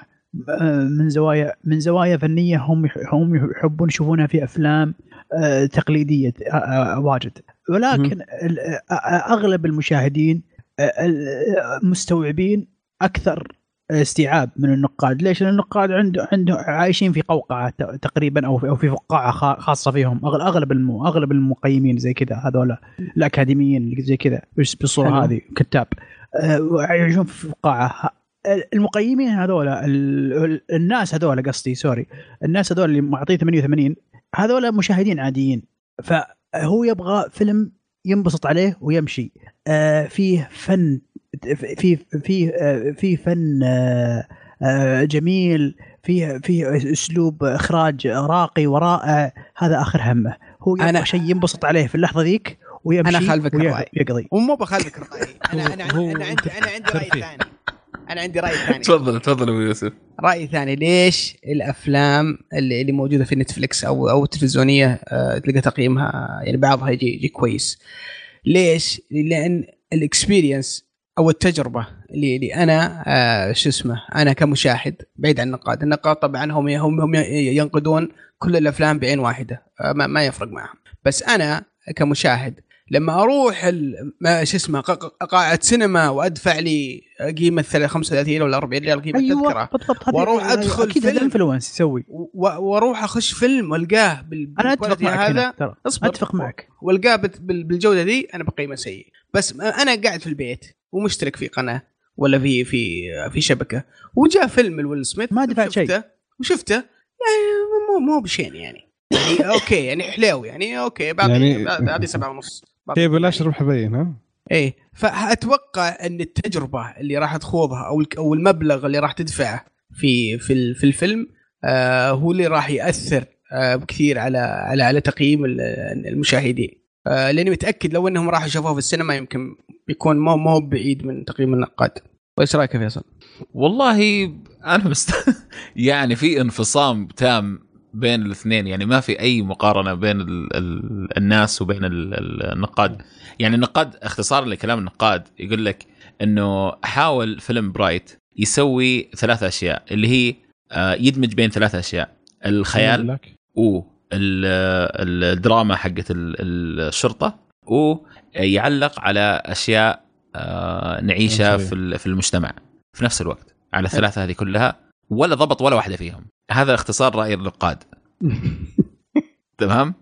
من زوايا فنيه هم يحبون يشوفونها في افلام تقليديه واجد. ولكن اغلب المشاهدين مستوعبين اكثر استيعاب من النقاد. ليش؟ لأن النقاد عنده عايشين في قوقعة تقريبا او في فقاعة خاصة فيهم. اغلب المقيمين زي كذا هذول الاكاديميين زي كذا بالصورة هذه كتاب يعيشون في فقاعة. المقيمين هذول الناس هذول قصدي الناس هذول اللي معطيه 88 هذول مشاهدين عاديين. فهو يبغى فيلم ينبسط عليه ويمشي. فيه فن في فن جميل، فيه اسلوب اخراج راقي ورائع. هذا اخر همه. هو يبغى شيء ينبسط عليه في اللحظه ذيك ويمشي. انا خالفك الراي يقضي. ومو بخالفك الراي. انا عندي راي ثاني. تفضل ابو يوسف. راي ثاني. ليش الافلام اللي موجوده في نتفليكس او التلفزيونيه تلقى تقييمها يعني بعضها يجي كويس؟ ليش؟ لان الاكسبيرينس او التجربه اللي انا انا كمشاهد بعيد عن النقاد طبعا هم ينقدون كل الافلام بعين واحده ما يفرق معهم. بس انا كمشاهد لما اروح قاعه سينما وادفع لي قيمه 35 ولا 40 ريال قيمه التذكره واروح ادخل اكيد هذا انفلونس يسوي واروح اخش فيلم والقاه انا اتفق معك هذا اتفق معك والقاه بالجوده دي انا بقيمه سيء. بس انا قاعد في البيت ومشترك في قناه ولا في شبكه وجاء فيلم الويل سميث ما دفعت شيء وشفته يعني مو بشين يعني اوكي يعني حلو يعني اوكي بعد 7.5 كيف بلاش روح بين ها ايه. فاتوقع ان التجربه اللي راح تخوضها او المبلغ اللي راح تدفعه في الفيلم هو اللي راح ياثر بكثير على تقييم المشاهدين. لاني متاكد لو انهم راحوا شافوه في السينما يمكن بيكون ما بعيد من تقييم النقاد. وايش رايك يا فيصل؟ والله انا يعني في انفصام تام بين الاثنين. يعني ما في اي مقارنه بين الناس وبين النقاد. يعني النقاد اختصارا لكلام النقاد يقول لك انه حاول فيلم برايت يسوي 3 أشياء اللي هي يدمج بين 3 أشياء: الخيال والدراما حقت الشرطه ويعلق على اشياء نعيشها في المجتمع في نفس الوقت. على الثلاثه هذه كلها ولا ضبط ولا واحده فيهم. هذا اختصار رأي النقاد. تمام.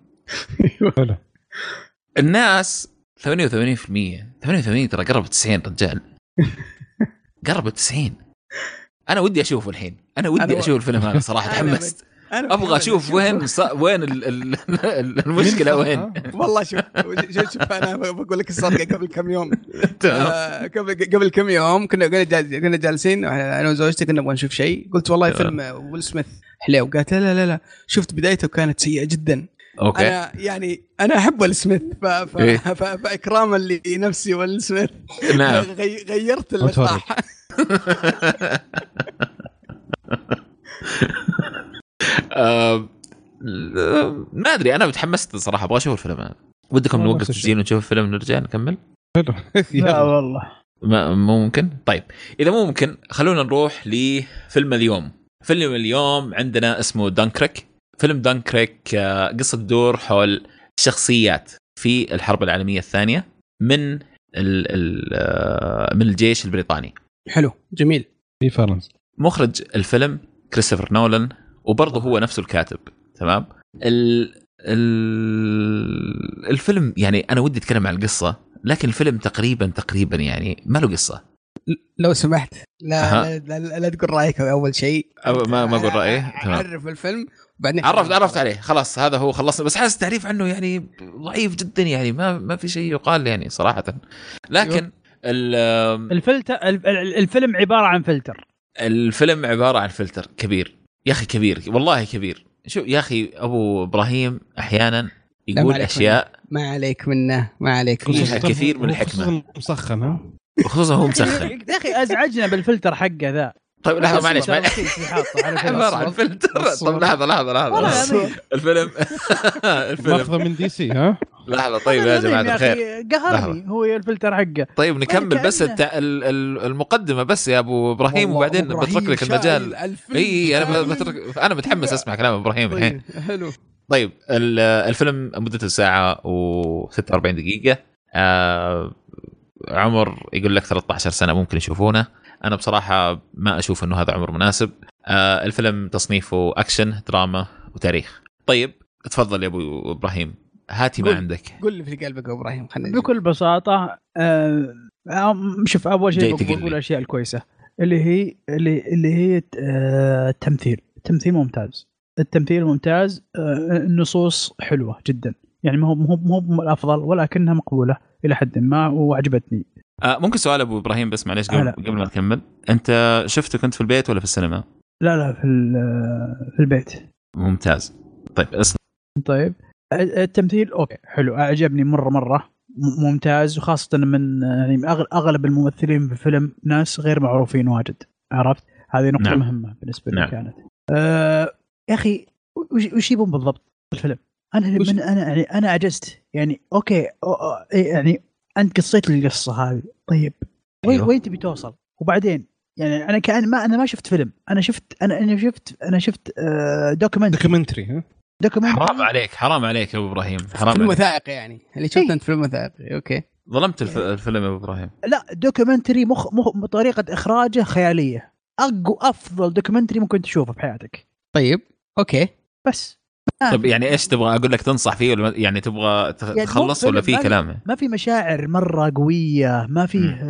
الناس 88% 88 ترى قرب 90 رجال. قرب 90. انا ودي اشوفه الحين. انا ودي اشوف الفيلم هذا صراحه. تحمست. ابغى اشوف وين المشكله وين. والله شوف انا بقول لك الصدق. قبل كم يوم قبل كم يوم كنا جالسين انا وزوجتي كنا نبغى نشوف شيء. قلت والله فيلم ويل سميث حلو. قالت لا شفت بدايته كانت سيئه جدا. أوكي. انا احب ويل سميث فاكراما لنفسي ويل سميث. نعم. غيرت اللقاح. ادري انا متحمست صراحه، ابغى اشوف الفيلم هذا. ودكم نوقف تسجيل ونشوف الفيلم ونرجع نكمل؟ حلو. لا والله ما ممكن. طيب اذا ممكن خلونا نروح لفيلم اليوم. فيلم اليوم عندنا اسمه دانكريك. فيلم دانكريك قصة دور حول شخصيات في الحرب العالمية الثانية من من الجيش البريطاني. حلو جميل. في فرنسا. مخرج الفيلم كريستوفر نولان، وبرضه هو نفسه الكاتب. تمام. الفيلم يعني انا ودي اتكلم عن القصة، لكن الفيلم تقريبا يعني ما له قصة. لو سمحت لا تقول رايك اول شيء. ما اقول رايي. عرف الفيلم وبعدين عرفت عليه خلاص، هذا هو خلصنا. بس حاسس التعريف عنه يعني ضعيف جدا، يعني ما في شيء يقال يعني صراحه. لكن الفيلم عباره عن فلتر. الفيلم عباره عن فلتر كبير يا اخي، كبير والله كبير. شو يا اخي ابو ابراهيم احيانا يقول اشياء ما عليك منه فيها كثير من الحكمه. مسخن ها، خصوصا هو مسخن يا اخي ازعجنا بالفلتر حقه ذا. طيب لحظه معليش عباره عن فلتر. طب لحظه الفيلم ماخذه من دي سي ها. لحظه طيب يا جماعه الخير، قهرني هو الفلتر حقه. طيب نكمل بس المقدمه بس يا ابو ابراهيم، وبعدين بترك لك المجال. اي انا متحمس اسمع كلام ابراهيم الحين. حلو. طيب الفيلم مدته ساعه و46 دقيقه. عمر يقول لك 13 سنه ممكن يشوفونه. انا بصراحه ما اشوف انه هذا عمر مناسب. الفيلم تصنيفه اكشن دراما وتاريخ. طيب تفضل يا ابو ابراهيم، هاتي ما عندك. قول لي في قلبك يا ابراهيم. خلينا بكل بساطه شوف اول شيء بقول الاشياء الكويسه اللي هي التمثيل ممتاز. التمثيل ممتاز. النصوص حلوه جدا، يعني ما هو الافضل ولكنها مقبوله الى حد ما وعجبتني. ممكن سؤال ابو ابراهيم بس معليش قبل ما نكمل، انت شفته كنت في البيت ولا في السينما؟ لا في البيت. ممتاز. طيب التمثيل اوكي حلو، اعجبني مره ممتاز، وخاصه من يعني اغلب الممثلين في الفيلم ناس غير معروفين واجد، عرفت؟ هذه نقطه مهمه بالنسبه لي. كانت يا اخي وش يبون بالضبط الفيلم؟ انا عجزت يعني. اوكي يعني انت قصيت لي القصه هذه، طيب وين تبي توصل؟ وبعدين يعني انا ما شفت فيلم، انا شفت دوكيومنتري. ها حرام عليك يا ابو ابراهيم، حرام. فيلم وثائقي يعني اللي شفت انت فيلم وثائقي. اوكي ظلمت الفيلم يا ابو ابراهيم. لا دوكيومنتري طريقه اخراجه خياليه. افضل دوكيومنتري ممكن تشوفه بحياتك. طيب اوكي بس طب يعني ايش تبغى اقول لك؟ تنصح فيه ولا يعني تبغى تخلص ولا في كلام؟ ما في مشاعر مره قويه، ما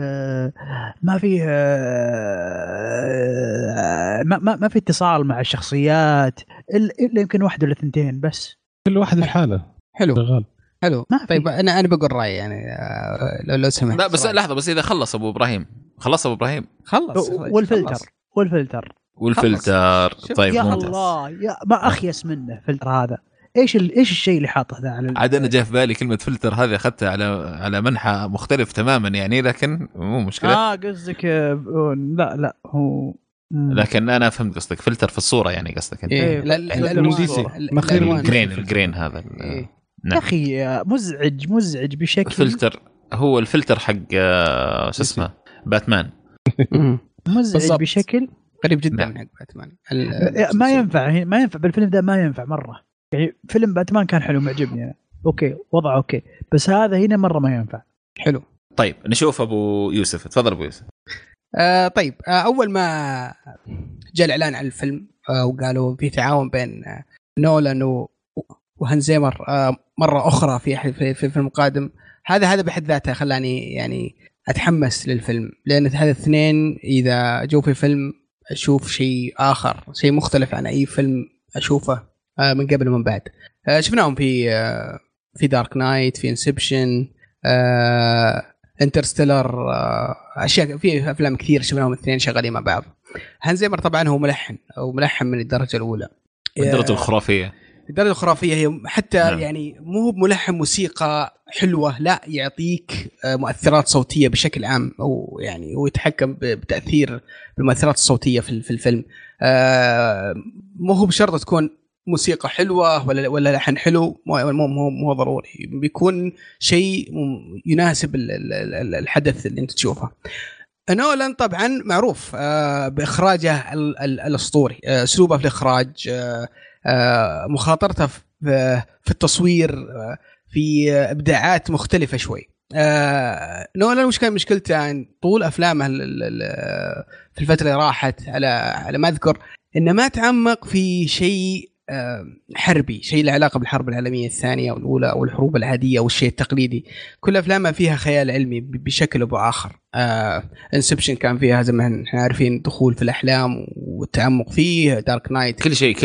في اتصال مع الشخصيات الا يمكن واحد ولا اثنتين بس، كل واحد الحاله. حلو طيب انا بقول رايي يعني لو سمحت. لا بس لحظه بس، اذا خلص ابو ابراهيم خلص. والفلتر طيب يا ممتاز. الله يا ما اخيس منه فلتر هذا. ايش الشيء اللي حاطه ذا على عاد انا جاء في بالي كلمه فلتر هذه اخذتها على منحى مختلف تماما يعني، لكن مو مشكله. قصدك لا هو لكن انا فهمت قصدك فلتر في الصوره يعني قصدك انت. الجرين هذا يا اخي مزعج بشكل. الفلتر هو الفلتر حق شو اسمه باتمان. مزعج بشكل قريب جدا من حق باتمان. ما ينفع بالفيلم ده، ما ينفع مره. يعني فيلم باتمان كان حلو معجبني أنا. اوكي وضعه اوكي، بس هذا هنا مره ما ينفع. حلو. طيب نشوف ابو يوسف، تفضل ابو يوسف. طيب اول ما جاء الاعلان عن الفيلم وقالوا في تعاون بين نولان وهانزيمر مره اخرى في فيلم قادم، هذا بحد ذاته خلاني يعني اتحمس للفيلم، لان هذا الاثنين اذا جو في فيلم اشوف شيء اخر، شيء مختلف عن اي فيلم اشوفه من قبل ومن بعد. شفناهم في دارك نايت، في انسبشن، انترستيلر، اشياء، في افلام كثير شفناهم الاثنين شغالين مع بعض. هانزيمر طبعا هو ملحن من الدرجه الاولى، الدرجه الخرافيه. الدرجة الخرافية هي حتى يعني مو ملحن موسيقى حلوة، لا يعطيك مؤثرات صوتية بشكل عام، أو يعني هو يتحكم بتأثير المؤثرات الصوتية في الفيلم. مو هو بشرط تكون موسيقى حلوه ولا لحن حلو، مو ضروري، بيكون شيء يناسب الحدث اللي انت تشوفه. نولان طبعا معروف باخراجه الاسطوري، اسلوبه في الاخراج، مخاطرته في التصوير، في ابداعات مختلفه شوي. نولان وش كان مشكلته عن طول افلامه في الفتره اللي راحت على ما اذكر انه ما تعمق في شيء حربي، شيء له علاقه بالحرب العالميه الثانيه والاولى او الحروب العاديه او الشيء التقليدي. كل افلامها فيها خيال علمي بشكل او باخر. انسبشن كان فيها زي ما احنا عارفين دخول في الاحلام والتعمق فيه، دارك نايت كل شيء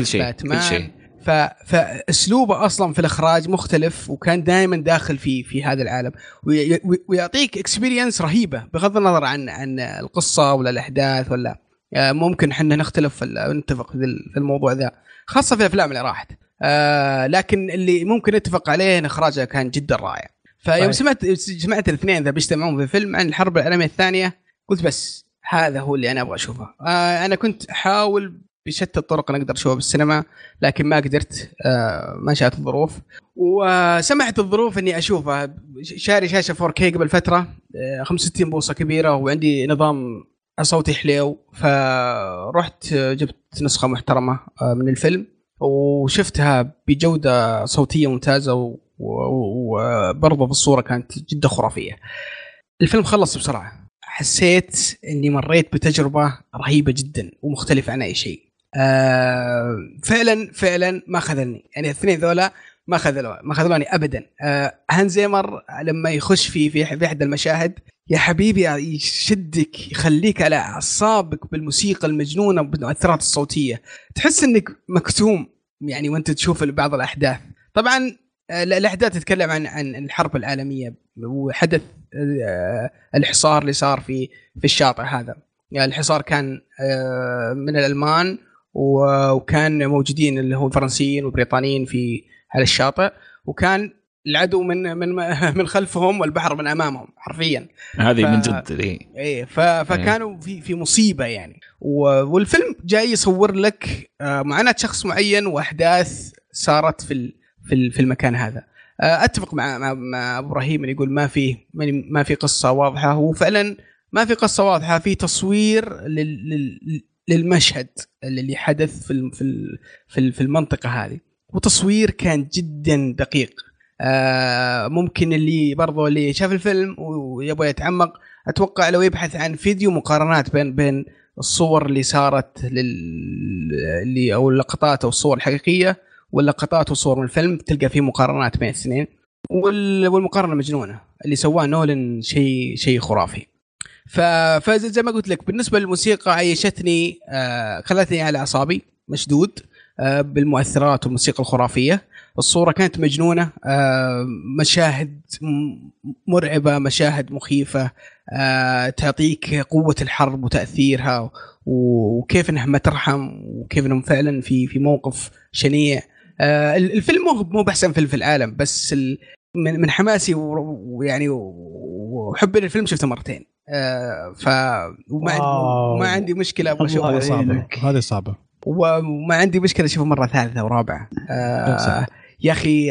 فاسلوبه اصلا في الاخراج مختلف، وكان دائما داخل في هذا العالم، ويعطيك اكسبيرينس رهيبه بغض النظر عن القصه ولا الاحداث، ولا ممكن احنا نختلف ونتفق في الموضوع ذا، خاصه في الافلام اللي راحت. لكن اللي ممكن نتفق عليه ان اخراجه كان جدا رائع. فيوم سمعت الاثنين ذا بيجتمعون في فيلم عن الحرب العالميه الثانيه، قلت بس هذا هو اللي انا ابغى اشوفه. انا كنت احاول بشتى الطرق ان اقدر اشوفه بالسينما، لكن ما قدرت، ما شاءت الظروف وسمحت الظروف اني اشوفه. شاري شاشه 4K قبل فتره، 65 بوصه كبيره، وعندي نظام صوتي حليو، فرحت جبت نسخه محترمه من الفيلم وشفتها بجوده صوتيه ممتازه، وبرضه بالصوره كانت جدا خرافيه. الفيلم خلص بسرعه، حسيت اني مريت بتجربه رهيبه جدا ومختلفه عن اي شيء. فعلا ما خذلني، يعني الاثنين ذولا ما خذلوني ابدا. هانز زيمر لما يخش في احدى المشاهد، يا حبيبي يشدك، يخليك على اعصابك بالموسيقى المجنونه وبالمؤثرات الصوتيه، تحس انك مكتوم يعني وانت تشوف بعض الاحداث. طبعا الاحداث تتكلم عن الحرب العالميه وحدث الحصار اللي صار في الشاطئ هذا. يعني الحصار كان من الالمان، وكان موجودين اللي هم الفرنسيين والبريطانيين على الشاطئ، وكان العدو من خلفهم والبحر من امامهم حرفيا. هذه من جد ايه فكانوا في مصيبه يعني. والفيلم جاي يصور لك معاناه شخص معين واحداث صارت في المكان هذا. اتفق مع ابو ابراهيم اللي يقول ما في قصه واضحه. هو فعلا ما في قصه واضحه، في تصوير للمشهد اللي حدث في المنطقه هذه، وتصوير كان جدا دقيق. ممكن اللي شاف الفيلم ويبغى يتعمق، اتوقع لو يبحث عن فيديو مقارنات بين الصور اللي صارت اللي او اللقطات او الصور الحقيقيه واللقطات والصور من الفيلم، تلقى فيه مقارنات بين الاثنين، والمقارنه مجنونه اللي سواه نولان شيء خرافي. فزي ما قلت لك، بالنسبه للموسيقى عيشتني، خلتني على اعصابي مشدود بالمؤثرات والموسيقى الخرافيه. الصوره كانت مجنونه، مشاهد مرعبه، مشاهد مخيفه، تعطيك قوه الحرب وتاثيرها، وكيف انها ما ترحم، وكيف انهم فعلا في موقف شنيع. الفيلم مو بحسن فيلم في العالم، بس من حماسي ويعني وحب الفيلم شفته مرتين. وما عندي مشكله ابغى اشوفه. هذه صعبه، وما عندي مشكله اشوفه مره ثالثه ورابعه. يا اخي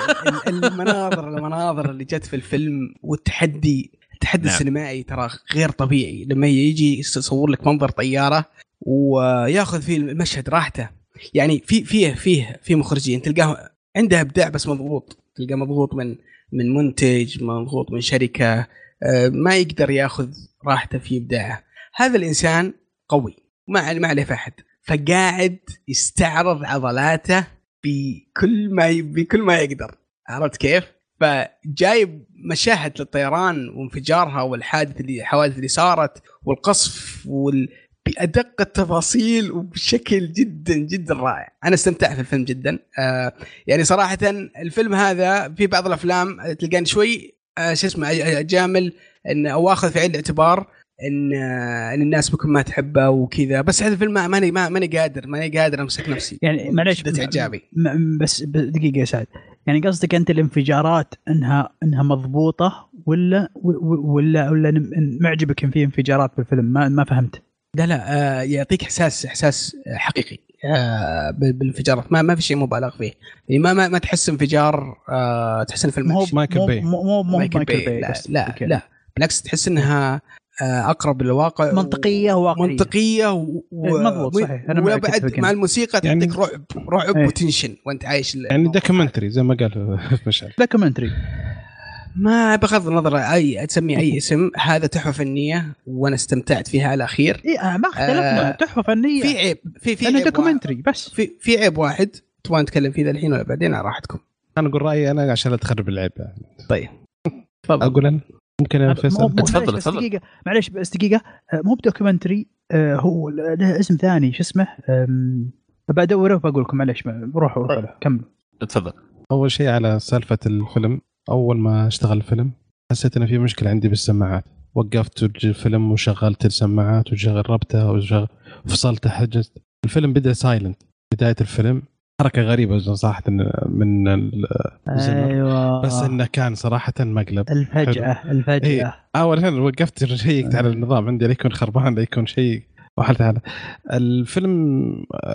المناظر اللي جت في الفيلم والتحدي السينمائي ترى غير طبيعي. لما يجي يصور لك منظر طياره وياخذ فيه المشهد راحته، يعني فيه مخرجين تلقاه عنده ابداع، بس مضغوط، تلقاه مضغوط من منتج، مضغوط من شركه، ما يقدر ياخذ راحته في ابداعه. هذا الانسان قوي، ما عليه فحد، فقاعد يستعرض عضلاته بكل ما يقدر. عرفت كيف؟ فجايب مشاهد للطيران وانفجارها والحوادث اللي صارت والقصف بأدق التفاصيل وبشكل جدا جدا رائع. أنا استمتعت في الفيلم جدا. يعني صراحة الفيلم هذا في بعض الأفلام تلقاني شوي أجامل أو أخذ في عين الاعتبار إن الناس ممكن ما تحبه وكذا، بس هذا الفيلم ماني قادر أمسك نفسي. يعني معلش بس دقيقة يا سعد، يعني قصدك أنت الانفجارات إنها مضبوطة ولا معجبك إن في انفجارات بالفيلم؟ ما فهمت. لا يعطيك إحساس حقيقي، بالانفجارات، ما في شيء مبالغ فيه يعني، ما تحس انفجار، تحس ان الفيلم مو مايكل باي. لا بالعكس تحس انها اقرب للواقع، منطقيه مضبوط صحيح. وبعد مع الموسيقى يعني تعطيك رعب وتنشن وانت عايش يعني دوكيومنتري زي ما قال مشعل، دوكيومنتري ما بغض النظر اي تسمي اي اسم، هذا تحفه فنيه وانا استمتعت فيها على الاخير. ما اختلفنا، تحفه فنيه. في عيب في انا دوكيومنتري بس في عيب واحد تبغى نتكلم فيه الحين ولا بعدين؟ على راحتكم. انا اقول رايي انا عشان اتخرب العيب يعني. طيب تفضل. اقول انا ممكن تفضل. معليش بس دقيقه، مو بدوكيومنتري، هو له اسم ثاني، شو اسمه؟ بدوره وبقول لكم. معليش روحوا كملوا. تفضل. اول شيء على سالفه الفيلم، اول ما اشتغل الفيلم حسيت ان في مشكله عندي بالسماعات، وقفت الفيلم وشغلت السماعات وجربتها وفصلتها، حجزت الفيلم. بدا سايلنت بدايه الفيلم، حركه غريبه صراحه من الزمر. أيوة. بس انه كان صراحه مقلب الفجأة إيه. اول وقفت شيكت على النظام عندي، لا يكون خربان لا يكون شيء وحلت على الفيلم.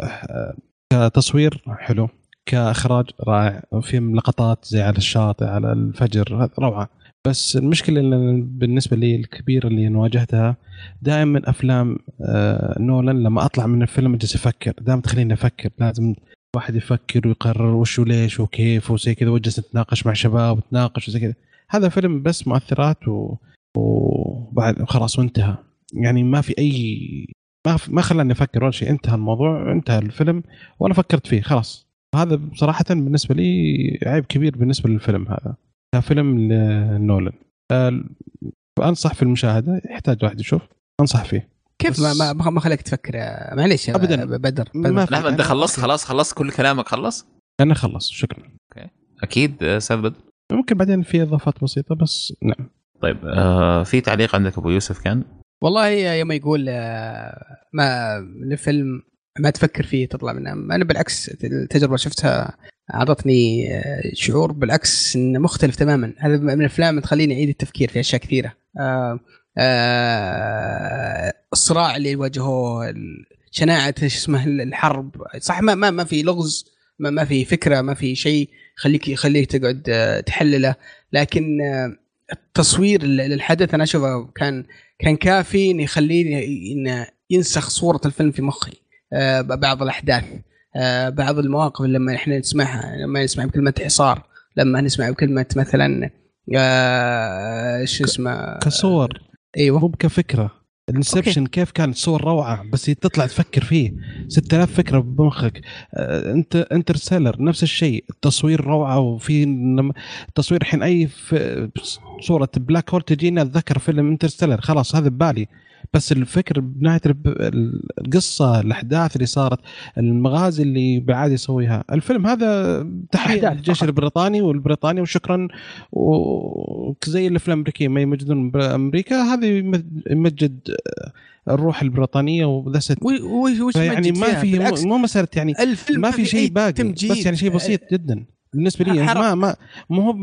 كتصوير حلو، كاخراج رائع، في لقطات زي على الشاطئ على الفجر روعه. بس المشكله اللي بالنسبه لي الكبيره اللي نواجهتها دائما افلام نولان، لما اطلع من الفيلم اجلس افكر، دائما تخليني افكر، لازم واحد يفكر ويقرر وش وليش وكيف وزي كذا، وجلس نتناقش مع شباب وتناقش وزي كذا. هذا فيلم بس مؤثرات وبعد خلاص وانتهى، يعني ما في اي ما خلاني افكر ولا شيء، انتهى الموضوع، انتهى الفيلم وانا فكرت فيه خلاص. هذا بصراحه بالنسبه لي عيب كبير بالنسبه للفيلم هذا كفيلم لنولان. انصح في المشاهده، يحتاج واحد يشوف، انصح فيه. كيف ما خليك تفكر؟ معليش ابدا بدر. لا انت خلصت كل كلامك، خلص. انا خلص، شكرا. اوكي اكيد استاذ بدر. ممكن بعدين في اضافات بسيطه بس. نعم. طيب في تعليق عندك ابو يوسف؟ كان والله يوم يقول ما الفيلم ما تفكر فيه تطلع منه، انا بالعكس التجربه شفتها اعطتني شعور بالعكس انه مختلف تماما. هذا من الافلام تخليني اعيد التفكير في اشياء كثيره. الصراع اللي يواجهوه، شناعه ايش اسمه الحرب، صح ما في لغز، ما في فكره، ما في شيء يخليك تقعد تحلله، لكن التصوير للحدث انا اشوفه كان كافي ان يخليني ان ينسخ صوره الفيلم في مخي. بعض الاحداث، بعض المواقف لما احنا نسمعها، لما نسمع بكلمه حصار، لما نسمع بكلمه مثلا شو اسمه كصور. ايوه مو كفكره. الانسبشن كيف كانت صور روعه، بس تطلع تفكر فيه 6000 فكره بمخك. انت انترستيلر نفس الشيء، التصوير روعه، وفي التصوير الحين اي صوره بلاك هول تجينا اتذكر فيلم انترستيلر، خلاص هذا ببالي. بس الفكر بنهايه القصه، الاحداث اللي صارت، المغازي اللي بالعاده يسويها الفيلم هذا، تحيه الجيش البريطاني والبريطاني وشكرا. وزي الافلام الامريكيه ما يمجدون امريكا، هذا يمجد الروح البريطانية وذست. يعني ما في مو مسألة يعني ما في شيء باقي، بس يعني شيء بسيط جدا بالنسبة لي. ما هو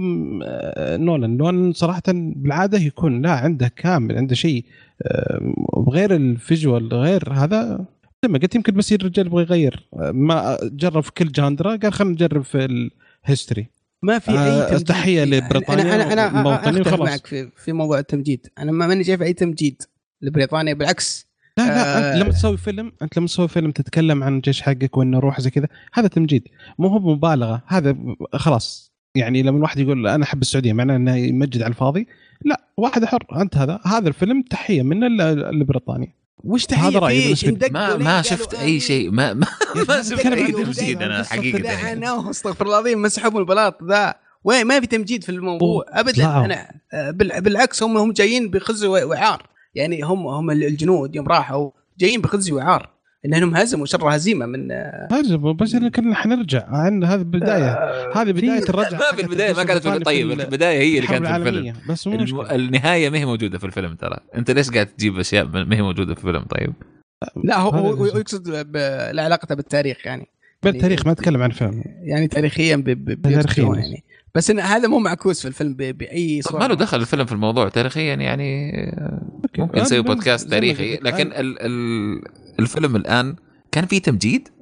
نولان صراحة بالعادة يكون لا عنده كامل، عنده شيء غير الفيجوال، غير هذا لما قلت يمكن بس الرجال يبغى يغير، ما جرب في كل جاندرا، قال خلينا نجرب في الهيستوري. ما في اي تحية لبريطانيا. أنا أختلف معك في موضوع التمجيد. أنا ماني شايف أي تمجيد لبريطانيا، بالعكس. لا أنت لما تسوي فيلم تتكلم عن الجيش حقك وإنه روح زي كذا، هذا تمجيد، مو هو مبالغة. هذا خلاص يعني لما الواحد يقول أنا أحب السعودية معناه إنه يمجد على الفاضي. لا، واحد حر. أنت هذا الفيلم تحية من لبريطانيا. وش تحية فيه؟ ما شفت أي شيء، ما شفت أي تمجيد. أنا حقيقة أنا استغفر الله العظيم، مسحوا البلاط ذا، وين ما في تمجيد في الموضوع أبدا. أنا بالعكس، هم جايين بخزي وعار. يعني هم الجنود يوم راحوا جايين بخزي وعار، إنهم هزموا شر هزيمة من هزموا. بس كنا حنرجع عن هذه البداية. هذه بداية الرجعة. ما في البداية ما كانت طيب، البداية هي اللي كانت في الفيلم، بس النهاية ما هي موجودة في الفيلم. ترى أنت ليش قاعد تجيب أشياء ما هي موجودة في الفيلم؟ طيب لا، هو يقصد لا علاقة بالتاريخ، يعني بالتاريخ، ما أتكلم عن فيلم يعني تاريخيا يعني. بس إن هذا مو معكوس في الفيلم بأي صورة. ما له دخل الفيلم في الموضوع تاريخيا يعني. ممكن نسوي بودكاست تاريخي، لكن الفيلم الآن كان فيه تمجيد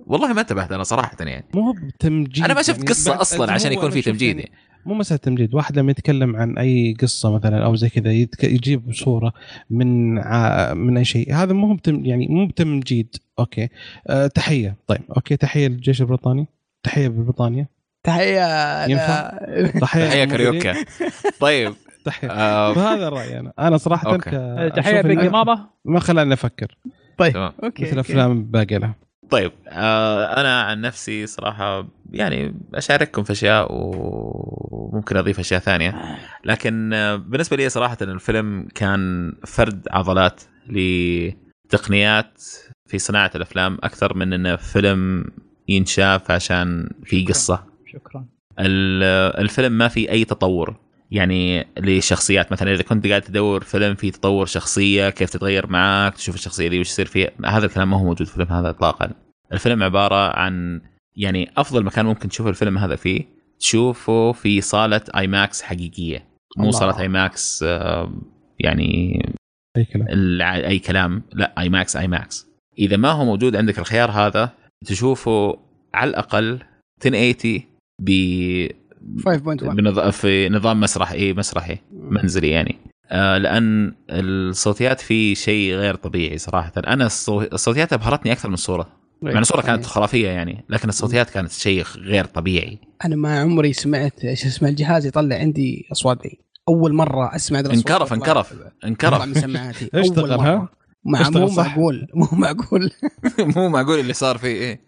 والله ما انتبهت انا صراحه يعني. مو هو بتمجيد، انا ما شفت يعني قصه اصلا عشان يكون في تمجيد يعني مو مسألة تمجيد. واحد لما يتكلم عن أي قصة مثلا أو زي كذا يجيب صورة من أي شيء، هذا مو يعني مو بتمجيد. أوكي تحية، طيب أوكي تحية للجيش البريطاني، تحية ببريطانيا، تحية ينفع تحية كاريوكا. طيب تحية. فهذا رأيي أنا صراحة. تحية بيجي ماما ما خلاني أفكر. طيب أوكي مثل أفلام باقي لها. طيب أنا عن نفسي صراحة يعني أشارككم في أشياء وممكن أضيف أشياء ثانية، لكن بالنسبة لي صراحة الفيلم كان فرد عضلات لتقنيات في صناعة الأفلام أكثر من إنه فيلم ينشاف عشان في قصة. شكرا. الفيلم ما في أي تطور يعني لشخصيات. مثلا إذا كنت قاعد تدور فيلم في تطور شخصية كيف تتغير معاك، تشوف الشخصية دي وش يصير فيها، هذا الكلام ما هو موجود في الفيلم هذا إطلاقا. الفيلم عبارة عن يعني أفضل مكان ممكن تشوف الفيلم هذا فيه تشوفه في صالة آي ماكس حقيقية، مو صالة آي ماكس يعني أي كلام، لا آي ماكس. إذا ما هو موجود عندك الخيار هذا تشوفه على الأقل 1080 ب 5.1 في نظام مسرحي منزلي يعني. لأن الصوتيات فيه شيء غير طبيعي صراحة. أنا الصوتيات أبهرتني أكثر من الصورة، مع الصورة كانت خرافية يعني، لكن الصوتيات كانت شيء غير طبيعي. أنا ما عمري سمعت إيش اسمه الجهاز يطلع عندي أصوات دي، أول مرة أسمع ذا الصوت. انكرف من سماعاتي أول مرة. مو معقول مو معقول اللي صار فيه إيه.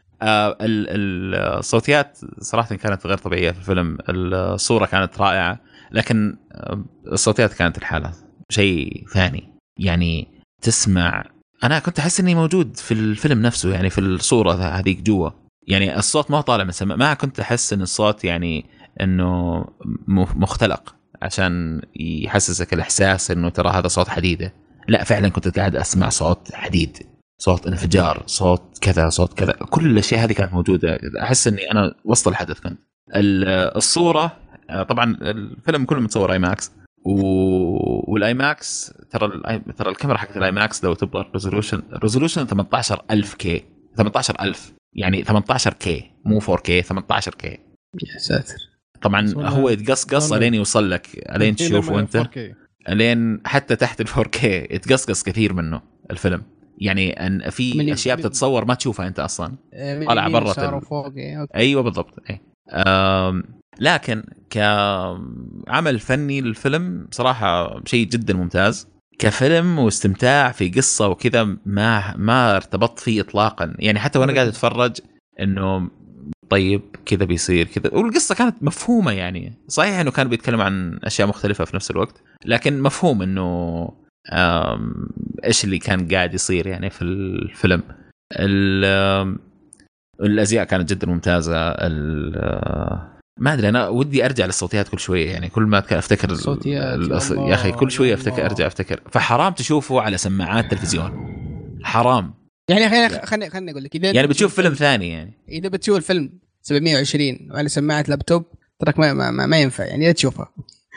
الصوتيات صراحة كانت غير طبيعية في الفيلم. الصورة كانت رائعة، لكن الصوتيات كانت الحالة شيء ثاني يعني. تسمع أنا كنت أحس إني موجود في الفيلم نفسه يعني، في الصورة هذيك جوا يعني. الصوت ما طالع من السماء، ما كنت أحس إن الصوت يعني إنه مختلق عشان يحسسك الإحساس إنه ترى هذا صوت حديدة. لا فعلا كنت قاعد أسمع صوت حديد، صوت انفجار، صوت كذا، كل الأشياء هذه كانت موجودة. أحس إني أنا وسط الحدث كنت. الصورة طبعا الفيلم كله متصور اي ماكس، والاي ماكس ترى الكاميرا حقت الاي ماكس لو تبغى ريزولوشن 18000 كي، 18000 يعني 18 كي مو 4 كي، 18 كي. يا ساتر. طبعا هو يتقصقص لين يوصل لك، لين تشوفه انت، لين حتى تحت ال 4K يتقصقص كثير منه الفيلم يعني. أن في اشياء بتتصور ما تشوفها انت اصلا طالع برا ايوه بالضبط. لكن كعمل فني للفيلم صراحه شيء جدا ممتاز كفيلم، واستمتاع في قصه وكذا ما ارتبطت فيه اطلاقا يعني. حتى وانا قاعد اتفرج انه طيب كذا بيصير كذا، والقصه كانت مفهومه يعني. صحيح انه كان بيتكلم عن اشياء مختلفه في نفس الوقت، لكن مفهوم انه ايش اللي كان قاعد يصير يعني في الفيلم. الازياء كانت جدا ممتازه. ما ادري انا ودي ارجع للصوتيات كل شويه يعني، كل ما افتكر يا اخي كل شويه ارجع افتكر. فحرام تشوفه على سماعات تلفزيون، حرام يعني. خليني اقول لك اذا يعني بتشوف فيلم ثاني يعني، اذا بتشوف الفيلم 720 وعلى سماعه لابتوب تراك ما ينفع يعني لا تشوفه.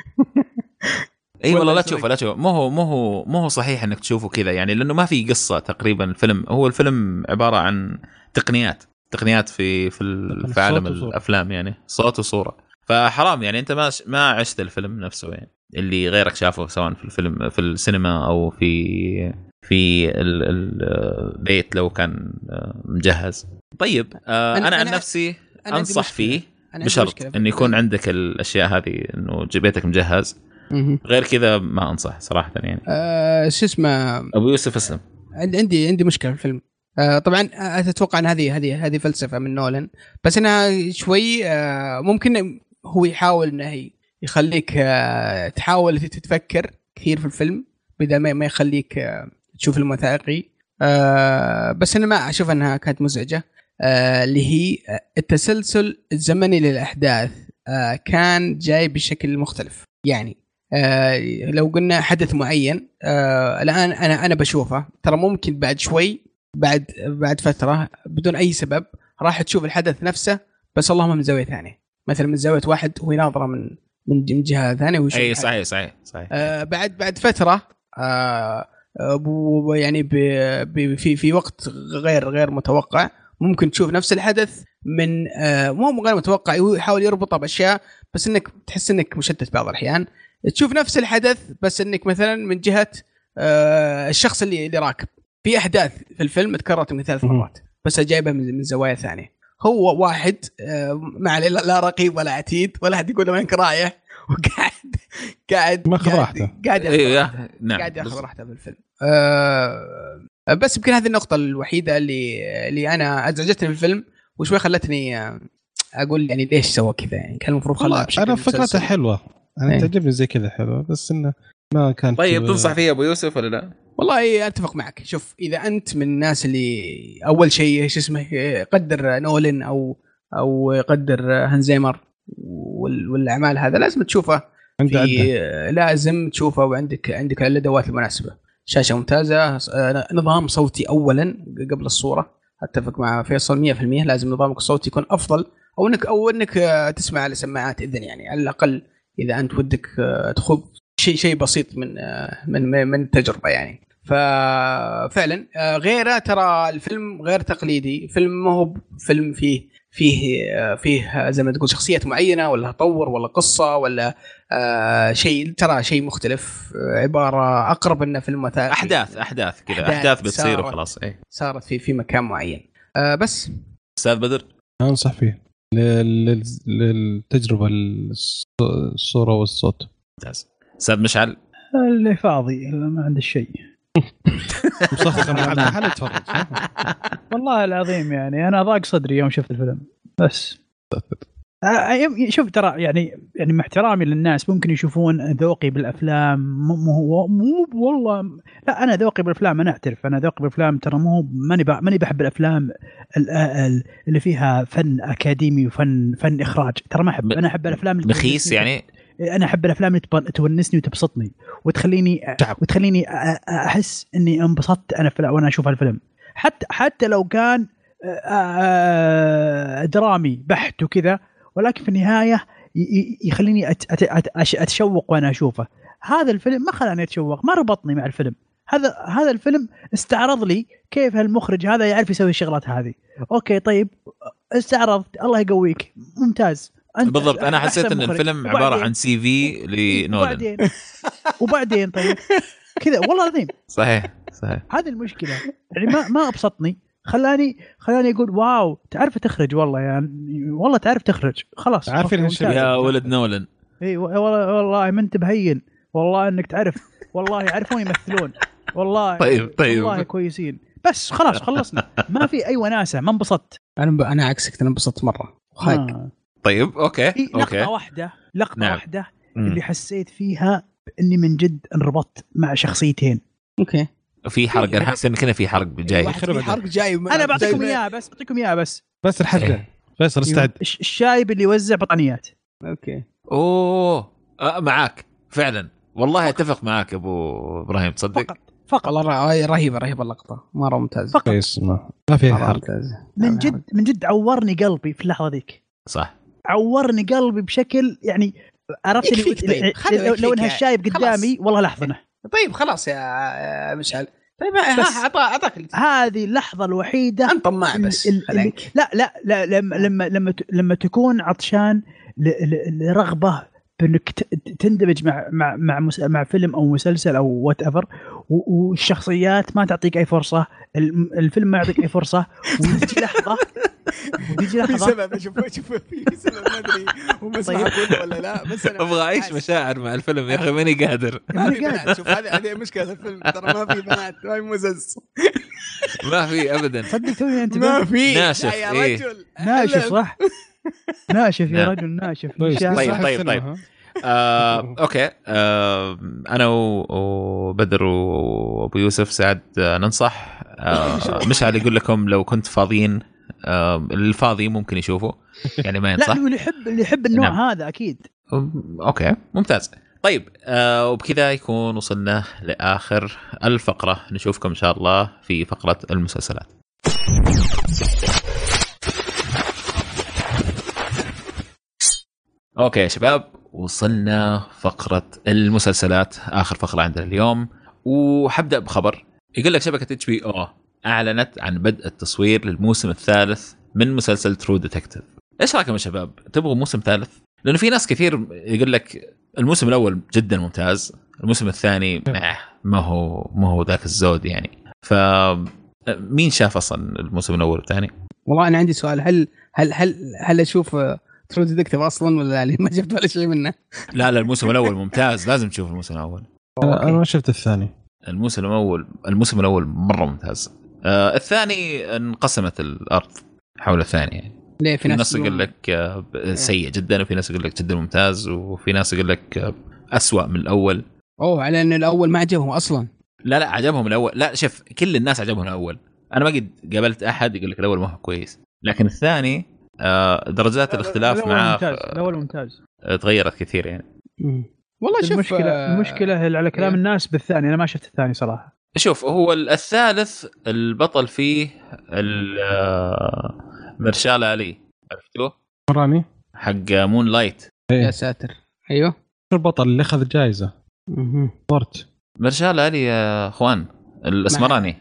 اي والله لا تشوفه. مو هو صحيح انك تشوفه كذا يعني، لانه ما في قصه تقريبا. الفيلم عباره عن تقنيات في عالم الافلام يعني، صوت وصوره. فحرام يعني انت ما عشت الفيلم نفسه يعني، اللي غيرك شافه سواء في الفيلم في السينما او في البيت لو كان مجهز. طيب انا عن نفسي انصح فيه بشرط انه يكون عندك الاشياء هذه، انه بيتك مجهز. غير كذا ما انصح صراحه يعني. شو اسمه ابو يوسف اسلم. عندي مشكله في الفيلم. طبعا اتوقع ان هذه فلسفه من نولان، بس انا شوي ممكن هو يحاول انه يخليك تحاول تتفكر كثير في الفيلم بدل ما يخليك تشوف الوثائقي. بس انا ما اشوف انها كانت مزعجه. اللي هي التسلسل الزمني للاحداث كان جاي بشكل مختلف يعني. لو قلنا حدث معين الان انا بشوفه، ترى ممكن بعد شوي بعد فتره بدون اي سبب راح تشوف الحدث نفسه، بس اللهم من زاويه ثانيه، مثلا من زاويه واحد وهي ناظره من جهه ثانيه. اي صحيح. بعد فتره يعني في وقت غير متوقع ممكن تشوف نفس الحدث من مو غير متوقع، يحاول يربطها باشياء بس انك تحس انك مشتت بعض الاحيان. تشوف نفس الحدث بس انك مثلا من جهه الشخص اللي راكب في احداث في الفيلم تكررت من 3 مرات بس جايبها من زوايا ثانيه. هو واحد ما عليه لا رقيب ولا عتيد ولا حد يقول له وينك رايح، وقاعد ما اخذ راحته. قاعد ياخذ راحته بالفيلم. بس يمكن هذه النقطة الوحيدة اللي أنا أزعجتني في الفيلم وشوي خلتني أقول يعني ليش سوى كذا، يعني كان المفروض خلاها بشكل أنا فكرتها حلوة، أنا تعجبني زي كذا حلوة بس إنه ما كان. طيب تنصح فيها أبو يوسف ولا لا؟ والله أتفق معك. شوف إذا أنت من الناس اللي أول شيء إيش اسمه قدر نولن أو قدر هانزيمر والأعمال هذا لازم تشوفه، لازم تشوفه وعندك الأدوات المناسبة. شاشة ممتازة، نظام صوتي أولا قبل الصورة. أتفق مع فيصل 100%، لازم نظامك الصوتي يكون أفضل، أو إنك تسمع على سماعات إذن، يعني على الأقل إذا أنت ودك تخوض شيء بسيط من التجربة يعني. ففعلا غيره ترى الفيلم غير تقليدي، فيلم ما هو فيلم فيه زي ما تقول شخصيات معينة ولا تطور ولا قصة ولا شيء، ترى شيء مختلف، عبارة أقرب إنه فيلم أحداث كذا، أحداث بتصير وخلاص. صارت في مكان معين. بس أستاذ بدر أنصح فيه للتجربة الصورة والصوت. ممتاز. أستاذ مشعل اللي فاضي ما عنده شيء مسخن على حالة تفرج. والله العظيم يعني أنا ضاق صدري يوم شفت الفيلم. بس شوف ترى يعني مع احترامي للناس ممكن يشوفون ذوقي بالأفلام مو والله لا، أنا ذوقي بالأفلام أنا أعترف، أنا ذوقي بالأفلام ترى ماني بحب الأفلام اللي فيها فن أكاديمي وفن إخراج، ترى ما أحب. أنا أحب الأفلام مخيس يعني. أنا أحب الأفلام اللي تونسني وتبسطني وتخليني أحس إني انبسطت أنا وأنا أشوف الفيلم، حتى لو كان درامي بحت وكذا، ولكن في النهاية يخليني أتشوق وأنا أشوفه. هذا الفيلم ما خلاني أتشوق، ما ربطني مع الفيلم. هذا الفيلم استعرض لي كيف هالمخرج هذا يعرف يسوي الشغلات هذه. أوكي طيب استعرضت، الله يقويك، ممتاز. بالضبط. أنا حسيت إن الفيلم عبارة عن CV لنولان. وبعدين طيب كذا والله العظيم. صحيح. هذه المشكلة يعني ما أبسطني، خلاني يقول واو تعرف تخرج، والله يعني والله تعرف تخرج، خلاص عارفين يا ولد نولان. اي والله ما انت بهين، والله انك تعرف، والله يعرفون يمثلون، والله طيب والله كويسين، بس خلاص خلصنا، ما في اي وناسة، ما انبسطت. انا عكسك، انا انبسطت مرة. طيب اوكي لقطة واحدة اللي حسيت فيها اني من جد انربطت مع شخصيتين. اوكي في حرق، انا حاسس ان كذا في حرق جاي. انا بعطيكم اياه بس الحرق. فيصل استعد. الشايب اللي يوزع بطانيات. اوكي معاك فعلا، والله اتفق معاك ابو ابراهيم، تصدق فقط والله رهيبه اللقطه، مره ممتازه. ما فيها حرق من جد عورني قلبي في اللحظه ذيك. صح، عورني قلبي بشكل يعني عرفت لو انها الشايب قدامي والله لحظه. طيب خلاص يا مشعل، طيب اعطاك هذه اللحظه الوحيده انت طماع بس لا لما تكون عطشان لرغبه بانك تندمج مع فيلم او مسلسل او وات ايفر، والشخصيات ما تعطيك اي فرصه، الفيلم ما يعطيك اي فرصه، وتجي لحظه في سبب شوف في سبب ما ادري ومسمع اقول ولا لا، بس انا ابغى اعيش مشاعر مع الفيلم يا اخي، ماني قادر. شوف هذه مشكله الفيلم، ترى ما في بنات، ما في مزز، ما في ابدا. صدق توي انت ما في ناشف يا رجل، ناشف صح، ناشف يا رجل، ناشف. طيب اوكي. انا وبدر وابو يوسف سعد ننصح مشعل يقول لكم لو كنت فاضيين، الفاضي ممكن يشوفه يعني ما ينصح. لا اللي يحب النوع هذا اكيد. اوكي ممتاز. طيب وبكذا يكون وصلنا لاخر الفقره، نشوفكم ان شاء الله في فقره المسلسلات. اوكي يا شباب، وصلنا فقرة المسلسلات، آخر فقرة عندنا اليوم، وحبدأ بخبر يقول لك شبكة HBO اعلنت عن بدء التصوير للموسم الثالث من مسلسل ترو ديتكتيف. ايش رايكم يا شباب؟ تبغوا موسم ثالث؟ لانه في ناس كثير يقول لك الموسم الاول جدا ممتاز، الموسم الثاني ما هو ذاك الزود يعني. ف مين شاف اصلا الموسم الاول والثاني؟ والله انا عندي سؤال، هل اشوف ترو ديتكتيف اصلا ولا ما شفت ولا شيء منه؟ لا الموسم الاول ممتاز، لازم تشوف الموسم الاول. انا ما شفت الثاني. الموسم الاول مره ممتاز. الثاني انقسمت الارض حول الثاني يعني. ليه؟ في ناس يقول لك سيء جدا، وفي ناس يقول لك جدا ممتاز، وفي ناس يقول لك أسوأ من الاول. على ان الاول ما عجبهم اصلا. لا عجبهم الاول. لا شوف، كل الناس عجبهم الاول. انا ما قد قابلت احد يقول لك الاول ما هو كويس، لكن الثاني درجات الاختلاف معاه الاول ممتاز تغيرت كثير يعني. والله شوف، المشكله على كلام الناس بالثاني. انا ما شفت الثاني صراحه. شوف، هو الثالث البطل فيه مرشال علي، عرفتوه؟ مراني حق مون لايت. يا ساتر، ايوه البطل اللي اخذ جائزه بورت. مرشال علي يا اخوان، الاسمراني.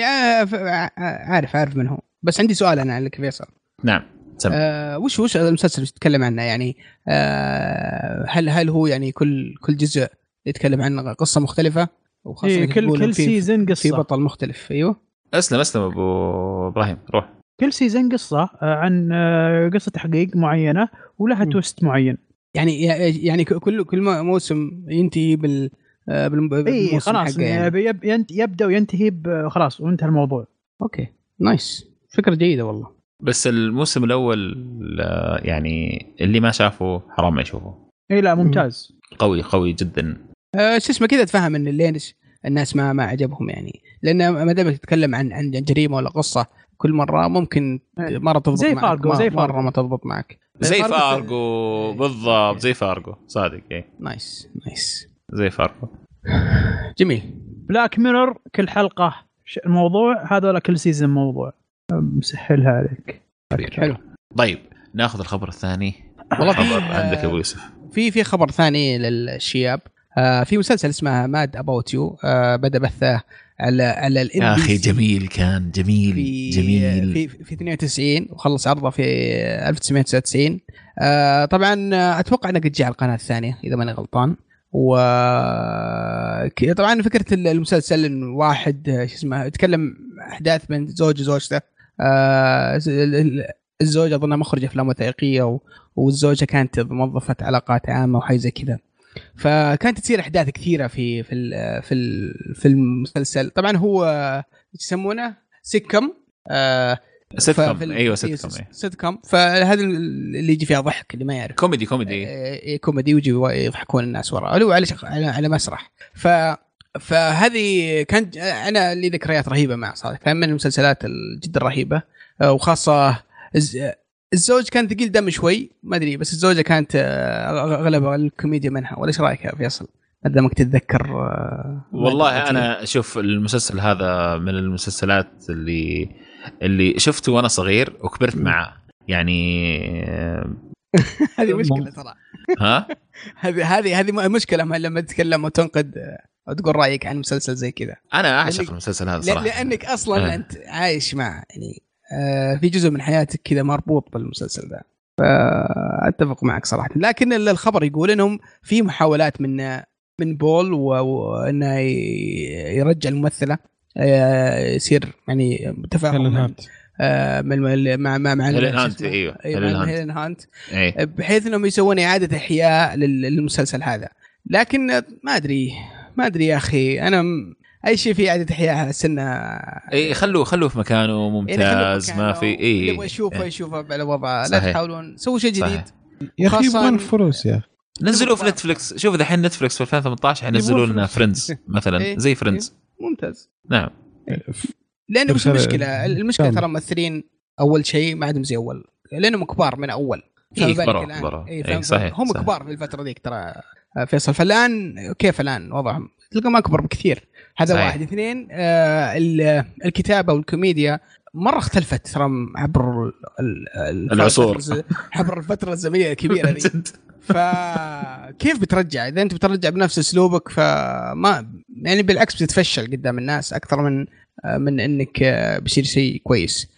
عارف منه. بس عندي سؤال انا لك فيصل. نعم وش المسلسل يتكلم عنه يعني؟ هل هو يعني كل جزء يتكلم عن قصه مختلفه، وخاصه كل سيزن قصه في بطل مختلف؟ ايوه اسلم ابو ابراهيم، روح. كل سيزن قصه عن قصه تحقيق معينه ولها تويست معين. يعني كل موسم ينتهي بالموسم خلاص يعني. يبدا وينتهي خلاص وانتهى الموضوع. اوكي نايس، فكره جيده والله. بس الموسم الاول يعني اللي ما شافه حرام ما يشوفه. لا ممتاز، قوي جدا. شو اسمه كذا، تفهم ان ليش الناس ما عجبهم يعني، لان ما دام تتكلم عن جريمه ولا قصه كل مره ممكن مره تضبط زي معك، فارغو، زي مره ما تضبط معك. زي فارغو بالضبط، زي فارغو صادق. نايس زي فارغو. جميل. بلاك ميرور كل حلقه الموضوع، هذا كل سيزن موضوع، مسهلها عليك. حلو. طيب ناخذ الخبر الثاني. والله خبر عندك ابو يوسف؟ في خبر ثاني للشياب. في مسلسل اسمه ماد اباوت يو، بدا بثه على الام يا اخي جميل، كان جميل في 92 وخلص عرضه في 1999. طبعا اتوقع انه قد جاء على القناه الثانيه اذا ماني غلطان. وطبعا فكره المسلسل ان واحد اسمه يتكلم احداث بين زوج وزوجته. الزوجة أظنها مخرجة أفلام وثائقية، والزوجة كانت موظفة علاقات عامة وحاجة زي كذا. فكانت تصير أحداث كثيرة في المسلسل. طبعا هو يسمونه سيتكم. ايوه سيتكم. فهذا اللي يجي فيها ضحك، اللي ما يعرف كوميدي ويجي يضحكون الناس وراء هو على مسرح. فهذه كانت أنا لي ذكريات رهيبة مع صراحة، من المسلسلات جدا رهيبة. وخاصة الزوج كان ثقيل دم شوي ما أدري، بس الزوجة كانت أغلب الكوميديا منها. ولا إيش رأيك يا فيصل؟ هذا ما تتذكر؟ والله أنا شوف المسلسل هذا من المسلسلات اللي شفته وأنا صغير وكبرت معه يعني. هذه مشكلة ترى. ها هذه مشكلة لما تتكلم وتنقد وتقول رأيك عن مسلسل زي كذا. أنا أعشق المسلسل هذا صراحة، لأنك أصلا أنت عايش مع يعني في جزء من حياتك كذا مربوط بالمسلسل ده. فأتفق معك صراحة. لكن الخبر يقول إنهم في محاولات من بول وإنه يرجع الممثلة، يصير يعني تفاهم مع هيلين هانت. هيلين هانت، بحيث إنهم يسوون إعادة إحياء للمسلسل هذا. لكن ما أدري يا أخي، أنا اي شيء في اعاده احياء سنه خلوه في مكانه ممتاز. ما في يبغى يشوفه على وضعه. لا تحاولون سووا شيء جديد يا اخي. يبغون فلوس يا اخي. نزلوا في نتفليكس. شوف الحين نتفليكس في 2018 حينزلوا لنا فريندز مثلا زي فريندز. ممتاز. نعم. لانه مش المشكله ترى ممثلين اول شيء ما عندهم زي اول، لانهم كبار من اول. صحيح هم كبار في الفتره ذيك ترى فيصل. فالان كيف الان وضعهم؟ تلقى ما اكبر بكثير. هذا صحيح. واحد. اثنين، الكتابة والكوميديا مرة اختلفت ترى عبر العصور، عبر الفترة الزمنية الكبيرة دي. فكيف بترجع إذا أنت بترجع بنفس أسلوبك؟ فما يعني بالعكس بتتفشل قدام الناس أكثر من من انك بيصير شيء كويس.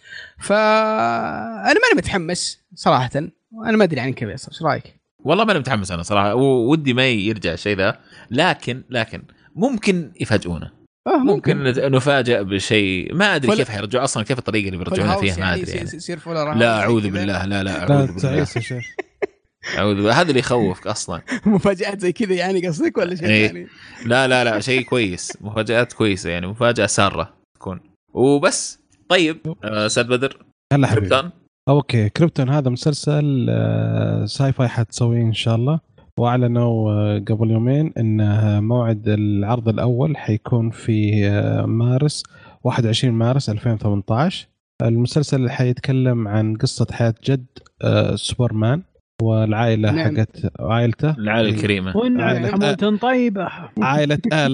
فانا ماني متحمس صراحه، انا ما ادري عنك فيصل ايش رايك؟ والله ماني متحمس انا صراحه، ودي ما يرجع الشيء ذا، لكن ممكن يفاجئونا. ممكن نفاجئ بشيء ما ادري كيف حيرجعوا اصلا، كيف الطريقه اللي بيرجعونا فيها ما ادري يعني. لا اعوذ بالله، لا اعوذ بالله، اعوذ، هذا اللي يخوفك اصلا. مفاجآت زي كذا يعني قصدك ولا شيء يعني؟ لا شيء كويس، مفاجآت كويسه يعني، مفاجاه ساره تكون وبس. طيب استاذ بدر، هلا حبيبي. اوكي، كريبتون هذا مسلسل ساي فاي حتسويه ان شاء الله، واعلنوا قبل يومين ان موعد العرض الاول حيكون في مارس 21 مارس 2018. المسلسل اللي حيتكلم عن قصة حياة جد سوبرمان والعائلة حقت عائلته، العائلة الكريمة، حموتن طيبة، عائلة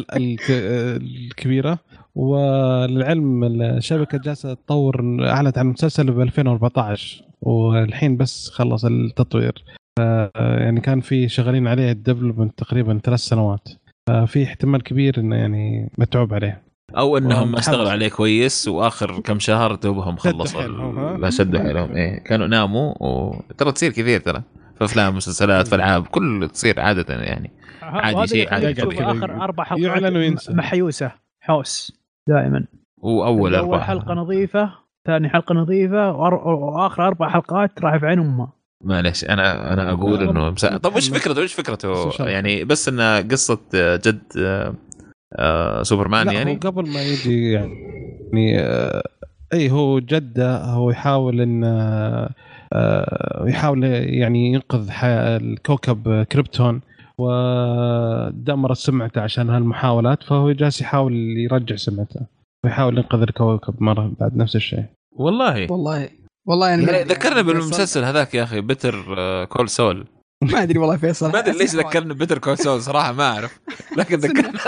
الكبيرة. وللعلم الشبكة جالسة تطور، أعلنت عن المسلسل ب 2014 والحين بس خلص التطوير. يعني كان في شغالين عليه الديفلوبمنت تقريبا 3 سنوات، ففي احتمال كبير إنه يعني متعوب عليه، او انهم ما اشتغلوا عليه كويس واخر كم شهر دوبهم خلصوا، لا شدوا حيلهم. ايه كانوا ناموا، وترى تصير كثير ترى في افلام مسلسلات في العاب، كل تصير عاده يعني، عادي شيء عادي. اخر 4 حلقات محيوسه حوس دائما، واول 4 حلقه نظيفه، ثاني حلقه نظيفه، واخر 4 حلقات راح في عين امها. معلش انا اقول انه طب وش فكرته يعني؟ بس انه قصه جد سوبرمان يعني. هو قبل ما يجي يعني اي هو جده، هو يحاول ان يحاول يعني ينقذ الكوكب كريبتون، ودمر سمعته عشان هالمحاولات، فهو جالس يحاول يرجع سمعته ويحاول ينقذ الكوكب مرة بعد نفس الشيء. والله يعني ذكرنا بالمسلسل هذاك يا اخي، بيتر كول سول. ما ادري والله فيصل، ما ادري ليش ذكرنا بيتر كول سول صراحه، ما اعرف، لكن ذكرنا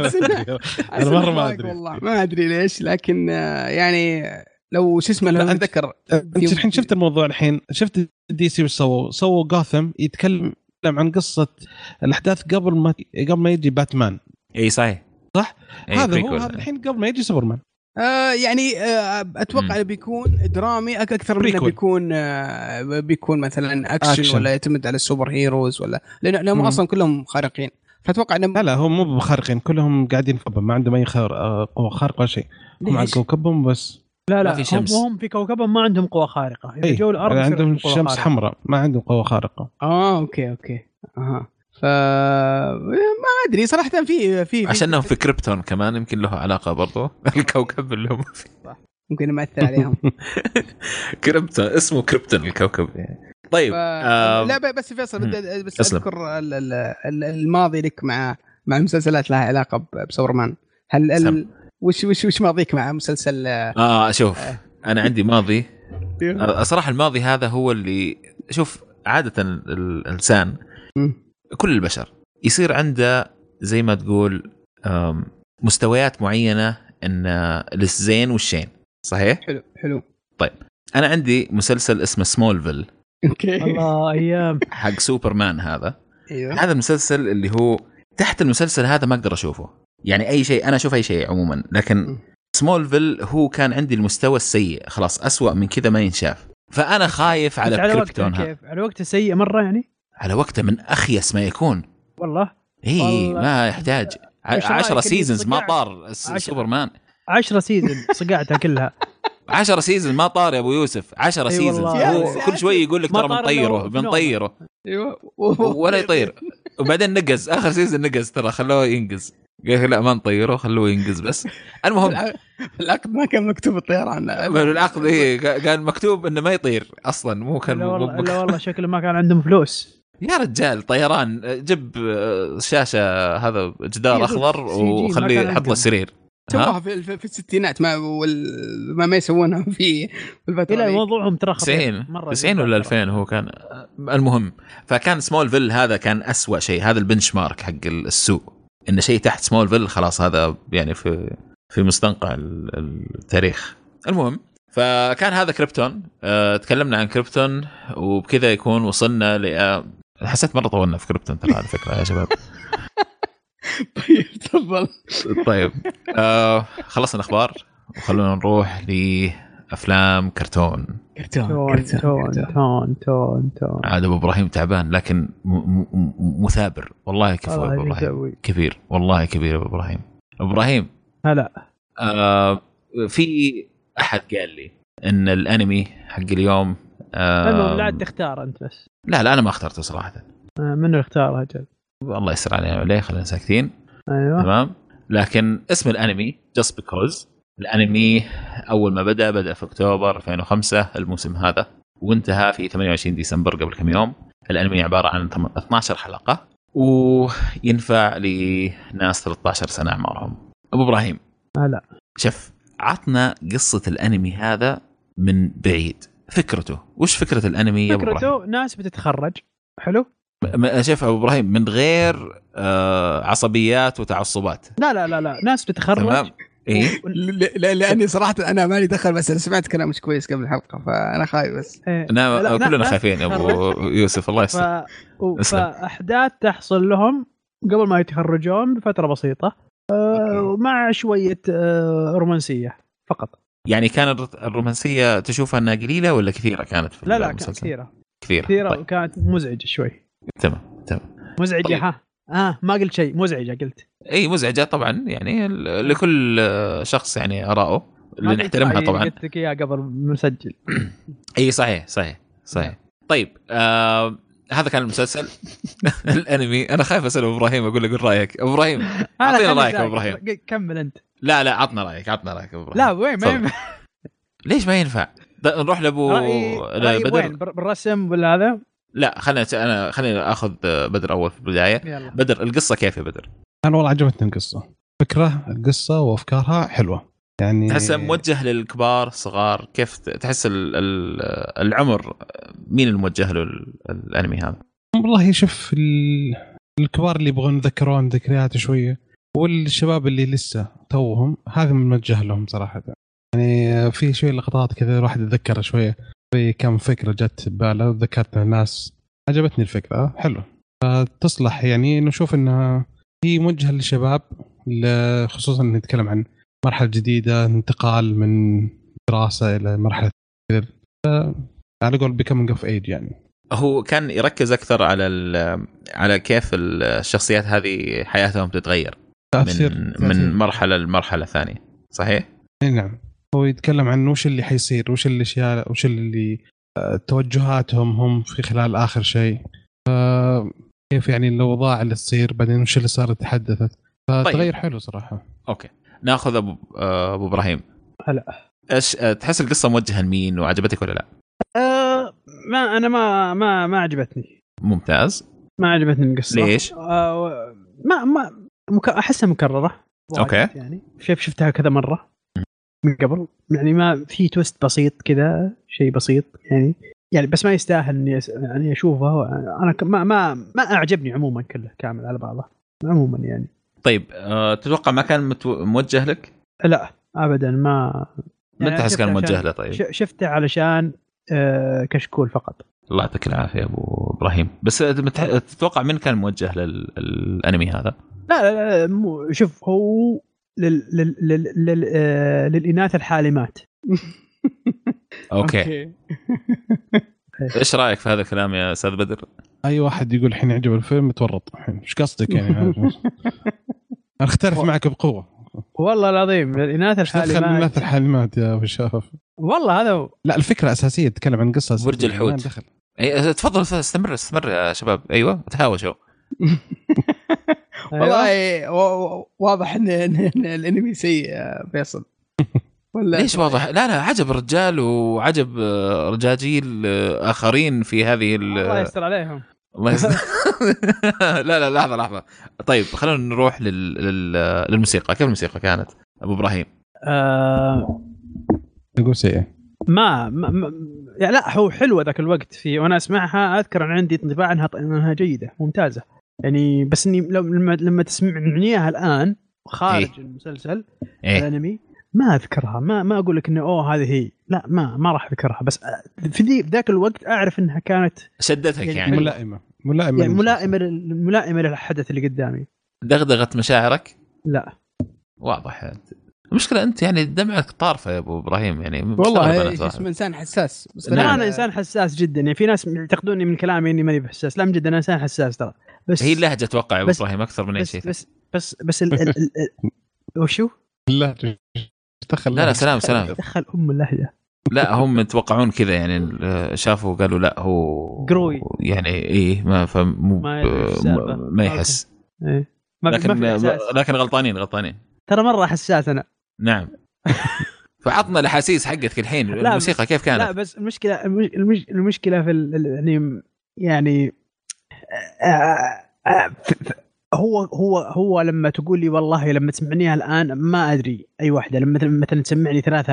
انا مره ما ادري والله ما ادري ليش، لكن يعني لو شو اسمه، لو اتذكر انت الحين شفت الموضوع، الحين شفت دي سي وش سووا غاثم يتكلم عن قصه الاحداث قبل ما يجي باتمان. اي صحيح صح، هذا هو هذا الحين قبل ما يجي سوبرمان. يعني اتوقع انه بيكون درامي اكثر من بيكون مثلا اكشن ولا يعتمد على السوبر هيروز، ولا لانهم اصلا كلهم خارقين، فاتوقع انه لا هم مو بخارقين، كلهم قاعدين فوق، ما عندهم اي قوه خارقه ولا شيء، هم على كوكبهم بس. لا في شمس، هم في كوكبهم ما عندهم قوه خارقه، اذا جو الارض عندهم الشمس حمراء، ما عندهم قوه خارقه. اوكي ما ادري صراحه، في عشانهم في كريبتون كمان يمكن له علاقه برضو الكوكب اللي هم فيه ممكن يمثل عليهم. كريبتون اسمه كريبتون الكوكب يعني. طيب لا بس فيصل بس اذكر الماضي لك مع المسلسلات لها علاقه بسوبرمان. هل وش ماضيك مع مسلسل شوف انا عندي ماضي صراحه. الماضي هذا هو اللي شوف عاده الانسان كل البشر يصير عنده زي ما تقول مستويات معينة إن للزين والشين، صحيح؟ حلو. طيب أنا عندي مسلسل اسمه سمولفيل. الله أيام حق سوبرمان هذا. أيوه. هذا المسلسل اللي هو تحت المسلسل هذا ما أقدر أشوفه، يعني أي شيء أنا أشوف أي شيء عموما، لكن سمولفيل هو كان عندي المستوى السيء، خلاص أسوأ من كذا ما ينشاف، فأنا خايف على كريبتون. كيف على وقت سيء مرة يعني؟ على وقته من أخيس ما يكون والله. ما يحتاج 10 سيزونز ما طار سوبرمان. 10 سيزون صقعتها كلها. 10 سيزون ما طار يا ابو يوسف. 10 سيزون كل شوي يقول لك ترى بنطيره ولا يطير، وبعدين نقز اخر سيزون نقز، ترى خلوه ينقز، قال لا ما نطيره خلوه ينقز بس. المهم العقد ما كان مكتوب الطيران، العقد كان مكتوب انه ما يطير اصلا، مو كان لا والله شكله ما كان عندهم فلوس يا رجال. طيران جب شاشه هذا جدار اخضر وخليه يحط له السرير. سووها في الستينات ما يسوونها في الفتره لا موضوعهم ترى 90 ولا 2000 هو كان. المهم فكان سمولفيل هذا كان أسوأ شيء، هذا البنش مارك حق السوق، ان شيء تحت سمولفيل خلاص هذا يعني في مستنقع التاريخ. المهم فكان هذا كريبتون. تكلمنا عن كريبتون وبكذا يكون وصلنا حسيت مرة طولنا في كريبتون ترى على فكرة يا شباب. طيب تفضل. طيب خلصنا الأخبار وخلونا نروح لافلام كرتون. كرتون. عاد ابو ابراهيم تعبان لكن مثابر والله. كفو ابو ابراهيم كبير والله كبير ابو ابراهيم. ابو ابراهيم هلا في احد قال لي ان الانمي حق اليوم لا تختار انت بس. لا انا ما اخترته صراحه. منو اختار اجل؟ الله يسر علينا وليه خلينا ساكتين. ايوه تمام. لكن اسم الانمي Just Because. الانمي اول ما بدا في اكتوبر 2005 الموسم هذا، وانتهى في 28 ديسمبر قبل كم يوم. الانمي عباره عن 12 حلقه وينفع لناس 13 سنه اعمارهم. ابو ابراهيم هلا شوف، عطنا قصه الانمي هذا من بعيد. فكرته وش فكره الانمي يا ابو ابراهيم؟ فكرته ناس بتتخرج. حلو. شوف ابو ابراهيم من غير عصبيات وتعصبات. لا ناس بتتخرج. تمام. إيه؟ لاني صراحه انا مالي دخل، بس انا سمعت كلام مش كويس قبل الحلقه فانا خايف بس. كلنا خايفين يا ابو يوسف الله يستر. فاحداث تحصل لهم قبل ما يتخرجون بفتره بسيطه مع شويه رومانسيه فقط. يعني كانت الرومانسيه تشوفها انها قليله ولا كثيره كانت في لا كثيره كثيره طيب. كانت مزعجه شوي. تمام مزعجه. طيب. ما قلت شيء. مزعجه قلت. اي مزعجه طبعا، يعني لكل شخص يعني اراءه اللي نحترمها طبعا. قلت لك اياها قبل مسجل. اي صحيح. طيب هذا كان المسلسل. الانمي. انا خايف اسال ابراهيم اقول له قول رايك. ابو ابراهيم اعطينا رايك ابو ابراهيم. كمل انت. لا عطنا رايك ابو ابراهيم. لا وين ما ينفع. ليش ما ينفع؟ نروح لابو بدر. وين بالرسم ولا هذا؟ لا خلينا اخذ بدر اول في البدايه. يلا. بدر القصه كيف يا بدر؟ انا والله عجبتني القصه وافكارها حلوه. يعني تحس موجه للكبار صغار؟ كيف تحس العمر مين الموجه له الانمي هذا؟ والله شوف الكبار اللي يبغون يذكرون ذكريات شويه، والشباب اللي لسه توهم هذا موجه لهم صراحه. يعني في شويه لقطات كذا الواحد يتذكر شويه في كم فكره جت بباله وذكرت الناس. عجبتني الفكره حلو، فتصلح يعني نشوف انها هي موجهه للشباب، خصوصا نتكلم عن مرحله جديده، انتقال من دراسه الى مرحله على قول becoming of age. يعني هو كان يركز اكثر على كيف الشخصيات هذه حياتهم تتغير من مرحله لمرحله ثانيه. صحيح. نعم. هو يتكلم عن وش اللي حيصير، وش الاشياء، وش اللي توجهاتهم هم في خلال اخر شيء، كيف يعني الاوضاع اللي تصير بعدين، وش اللي صار تحدثت. فتغير حلو صراحه. اوكي ناخذ ابو ابراهيم. هلا ايش تحس القصه موجهه لمين وعجبتك ولا لا؟ ما انا ما عجبتني. ممتاز. ما عجبتني القصه. ليش؟ ما احسها مكرره. اوكي. يعني شفتها كذا مره من قبل، يعني ما في تويست بسيط كذا، شيء بسيط يعني بس ما يستاهل اني يعني اشوفه. انا ما اعجبني عموما كله كامل على بعضه عموما يعني. طيب تتوقع ما كان موجه لك؟ لا ابدا. ما تحس كان موجه له؟ طيب شفته علشان كشكول فقط. الله يعطيك العافيه ابو ابراهيم. بس تتوقع من كان موجه للانمي هذا؟ لا شوف هو للإناث الحالمات. اوكي. ايش رايك في هذا الكلام يا استاذ بدر؟ اي واحد يقول الحين يعجب الفيلم متورط الحين. ايش قصدك يعني؟ اختلف معك بقوه والله العظيم. الإناث الحالمات يا ابو شرف. والله هذا لا الفكره اساسيه تتكلم عن قصه برج الحوت. تفضل استمر يا شباب. ايوه تهاوشوا. والله واضح ان الانمي سيء فيصل. ولا ليش واضح؟ لا عجب الرجال وعجب رجاجيل اخرين في هذه الله يستر عليهم. الله يستر. لا لحظه. طيب خلونا نروح للموسيقى. كيف الموسيقى كانت ابو ابراهيم؟ نقول سيء. ما يعني لا هو حلو ذاك الوقت فيه وانا اسمعها اذكر ان عندي انطباع انها جيده ممتازه يعني. بس اني لما تسمعنيها الان خارج المسلسل الانمي ما اذكرها. ما اقول لك انه هذه هي. لا ما راح اذكرها. بس في ذاك الوقت اعرف انها كانت شدتك يعني ملائمه للحدث اللي قدامي. دغدغت مشاعرك؟ لا واضح. المشكله انت يعني دمعك طارفه يا ابو ابراهيم يعني والله اسمه انسان حساس بس انا انسان حساس جدا يعني في ناس يعتقدوني من كلامي اني ماني بحساس لا من جد انا انسان حساس ترى بس هي اللهجه اتوقع يا ابو ابراهيم اكثر من اي شيء بس وشو لا دخل لا سلام دخل اللهجه لا هم يتوقعون كذا يعني شافوا قالوا لا هو قروي يعني ايه ما يحس إيه. لكن غلطانين ترى مره حساس انا نعم فعطنا الاحاسيس حقتك الحين الموسيقى كيف كانت لا بس المشكله في يعني هو لما تقول لي والله لما تسمعنيها الان ما ادري اي واحده لما مثلا تسمعني ثلاثه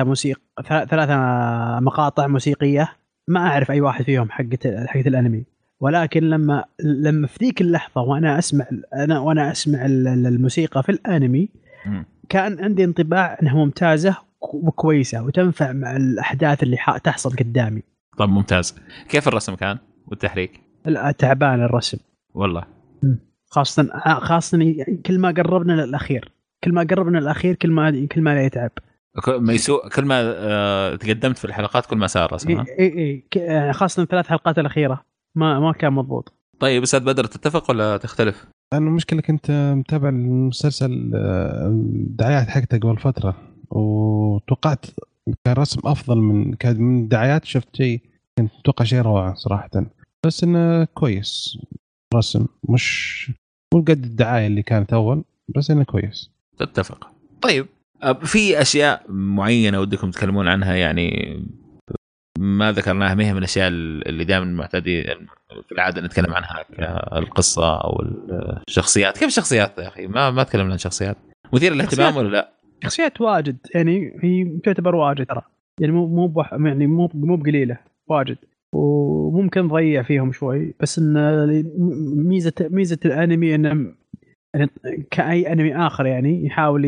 مقاطع موسيقيه ما اعرف اي واحد فيهم حقت الانمي ولكن لما في ذيك اللحظه وانا اسمع الموسيقى في الانمي كان عندي انطباع انها ممتازه وكويسه وتنفع مع الاحداث اللي تحصل قدامي. طب ممتاز. كيف الرسم كان والتحريك؟ تعبان الرسم والله خاصه كل ما قربنا للاخير كل ما لا يتعب ما يسوء كل ما تقدمت في الحلقات كل ما صار رسمها. اي خاصه 3 حلقات الاخيره ما كان مضبوط. طيب استاذ بدر تتفق ولا تختلف؟ انا المشكله كنت متابع المسلسل الدعايات حقته قبل فتره وتوقعت كان رسم افضل من الدعايات شفت شيء كنت اتوقع شيء روعه صراحه بس انه كويس رسم مش قد الدعايه اللي كانت اول بس انه كويس. تتفق. طيب في اشياء معينه ودكم تتكلمون عنها يعني ما ذكرناها مهمه من الاشياء اللي دائما معتادين في العاده نتكلم عنها القصه او الشخصيات. كيف الشخصيات يا اخي ما تكلمنا عن شخصيات مثيره للاهتمام ولا لا؟ شخصيات واجد يعني هي تعتبر واجد ترى يعني مو بقليله واجد وممكن نضيع فيهم شوي بس ان ميزه الانمي انه كأي انمي اخر يعني يحاول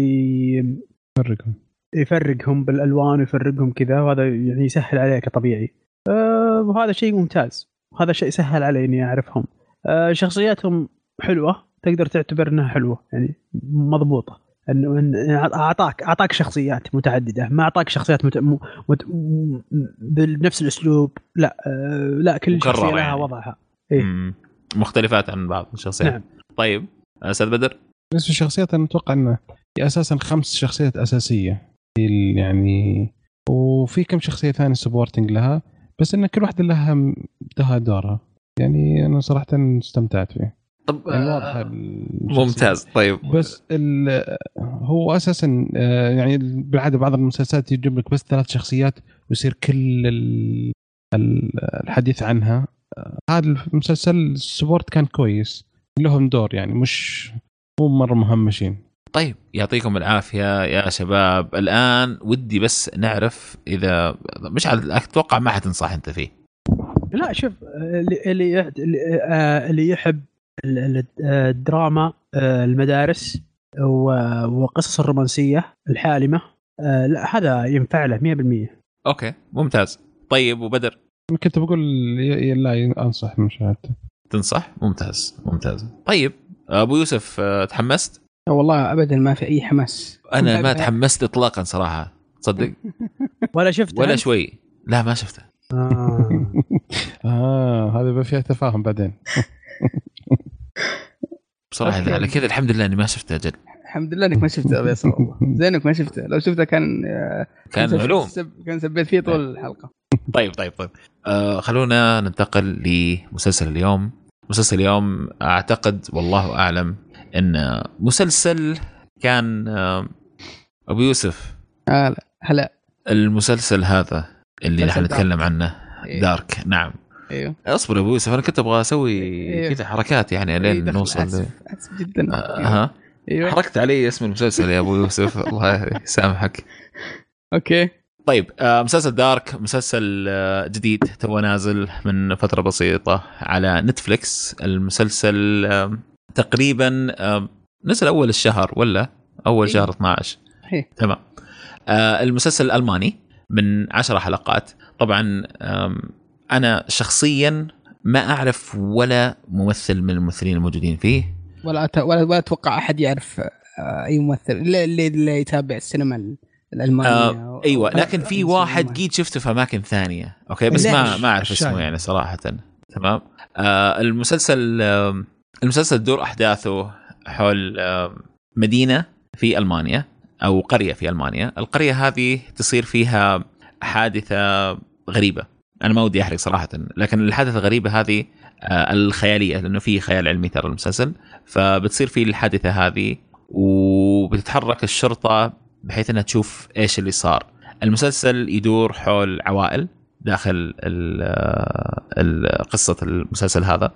يفرقهم بالالوان ويفرقهم كذا وهذا يعني يسهل عليك طبيعي وهذا شيء ممتاز وهذا شيء سهل علي اني اعرفهم. شخصياتهم حلوه تقدر تعتبر انها حلوه يعني مضبوطه انه اعطاك شخصيات متعدده ما اعطاك شخصيات بنفس الاسلوب لا كل شخصيه لها يعني. وضعها مختلفات عن بعض الشخصيات. نعم. طيب استاذ بدر بالنسبه للشخصيات انا اتوقع انه اساسا 5 شخصيات اساسيه يعني وفي كم شخصيه ثانيه سبورتنج لها بس ان كل واحده لها دورها يعني انا صراحه استمتعت فيه. طب يعني واضح ممتاز. طيب بس هو اساسا يعني بالعاده بعض المسلسلات يجيب لك بس 3 شخصيات ويصير كل الحديث عنها. هذا المسلسل السبورت كان كويس لهم دور يعني مو مره مهمشين. طيب يعطيكم العافيه يا شباب. الان ودي بس نعرف اذا مش اتوقع ما حتنصح انت فيه. لا شوف اللي يحب الدراما المدارس وقصص الرومانسية الحالمة لا هذا ينفع له 100%. أوكي ممتاز. طيب وبدر كنت بقول لا أنصح مشاهدته. تنصح؟ ممتاز. طيب أبو يوسف تحمست؟ والله أبدا ما في أي حماس. أنا ما تحمست إطلاقا صراحة تصدق ولا شفته ولا شوي. لا ما شفته. هذا فيها تفاهم بعدين. بصراحة على كذا الحمد لله اني ما شفته. اجل الحمد لله انك ما شفته يا صاحبي. زينك ما شفته. لو شفته كان معلوم كان سبيت فيه طول الحلقة. طيب خلونا ننتقل لمسلسل اليوم. مسلسل اليوم اعتقد والله اعلم ان مسلسل كان ابو يوسف هلا المسلسل هذا اللي نحن نتكلم عنه دارك. نعم ايوه اصبر يا ابو يوسف انا كنت ابغى اسوي كذا حركات يعني لين نوصل أسف جدا. أيوة. حركت علي اسم المسلسل يا ابو يوسف الله يسامحك. اوكي طيب مسلسل دارك مسلسل جديد تو نازل من فترة بسيطة على نتفليكس. المسلسل تقريبا نزل اول الشهر ولا اول شهر 12 تمام. المسلسل الألماني من 10 حلقات. طبعا أنا شخصيا ما أعرف ولا ممثل من الممثلين الموجودين فيه ولا أتوقع أحد يعرف اي ممثل اللي يتابع السينما الالمانيه ايوه، لكن في واحد جيت شفته في اماكن ثانيه اوكي، بس ما اعرف اسمه يعني صراحه. تمام. المسلسل دور احداثه حول مدينه في المانيا او قريه في المانيا. القريه هذه تصير فيها حادثه غريبه، انا ما ودي احرق صراحه، لكن الحادثه الغريبه هذه الخياليه، لانه في خيال علمي ترى المسلسل. فبتصير في الحادثه هذه وبتتحرك الشرطه بحيث انها تشوف ايش اللي صار. المسلسل يدور حول عوائل داخل قصه المسلسل هذا.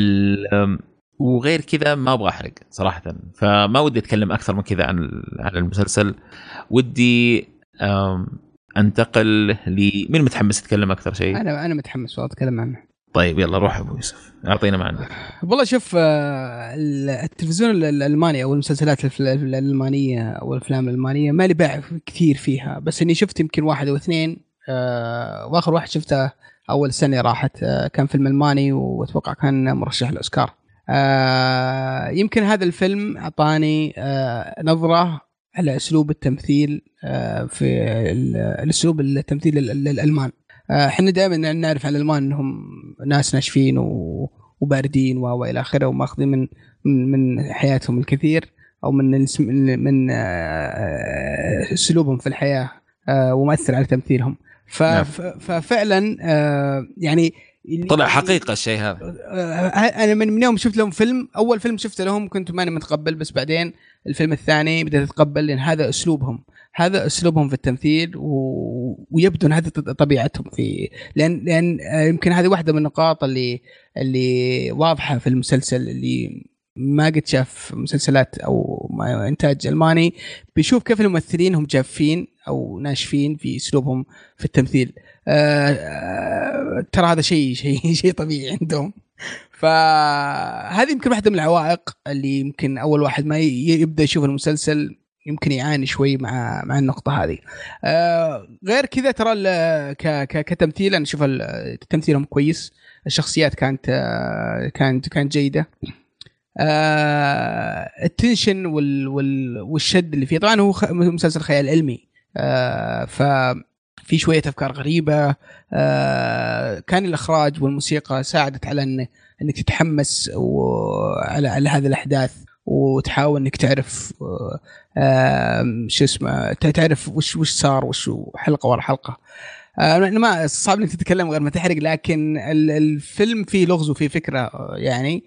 وغير كذا ما ابغى احرق صراحه، فما ودي اتكلم اكثر من كذا عن المسلسل. ودي انتقل مين متحمس يتكلم اكثر شيء؟ انا متحمس اتكلم عنه. طيب يلا روح ابو يوسف، اعطينا ما عندك. والله شوف، التلفزيون الالماني او المسلسلات الالمانيه او الافلام الالمانيه ما لي باع كثير فيها، بس اني شفت يمكن واحد او اثنين. واخر واحد شفته اول سنه راحت، كان فيلم الماني واتوقع كان مرشح للاوسكار. يمكن هذا الفيلم اعطاني نظره على اسلوب التمثيل، في الاسلوب التمثيل الالمان. احنا دائما نعرف عن الالمان انهم ناس ناشفين وباردين والى اخره، وماخذين من حياتهم الكثير، او من اسلوبهم في الحياه، ومؤثر على تمثيلهم. ففعلا يعني طلع حقيقه الشيء هذا. انا من يوم شفت لهم فيلم، اول فيلم شفته لهم كنت ماني متقبل، بس بعدين الفيلم الثاني بدأت أتقبل، لأن هذا أسلوبهم في التمثيل، ويبدو أن هذه طبيعتهم لأن يمكن هذه واحدة من النقاط اللي واضحة في المسلسل، اللي ما قد شاف مسلسلات أو إنتاج ألماني بيشوف كيف الممثلين هم جافين أو ناشفين في أسلوبهم في التمثيل. ترى هذا شيء طبيعي عندهم. فهذه يمكن واحدة من العوائق اللي يمكن أول واحد ما يبدأ يشوف المسلسل يمكن يعاني شوي مع النقطة هذه. غير كذا ترى كتمثيل أنا أشوف تمثيلهم كويس، الشخصيات كانت جيدة. التنشن والشد اللي فيه، طبعا هو مسلسل خيال علمي، ففي شوية أفكار غريبة. كان الإخراج والموسيقى ساعدت على أنك تتحمس على هذه الأحداث، وتحاول أنك تعرف شو اسمه، تعرف وش صار، وش حلقة ورا حلقة. ما صعب أنك تتكلم غير ما تحرق، لكن الفيلم فيه لغز وفيه فكرة يعني.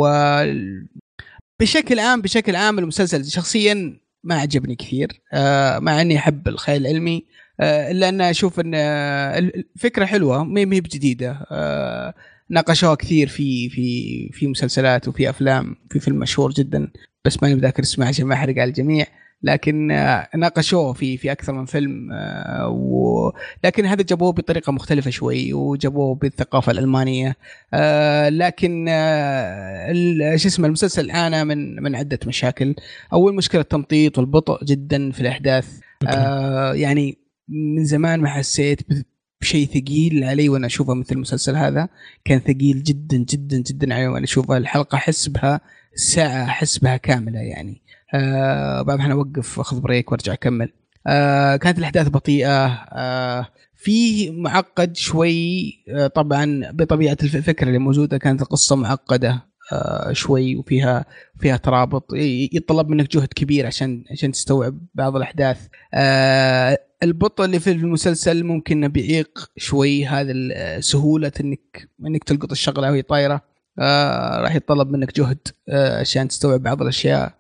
وبشكل عام المسلسل شخصيا ما عجبني كثير، مع أني أحب الخيال العلمي، إلا أن أشوف أن الفكرة حلوة، ما هي بجديدة. ناقشوها كثير في مسلسلات وفي أفلام. في فيلم مشهور جدا بس ماني بذاكر اسمه عشان ما أحرق على الجميع، لكن ناقشوه في أكثر من فيلم. لكن هذا جابوه بطريقة مختلفة شوي، وجابوه بالثقافة الألمانية. لكن شو اسمه، المسلسل عانى من عدة مشاكل. أول مشكلة التمطيط والبطء جدا في الأحداث. يعني من زمان ما حسيت بشيء ثقيل علي وانا اشوفه مثل المسلسل هذا. كان ثقيل جدا جدا جدا علي وانا اشوفه. الحلقه احس بها ساعه، احس بها كامله يعني. بعد انا اوقف اخذ بريك وارجع اكمل. كانت الاحداث بطيئه، في معقد شوي. طبعا بطبيعه الفكره اللي موجوده كانت القصه معقده شوي، وفيها ترابط يتطلب منك جهد كبير عشان تستوعب بعض الأحداث. البطء اللي في المسلسل ممكن بيعيق شوي هذا سهولة انك تلقط الشغلة وهي طايرة. راح يتطلب منك جهد عشان تستوعب بعض الأشياء.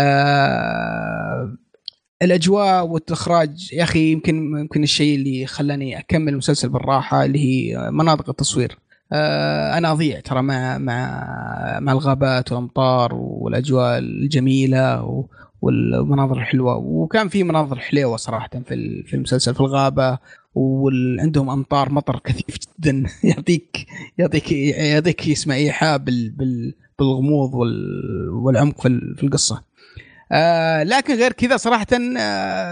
الأجواء والإخراج يا أخي يمكن الشيء اللي خلاني أكمل المسلسل بالراحة، اللي هي مناطق التصوير. أنا أضيع ترى مع الغابات والأمطار والأجواء الجميلة والمناظر الحلوة. وكان في مناظر حلوة صراحة في المسلسل، في الغابة، وعندهم أمطار مطر كثيف جدا يعطيك يسمع إيحاء بالغموض والعمق في القصة. لكن غير كذا صراحة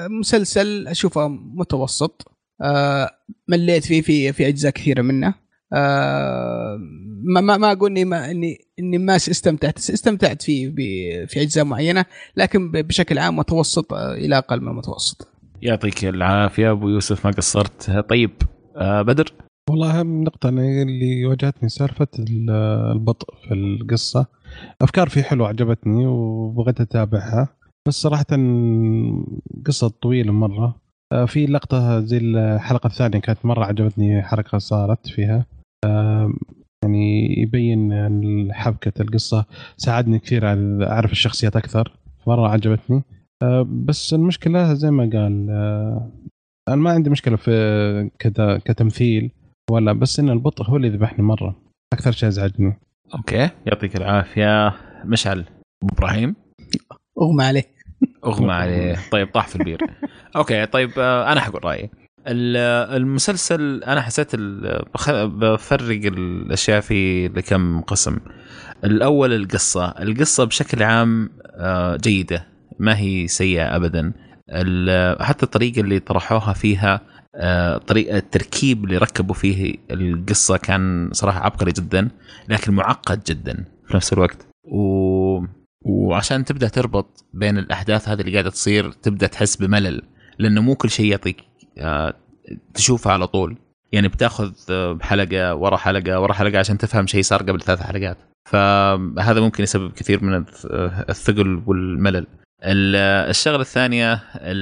مسلسل أشوفه متوسط. مليت فيه في أجزاء كثيرة منه. ما اقول اني ما استمتعت فيه في اجزاء معينه، لكن بشكل عام متوسط الى اقل من المتوسط. يعطيك العافيه ابو يوسف، ما قصرت. طيب بدر. والله أهم نقطة اللي واجهتني سالفة البطء في القصة. أفكار فيه حلوة عجبتني وبغيت أتابعها، بس صراحة قصة طويلة مرة. في لقطة زي الحلقة الثانية كانت مرة عجبتني، حركة صارت فيها يعني يبين حبكة القصة، ساعدني كثير على أعرف الشخصيات أكثر، مرة عجبتني. بس المشكلة زي ما قال أنا ما عندي مشكلة في كتمثيل ولا، بس إن البطء هو اللي ذبحني مرة، أكثر شيء أزعجني. أوكي يعطيك العافية. مشعل أبو إبراهيم. أغمى عليه. طيب طاح في البير. أوكي طيب أنا حقول رأيي. المسلسل أنا حسيت بفرق الأشياء في لكم قسم. الأول القصة بشكل عام جيدة، ما هي سيئة أبدا. حتى الطريقة اللي طرحوها فيها، طريقة التركيب اللي ركبوا فيه القصة كان صراحة عبقري جدا، لكن معقد جدا في نفس الوقت. وعشان تبدأ تربط بين الأحداث هذه اللي قاعدة تصير تبدأ تحس بملل، لأنه مو كل شيء يعطيك تشوفها على طول. يعني بتاخذ حلقة ورا حلقة ورا حلقة عشان تفهم شيء صار قبل 3 حلقات، فهذا ممكن يسبب كثير من الثقل والملل. الشغلة الثانية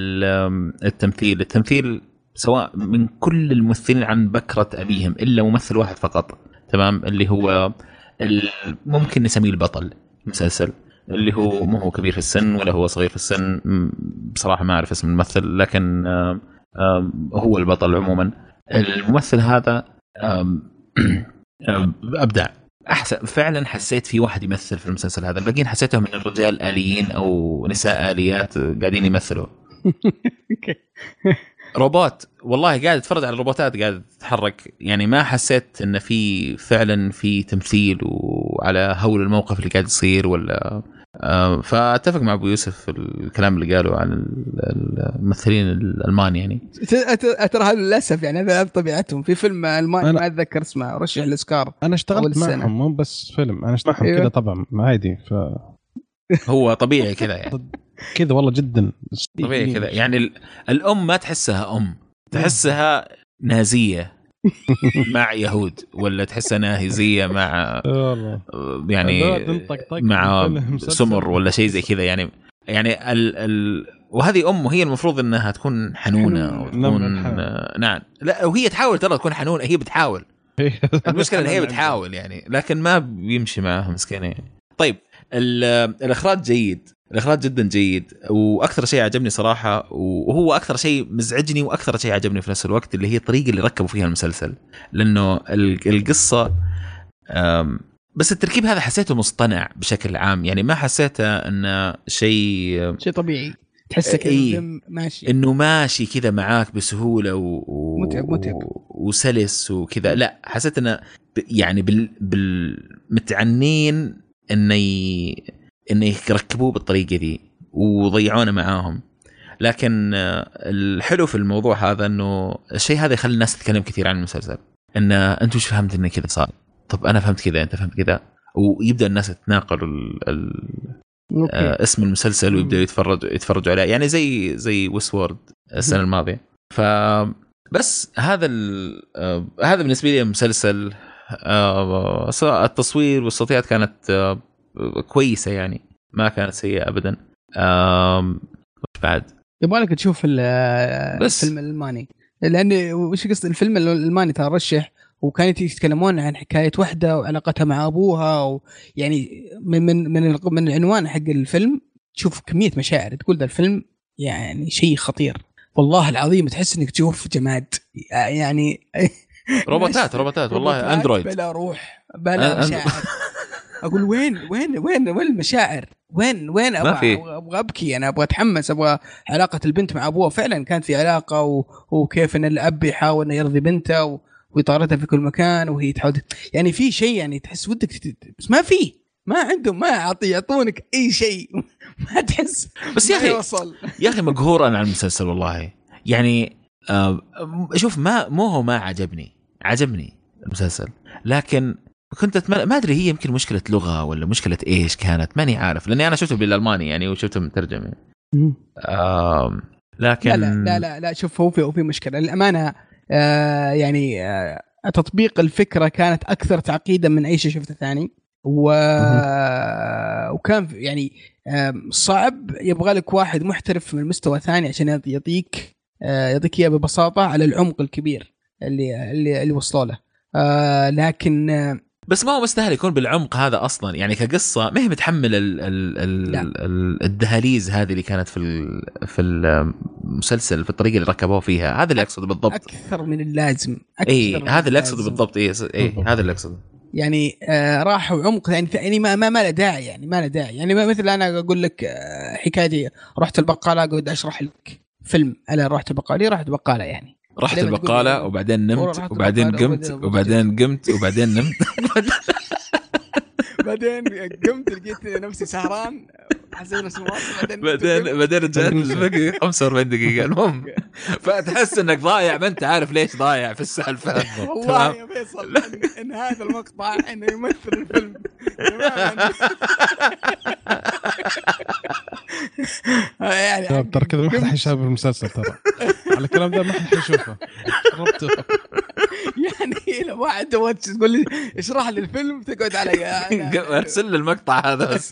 التمثيل سواء من كل الممثلين عن بكرة أبيهم إلا ممثل واحد فقط، تمام، اللي هو ممكن نسميه البطل المسلسل، اللي هو مو هو كبير في السن ولا هو صغير في السن، بصراحة ما أعرف اسم الممثل، لكن هو البطل عموما. الممثل هذا أبدع أحسن فعلا. حسيت في واحد يمثل في المسلسل هذا، الباقيين حسيتهم من الرجال آليين أو نساء آليات قاعدين يمثلوا. روبوت، والله قاعد اتفرج على الروبوتات قاعد تتحرك، يعني ما حسيت ان في فعلا في تمثيل وعلى هول الموقف اللي قاعد يصير ولا. فاتفق مع ابو يوسف في الكلام اللي قاله عن الممثلين الالمان. يعني ترى هذا للاسف يعني هذا طبيعتهم. في فيلم الماني ما اتذكر اسمه رشح الاوسكار، انا اشتغلت معهم مو بس فيلم، انا اشتغلت معهم كذا طبعا عادي. هو طبيعي كذا يعني كذا والله جدا طبيعي كذا. يعني الأم ما تحسها تحسها نازية مع يهود، ولا تحسها ناهزية مع يعني مع سمر ولا شيء زي كذا. يعني وهذه أم هي المفروض أنها تكون حنونة وتكون نعم، لا وهي تحاول ترى تكون حنونة، هي بتحاول. المشكلة إن هي بتحاول يعني، لكن ما بيمشي معها مسكينة يعني. طيب الإخراج جيد، الإخراج جدا جيد. وأكثر شيء عجبني صراحة، وهو أكثر شيء مزعجني وأكثر شيء عجبني في نفس الوقت، اللي هي الطريقة اللي ركبوا فيها المسلسل. لأنه القصة بس التركيب هذا حسيته مصطنع بشكل عام، يعني ما حسيته أنه شيء طبيعي، تحسك ماشي، إنه ماشي كذا معاك بسهولة متعب وسلس وكذا. لا حسيت أنه يعني بالمتعنين إنه يركبوه بالطريقة دي وضيعونا معاهم. لكن الحلو في الموضوع هذا إنه الشيء هذا يخلي الناس تتكلم كثير عن المسلسل، إن أنتوا إيش فهمت إنه كذا صار، طب أنا فهمت كذا، أنت فهمت كذا، ويبدأ الناس تتناقل اسم المسلسل ويبدأوا يتفرجوا عليه. يعني زي ويستورد السنة الماضية. فبس هذا بالنسبة لي مسلسل التصوير والصوتيات كانت كويسة، يعني ما كانت سيئة أبدا. بعد يبغالك تشوف الفيلم الألماني، لأن وش قصة الفيلم الألماني ترشح، وكانت يتكلمون عن حكاية وحدة وعلاقتها مع أبوها، يعني من العنوان حق الفيلم تشوف كمية مشاعر، تقول ذا الفيلم يعني شيء خطير والله العظيم. تحس إنك تشوف جماد يعني روبوتات والله أندرويد بلا روح بلا مشاعر. اقول وين المشاعر، وين ابغى ابكي، انا ابغى اتحمس، ابغى علاقه البنت مع ابوها. فعلا كانت في علاقه، وكيف ان الاب يحاول انه يرضي بنته ويطاردها في كل مكان، وهي تحاول يعني في شيء يعني تحس ودك بس ما عندهم، ما يعطونك اي شيء ما تحس. بس يا اخي مقهور انا على المسلسل والله. يعني شوف، ما عجبني المسلسل. لكن كنت أتمنى، ما أدري هي يمكن مشكلة لغة ولا مشكلة إيش كانت، ماني عارف، لأني أنا شفته بالألماني يعني وشفته مترجم. لكن لا شوف، هو في مشكلة للأمانة. يعني تطبيق الفكرة كانت أكثر تعقيدا من أي شيء شفته ثاني، وكان يعني صعب. يبغى لك واحد محترف من المستوى ثاني عشان يعطيك إياه ببساطة على العمق الكبير اللي وصلوا له. لكن بس ما هو مستاهل يكون بالعمق هذا اصلا، يعني كقصه ما هي متحمل الدهاليز هذه اللي كانت في المسلسل، في الطريقه اللي ركبوه فيها. هذا اللي اقصده بالضبط، اكثر من اللازم. هذا اللي اقصده بالضبط. هذا اللي اقصده يعني راحوا عمق يعني ما له داعي، يعني ما له داعي. يعني مثل انا اقول لك حكايتي، رحت البقاله اقعد اشرح لك فيلم، انا رحت البقاله يعني رحت البقاله وبعدين نمت وبعدين قمت وبعدين قمت وبعدين نمت بعدين قمت لقيت نفسي سهران، حسيت نفسي واصل، بعدين رجعت باقي 45 دقيقه. المهم فتحس انك ضايع، ما انت عارف ليش ضايع في السالفه. والله يا فيصل ان هذا المقطع انه يمثل الفيلم تماما. يعني ترى كذا ما حد حيشاهد المسلسل، ترى على الكلام ده ما حد حيشوفه. يعني لو واحد تقول لي اشرح لي الفيلم تقعد علي ارسل لي المقطع هذا بس.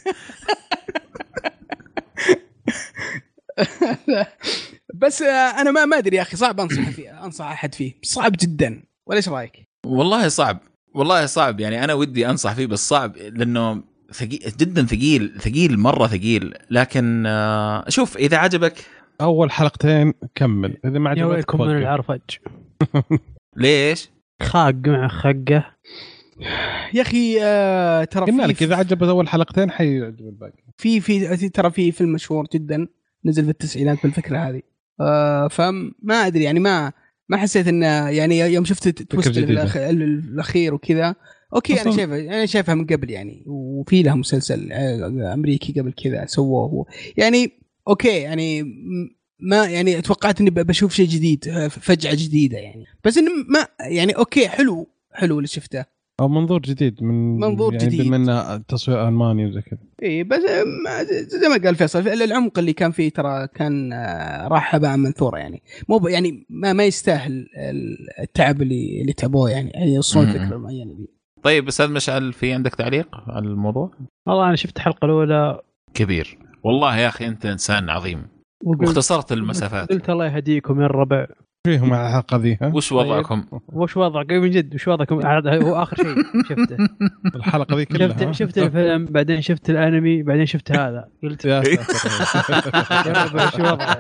بس انا ما ادري يا اخي، صعب انصح احد فيه، صعب جدا. ولا ايش رايك؟ والله صعب يعني انا ودي انصح فيه بس صعب، لانه ثقيل جدا، ثقيل مره ثقيل. لكن شوف اذا عجبك اول حلقتين كمل، اذا ما عجبك يويكم من العرفج. ليش خاق مع خقه يا اخي. ترى قلنا لك اذا عجبك اول حلقتين حيعجب الباقي. في ترى في فيلم مشهور جدا نزل في التسعينات بالفكره هذه. فما ادري يعني ما حسيت انه يعني يوم شفت التويست الاخير وكذا اوكي. انا شايفها من قبل يعني، وفي لها مسلسل امريكي قبل كذا سووه يعني اوكي. يعني ما يعني توقعت اني بشوف شيء جديد، فجعه جديده يعني، بس انه ما يعني اوكي حلو اللي شفته، او منظور جديد من منظور يعني جديد، بما انه تصوير الماني وزي كذا. اي بس زي ما قال فيصل العمق اللي كان فيه ترى كان راح هباء منثورا يعني. مو يعني ما يستاهل التعب اللي تعبوه يعني يوصلون فكره معينه دي. طيب استاذ مشعل، في عندك تعليق على الموضوع؟ والله انا شفت الحلقه الاولى كبير والله يا اخي، انت انسان عظيم واختصرت المسافات. قلت الله يهديكم يا الربع فيهم على الحلقه ذي. وش وضعكم؟ وش وضعك من جد؟ وش وضعكم؟ هو اخر شيء شفته الحلقه ذي كلها. شفت الفيلم، بعدين شفت الانمي، بعدين شفت هذا. قلت يا ساتر وش وضعك؟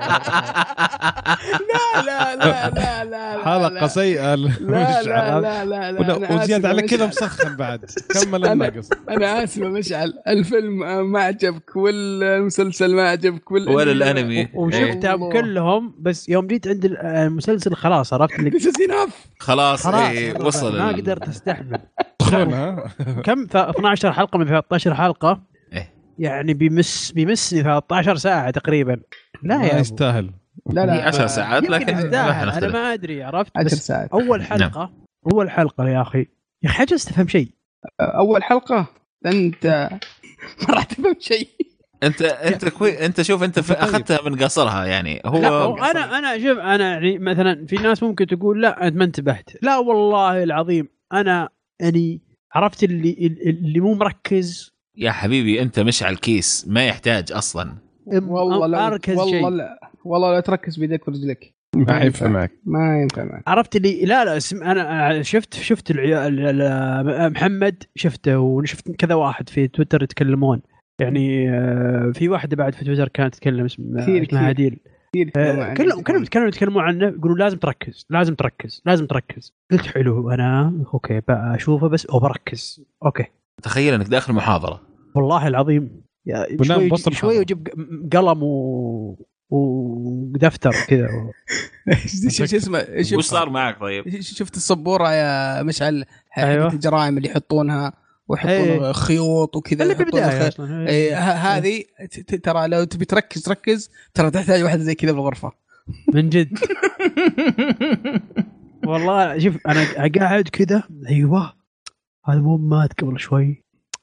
لا حلقه سيئه. لا وزياده على كذا مسخن بعد. كمل الناقص. انا اسف مشعل، الفيلم ما عجبك والمسلسل ما عجبك ولا الانمي، وشفتهم كلهم، بس يوم جيت عند المسلسل خلاص عرفت انك خلاص وصل، ما قدرت استحمل. تدخلها كم 12 حلقه من 13 حلقه يعني بيمسني 13 ساعه تقريبا. لا يا يستاهل. لا 10 ساعات لكن انا ما ادري عرفت. 10 ساعات اول حلقه يا اخي حاجه استفهم شيء. اول حلقه انت ما راح تفهم شيء. انت شوف انت اخذتها من قصرها يعني. هو انا شوف، انا يعني مثلا في ناس ممكن تقول لا انت ما انتبهت. لا والله العظيم انا يعني عرفت اللي مو مركز يا حبيبي. انت مش على الكيس، ما يحتاج اصلا. والله والله لا تركز بيدك ورجلك ما ينفع معك. عرفت اللي لا انا شفت محمد شفته، وشفت كذا واحد في تويتر يتكلمون يعني. في واحدة بعد في تويتر كانت تتكلم اسمها هديل. كلهم يتكلموا عنه، يقولوا لازم تركز. قلت حلو، انا اوكي بقى اشوفه بس وبركز. اوكي تخيل انك داخل محاضرة والله العظيم شوي وجيب قلم ودفتر كذا. ايش اسمه؟ وش صار معك؟ طيب شفت السبورة يا مشعل؟ أيوة. الجرائم اللي يحطونها ويحطون خيوط وكذا هذه ترى لو تبي تركز ترى تحتاج واحد زي كذا بالغرفة من جد. والله شوف انا قاعد كذا ايوه هذا مو مات قبل شوي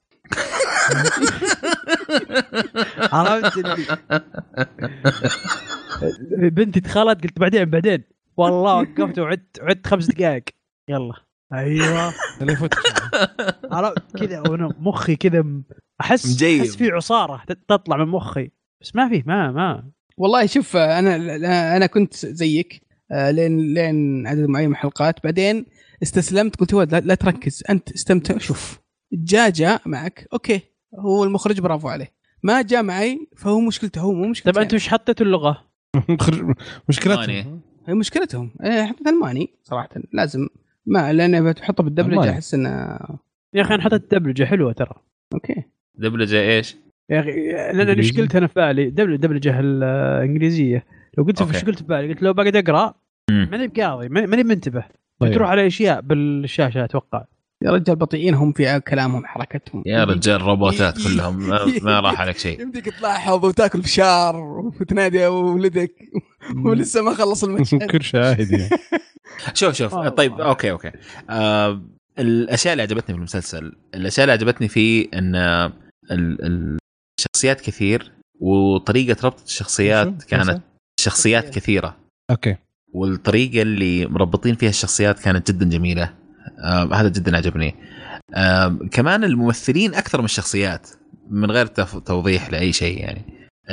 عرفت بنتي دخلت قلت بعدين والله وقفت وعدت 5 دقائق يلا ايوه عرفت كذا وانا مخي كذا احس في عصاره تطلع من مخي بس ما في ما والله شوف انا كنت زيك لين عدد معين من الحلقات بعدين استسلمت قلت هو لا تركز انت استمتع شوف جاء معك اوكي هو المخرج برافو عليه ما جاء معي فهو مشكلته هو مو مشكلتي. طب انت مش حطيتوا اللغه مشكلتهم هي مشكلتهم حطيت الماني صراحه لازم ما لانه بتحطه بالدبلجه احس انه يا اخي انا حطيت الدبلجه حلوه ترى اوكي دبلجه ايش يا اخي لان مشكلتي انا في بالي دبلجه الانجليزيه لو قلت في مشكلتي في بالي قلت لو بقعد اقرا ماني بقاضي ماني منتبه تروح على اشياء بالشاشه اتوقع يا رجال بطيئين هم في كلامهم حركتهم يا رجال روبوتات كلهم ما راح عليك شيء يمديك تلاحظ وتاكل فشار وتنادي ولدك ولسه ما خلص المشهد كل شاهد يعني. شوف طيب اوكي الاشياء اللي عجبتني في المسلسل الاشياء اللي عجبتني فيه ان الشخصيات كثير وطريقه ربط الشخصيات كانت شخصيات كثيره اوكي والطريقه اللي مربطين فيها الشخصيات كانت جدا جميله هذا جدا عجبني كمان الممثلين اكثر من الشخصيات من غير توضيح لاي شيء يعني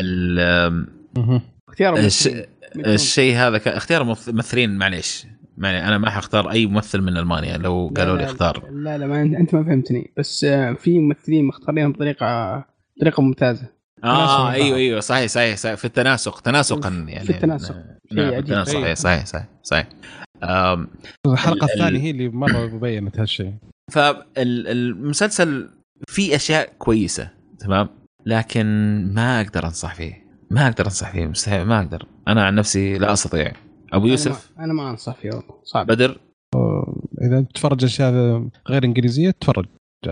الشيء هذا اختيار ممثلين معليش انا ما حختار اي ممثل من المانيا لو قالوا لي اختار لا ما انت ما فهمتني بس في ممثلين مختارين بطريقه ممتازه ايوه صحيح في تناسقا يعني في التناسق صحيح الحلقه الثانيه هي اللي مره بينت هالشيء فالمسلسل فيه اشياء كويسه تمام لكن ما اقدر انصح فيه مستحيل ما اقدر انا عن نفسي لا استطيع ابو يوسف انا ما انصح فيه صعب بدر اذا تتفرج اشياء غير انجليزيه تتفرج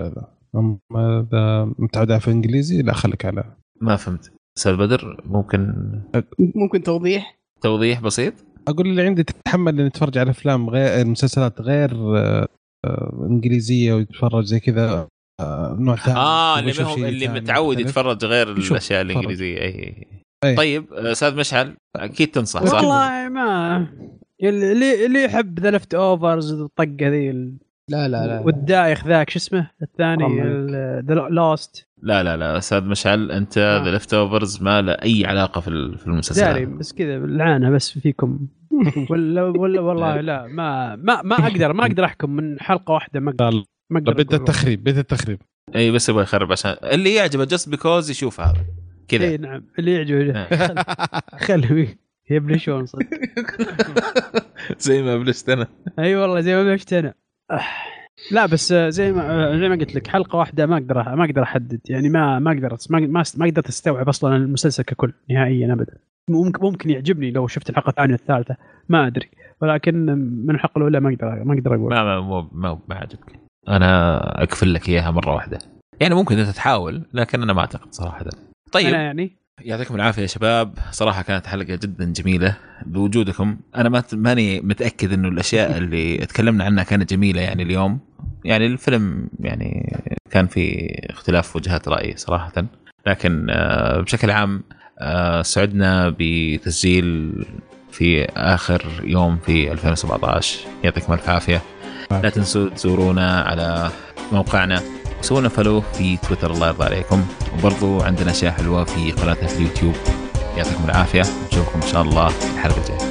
اذا متعود في انجليزي لا خليك على ما فهمت استاذ بدر ممكن توضيح بسيط اقول اللي عندي تتحمل ان نتفرج على افلام غير مسلسلات غير انجليزيه ويتفرج زي كذا نوع ثاني اللي متعود يتفرج غير الاشياء الانجليزيه اي طيب استاذ مشعل اكيد تنصح صح والله ما اللي يحب ذا لفت اوفرز الطقه ذي لا والدايخ ذاك شو اسمه الثاني ذا لوست لا استاذ مشعل انت ذا لفت اوفرز ما له اي علاقه في المسلسل داري بس كذا العانه بس فيكم ولا والله لا ما اقدر احكم من حلقه واحده ما اقدر بدأ التخريب اي بس يبغى يخرب عشان اللي يعجبه جست بيكوز يشوف هذا كذا اي نعم اللي يعجبه خليه يبلشون صدق زي ما بلشت انا اي والله زي ما بلشت انا لا بس زي ما قلت لك حلقه واحده ما اقدر احدد يعني ما اقدر استوعب اصلا المسلسل ككل نهائيا ابدا ممكن يعجبني لو شفت الحلقه الثانيه والثالثه ما ادري ولكن من الحلقه الاولى ما اقدر اقول ما عجبك انا اقفل لك اياها مره واحده يعني ممكن انت تحاول لكن انا ما اعتقد صراحه طيب أنا يعني يعطيكم العافيه يا شباب صراحه كانت حلقه جدا جميله بوجودكم انا ماني متاكد انه الاشياء اللي تكلمنا عنها كانت جميله يعني اليوم يعني الفيلم يعني كان في اختلاف وجهات راي صراحه لكن بشكل عام سعدنا بتسجيل في آخر يوم في 2017 يعطيكم الف عافية لا تنسوا تزورونا على موقعنا وسوونا فولو في تويتر الله يرضى عليكم وبرضو عندنا أشياء حلوة في قناتنا في اليوتيوب يعطيكم العافية نشوفكم إن شاء الله في الحلقة الجاية